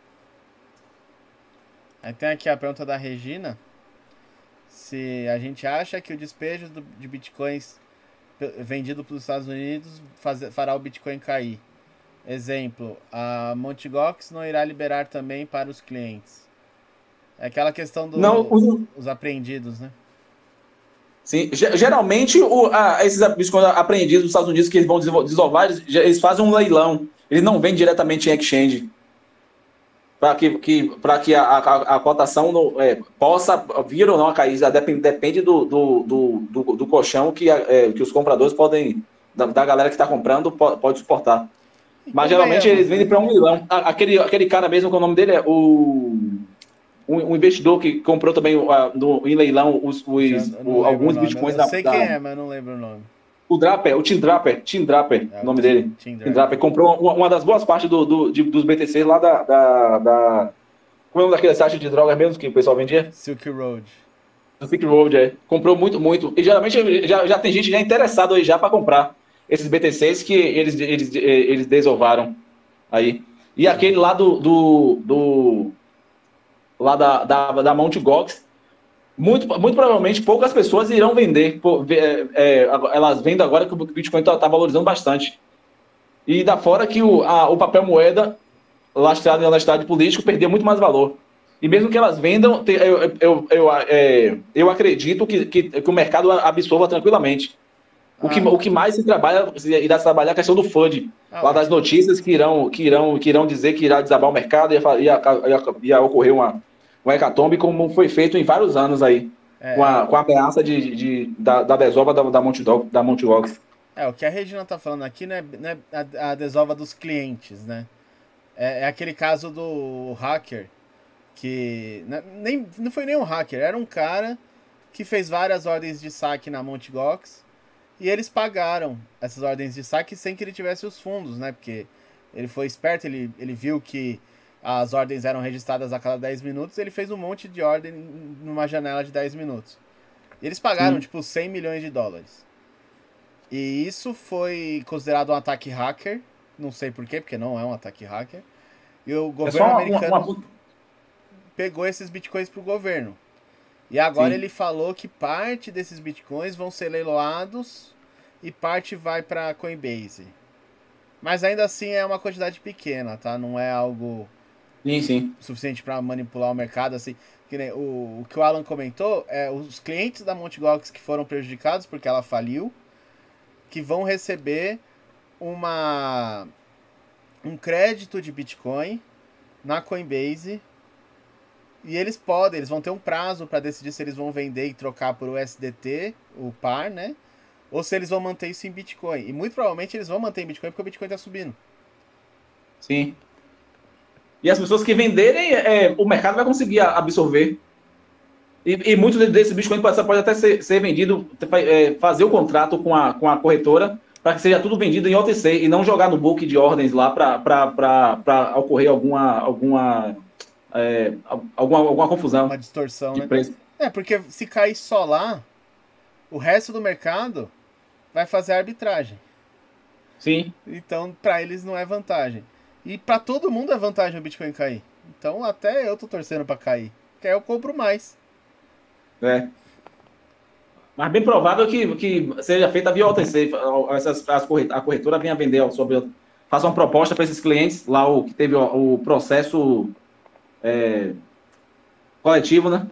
Aí tem aqui a pergunta da Regina. Se a gente acha que o despejo do, de bitcoins vendido pelos Estados Unidos faz, fará o Bitcoin cair. Exemplo, a Mt. Gox não irá liberar também para os clientes. É aquela questão dos não, os... os apreendidos, né? Sim, geralmente o, a, esses bitcoins apreendidos dos Estados Unidos que eles vão desovar, eles, eles fazem um leilão. Eles não vendem diretamente em exchange. Para que, que, que a, a, a cotação no, é, possa vir ou não a cair. Depende, depende do, do, do, do, do colchão que, é, que os compradores podem, da, da galera que está comprando, pode, pode suportar. Mas geralmente eles vendem para um milhão. Aquele, aquele cara mesmo, que o nome dele é o. Um, um investidor que comprou também uh, no, em leilão os, os, o, alguns bitcoins da. Eu sei da, quem é, mas não lembro o nome. O Draper, o Tim Draper, Tim Draper, é, o nome Tim, dele. Tim Draper. Tim Draper comprou uma, uma das boas partes do, do, de, dos B T C lá da, da, da. Como é o nome daquele site de drogas mesmo que o pessoal vendia? Silk Road. Silk Road, é. Comprou muito, muito. E geralmente já, já tem gente já interessada aí já para comprar esses B T Cs que eles, eles, eles desovaram aí. E aquele lá do. do, do lá da, da, da Mt. Gox, muito, muito provavelmente poucas pessoas irão vender. É, é, elas vendem agora que o Bitcoin está tá valorizando bastante. E da fora que o, a, o papel moeda lastreado em honestidade política perdeu muito mais valor. E mesmo que elas vendam, eu, eu, eu, eu, é, eu acredito que, que, que o mercado absorva tranquilamente. O, ah. que, o que mais se trabalha, irá se trabalhar é a questão do F U D. Ah, lá das notícias que irão, que, irão, que irão dizer que irá desabar o mercado e ia, ia, ia, ia ocorrer uma, uma hecatombe, como foi feito em vários anos aí. É, com, a, com a ameaça de, de, da, da desova da, da Mt. Gox. É, o que a Regina tá falando aqui não é, não é a, a desova dos clientes, né? É, é aquele caso do hacker, que nem, não foi nem um hacker, era um cara que fez várias ordens de saque na Mt. Gox. E eles pagaram essas ordens de saque sem que ele tivesse os fundos, né? Porque ele foi esperto, ele, ele viu que as ordens eram registradas a cada dez minutos, ele fez um monte de ordem numa janela de dez minutos. E eles pagaram, Sim. tipo, cem milhões de dólares. E isso foi considerado um ataque hacker, não sei porquê, porque não é um ataque hacker. E o governo é americano uma, uma... pegou esses bitcoins pro governo. E agora Sim. ele falou que parte desses bitcoins vão ser leiloados e parte vai para Coinbase. Mas ainda assim é uma quantidade pequena, tá? Não é algo sim, sim. suficiente para manipular o mercado. Assim, que nem o, o que o Alan comentou é os clientes da Mt. Gox que foram prejudicados porque ela faliu, que vão receber uma um crédito de Bitcoin na Coinbase. E eles podem, eles vão ter um prazo para decidir se eles vão vender e trocar por U S D T, o par, né? Ou se eles vão manter isso em Bitcoin. E muito provavelmente eles vão manter em Bitcoin porque o Bitcoin tá subindo. Sim. E as pessoas que venderem, é, o mercado vai conseguir absorver. E, e muitos desses Bitcoin pode, pode até ser, ser vendido, é, fazer o contrato com a, com a corretora para que seja tudo vendido em O T C e não jogar no book de ordens lá para ocorrer alguma, alguma, é, alguma, alguma confusão. Uma distorção, de né? Preço. É, porque se cair só lá, o resto do mercado vai fazer a arbitragem. Sim. Então, para eles não é vantagem. E para todo mundo é vantagem o Bitcoin cair. Então, até eu tô torcendo para cair. Porque aí eu compro mais. É. Mas bem provável que, que seja feita via O T C. Essas, as corretora, a corretora venha vender sobre. Faça uma proposta para esses clientes, lá o que teve o, o processo é, coletivo, né?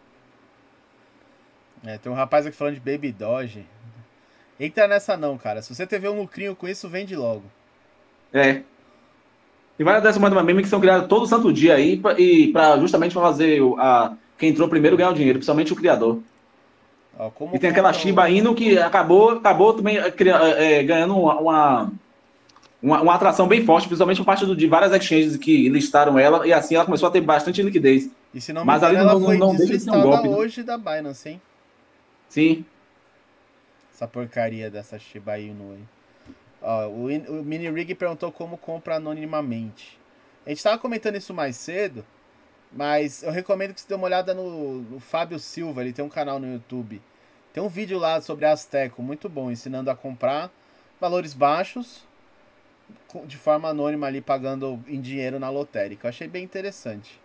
É, tem um rapaz aqui falando de Baby Doge. Entra nessa não, cara. Se você teve um lucrinho com isso, vende logo. É. E várias dessas moedas meme que são criadas todo santo dia aí, pra, e pra, justamente para fazer a, quem entrou primeiro ganhar o dinheiro, principalmente o criador. Ó, como e tem aquela Shiba Inu que acabou, acabou também é, ganhando uma, uma, uma atração bem forte, principalmente por parte do, de várias exchanges que listaram ela, e assim ela começou a ter bastante liquidez. E se não me Mas engano, ali ela não, foi não deslistada um golpe, hoje da Binance, hein? Sim. Essa porcaria dessa Shiba Inu aí. Ó, o, o Mini Rig perguntou como compra anonimamente. A gente tava comentando isso mais cedo, mas eu recomendo que você dê uma olhada no, no Fábio Silva, ele tem um canal no YouTube. Tem um vídeo lá sobre a Azteco, muito bom, ensinando a comprar valores baixos de forma anônima ali, pagando em dinheiro na lotérica. Eu achei bem interessante.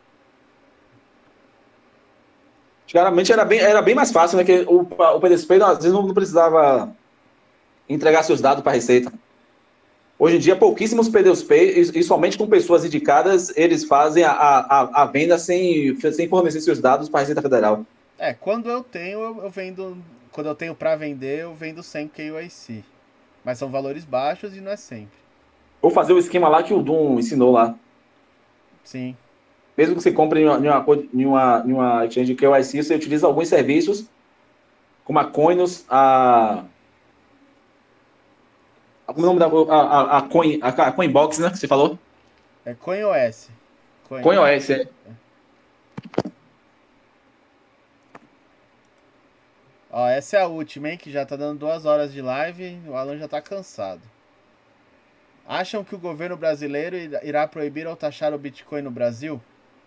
Antigamente era bem, era bem mais fácil, né? Que o, o P D S P às vezes não precisava entregar seus dados para a Receita. Hoje em dia, pouquíssimos P D S P, e somente com pessoas indicadas, eles fazem a, a, a venda sem, sem fornecer seus dados para a Receita Federal. É, quando eu tenho, eu, eu vendo. Quando eu tenho para vender, eu vendo sem K Y C. Mas são valores baixos e não é sempre. Ou fazer o esquema lá que o Doom ensinou lá. Sim. Mesmo que você compre em uma, em uma, em uma exchange de K Y C, você utiliza alguns serviços, como a Coinos, a... Como é o nome da... A, a, a, Coin, a, a Coinbox, né, que você falou? É CoinOS. Coin... CoinOS, é. Ó, essa é a última, hein, que já tá dando duas horas de live, o Alan já tá cansado. Acham que o governo brasileiro irá proibir ou taxar o Bitcoin no Brasil?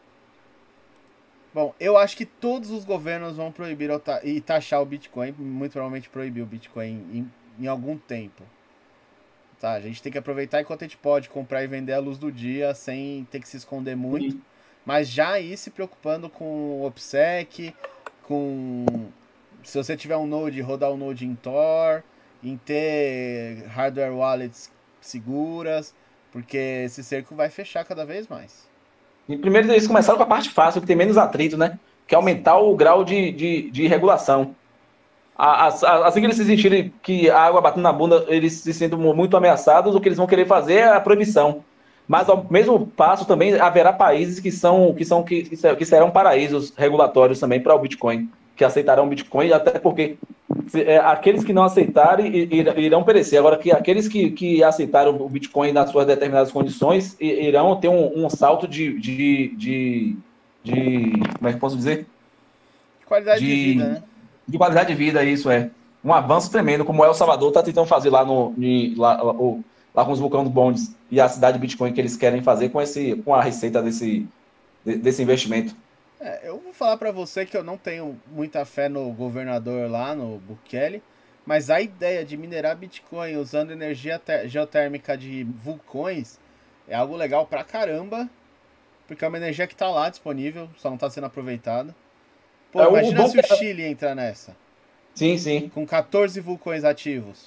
Bom, eu acho que todos os governos vão proibir ta e taxar o Bitcoin, muito provavelmente proibir o Bitcoin em, em algum tempo. Tá, a gente tem que aproveitar enquanto a gente pode comprar e vender à luz do dia sem ter que se esconder muito. Sim. Mas já ir se preocupando com o OPSEC, com... Se você tiver um Node, rodar o Node em Tor, em ter hardware wallets seguras, porque esse cerco vai fechar cada vez mais. E primeiro eles começaram com a parte fácil, que tem menos atrito, né? Que é aumentar o grau de, de, de regulação. Assim que eles se sentirem que a água batendo na bunda, eles se sentem muito ameaçados, o que eles vão querer fazer é a proibição. Mas ao mesmo passo também haverá países que são que, são, que, que serão paraísos regulatórios também para o Bitcoin, que aceitarão o Bitcoin, até porque é, aqueles que não aceitarem irão perecer. Agora, que aqueles que, que aceitaram o Bitcoin nas suas determinadas condições irão ter um, um salto de, de, de, de... Como é que posso dizer? Qualidade de, de vida, né? De qualidade de vida, isso é. Um avanço tremendo, como o El Salvador está tentando fazer lá, no, lá, lá, lá com os vulcões do Bondes e a cidade de Bitcoin que eles querem fazer com, esse, com a receita desse, desse investimento. É, eu vou falar para você que eu não tenho muita fé no governador lá, no Bukele, mas a ideia de minerar Bitcoin usando energia geotérmica de vulcões é algo legal pra caramba, porque é uma energia que tá lá disponível, só não tá sendo aproveitada. Pô, é, imagina se o que... Chile entrar nessa. Sim, sim. Com quatorze vulcões ativos.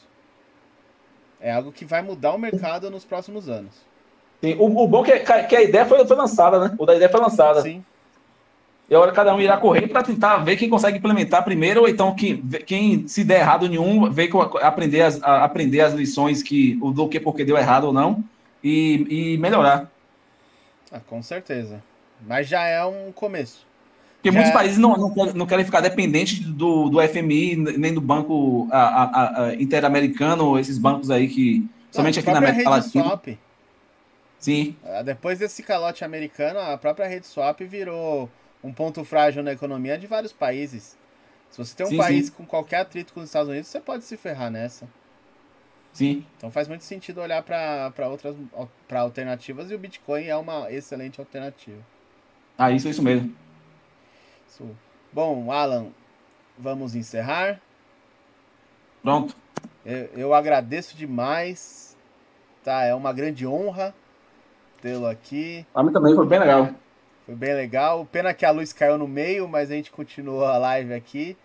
É algo que vai mudar o mercado nos próximos anos. Sim, o, o bom é que, que a ideia foi, foi lançada, né? O da ideia foi lançada. Sim. E agora cada um irá correr para tentar ver quem consegue implementar primeiro, ou então quem, quem se der errado nenhum, ver aprender as, aprender as lições que, do que porque deu errado ou não, e, e melhorar. Ah, com certeza. Mas já é um começo. Porque já muitos é... países não, não, não querem ficar dependentes do, do F M I, nem do Banco a, a, a Interamericano, esses bancos aí que, somente aqui na América Latina. Sim. Depois desse calote americano, a própria RedSwap virou um ponto frágil na economia de vários países. Se você tem um sim, país sim. com qualquer atrito com os Estados Unidos, você pode se ferrar nessa. Sim. Então faz muito sentido olhar para outras pra alternativas e o Bitcoin é uma excelente alternativa. Ah, isso é isso mesmo. Isso. Bom, Alan, vamos encerrar. Pronto. Eu, eu agradeço demais. Tá, é uma grande honra tê-lo aqui. Pra mim também foi bem legal. Foi bem legal. Pena que a luz caiu no meio, mas a gente continuou a live aqui.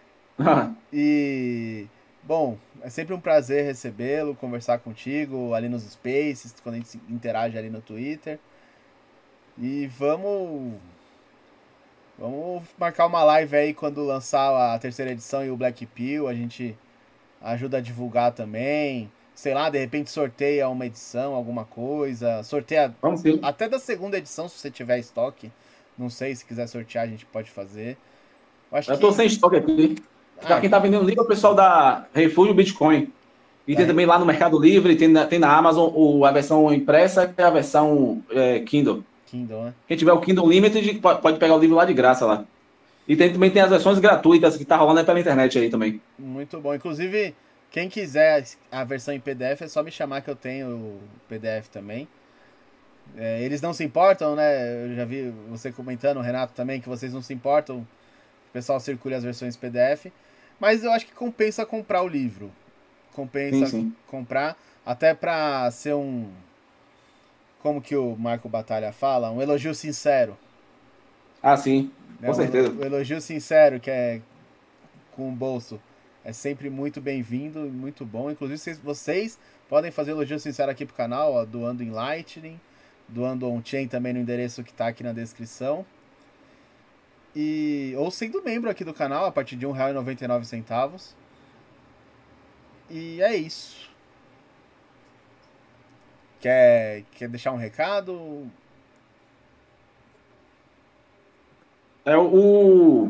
E, bom, é sempre um prazer recebê-lo, conversar contigo ali nos Spaces, quando a gente interage ali no Twitter. E vamos... Vamos marcar uma live aí quando lançar a terceira edição e o Black Pill. A gente ajuda a divulgar também. Sei lá, de repente sorteia uma edição, alguma coisa. Sorteia Vamos sim. Até da segunda edição, se você tiver estoque. Não sei, se quiser sortear, a gente pode fazer. Eu, acho eu tô que... sem estoque aqui. Ah, quem tá vendendo livro é o pessoal da Refúgio Bitcoin. E é. tem também lá no Mercado Livre, tem na, tem na Amazon o, a versão impressa e a versão é, Kindle. Kindle, né? Quem tiver o Kindle Limited pode pegar o livro lá de graça lá. E tem, também tem as versões gratuitas que tá rolando aí pela internet aí também. Muito bom. Inclusive, quem quiser a versão em P D F, é só me chamar que eu tenho o P D F também. É, eles não se importam, né? Eu já vi você comentando, o Renato também, que vocês não se importam. O pessoal circule as versões P D F. Mas eu acho que compensa comprar o livro. Compensa sim, sim. comprar. Até pra ser um... Como que o Marco Batalha fala? Um elogio sincero. Ah, sim. Com né? certeza. O, o elogio sincero, que é com o bolso, é sempre muito bem-vindo e muito bom. Inclusive, vocês, vocês podem fazer elogio sincero aqui pro canal, ó, doando em Lightning, doando on-chain também no endereço que tá aqui na descrição. E, ou sendo membro aqui do canal, a partir de um real e noventa e nove centavos. E é isso. Quer, quer deixar um recado? É o...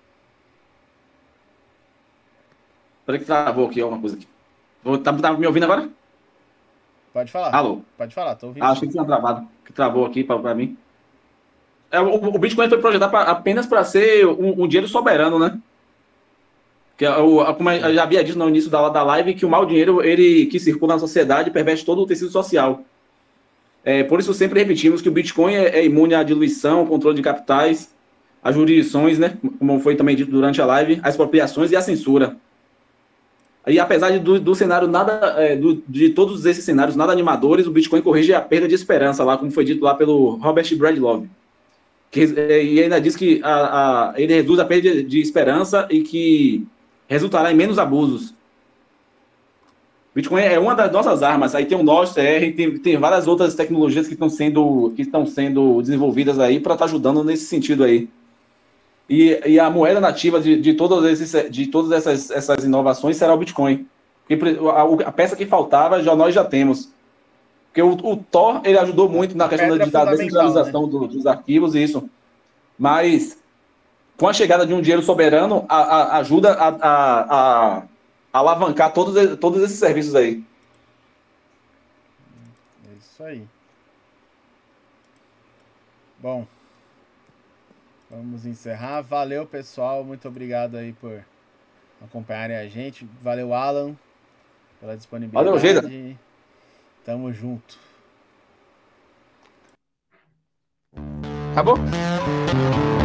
Peraí que travou aqui, alguma coisa aqui. Tá, tá me ouvindo agora? Pode falar. Alô? Pode falar, tô ouvindo. Ah, achei que tinha travado, que travou aqui pra, pra mim. É, o, o Bitcoin foi projetado pra, apenas para ser um, um dinheiro soberano, né? Que o, como eu já havia dito no início da, da live, que o mau dinheiro ele, que circula na sociedade perverte todo o tecido social. É, por isso sempre repetimos que o Bitcoin é, é imune à diluição, controle de capitais, às jurisdições, né? Como foi também dito durante a live, às expropriações e à censura. E apesar de, do, do cenário nada, é, do, de todos esses cenários nada animadores, o Bitcoin corrige a perda de esperança, lá como foi dito lá pelo Robert Breedlove. Que, é, e ainda diz que a, a, ele reduz a perda de, de esperança e que resultará em menos abusos. Bitcoin é uma das nossas armas. Aí tem o Node C R, tem, tem várias outras tecnologias que estão sendo, que estão sendo desenvolvidas aí para estar tá ajudando nesse sentido aí. E, e a moeda nativa de, de, todos esses, de todas essas, essas inovações será o Bitcoin. Porque a, a peça que faltava já nós já temos. Porque o, o Tor ele ajudou muito na questão da, da descentralização, né? do, dos arquivos e isso. Mas com a chegada de um dinheiro soberano, a, a, ajuda a, a, a, a alavancar todos, todos esses serviços aí. É isso aí. Bom, vamos encerrar. Valeu, pessoal. Muito obrigado aí por acompanharem a gente. Valeu, Alan, pela disponibilidade. Valeu, Geda. Tamo junto. Acabou?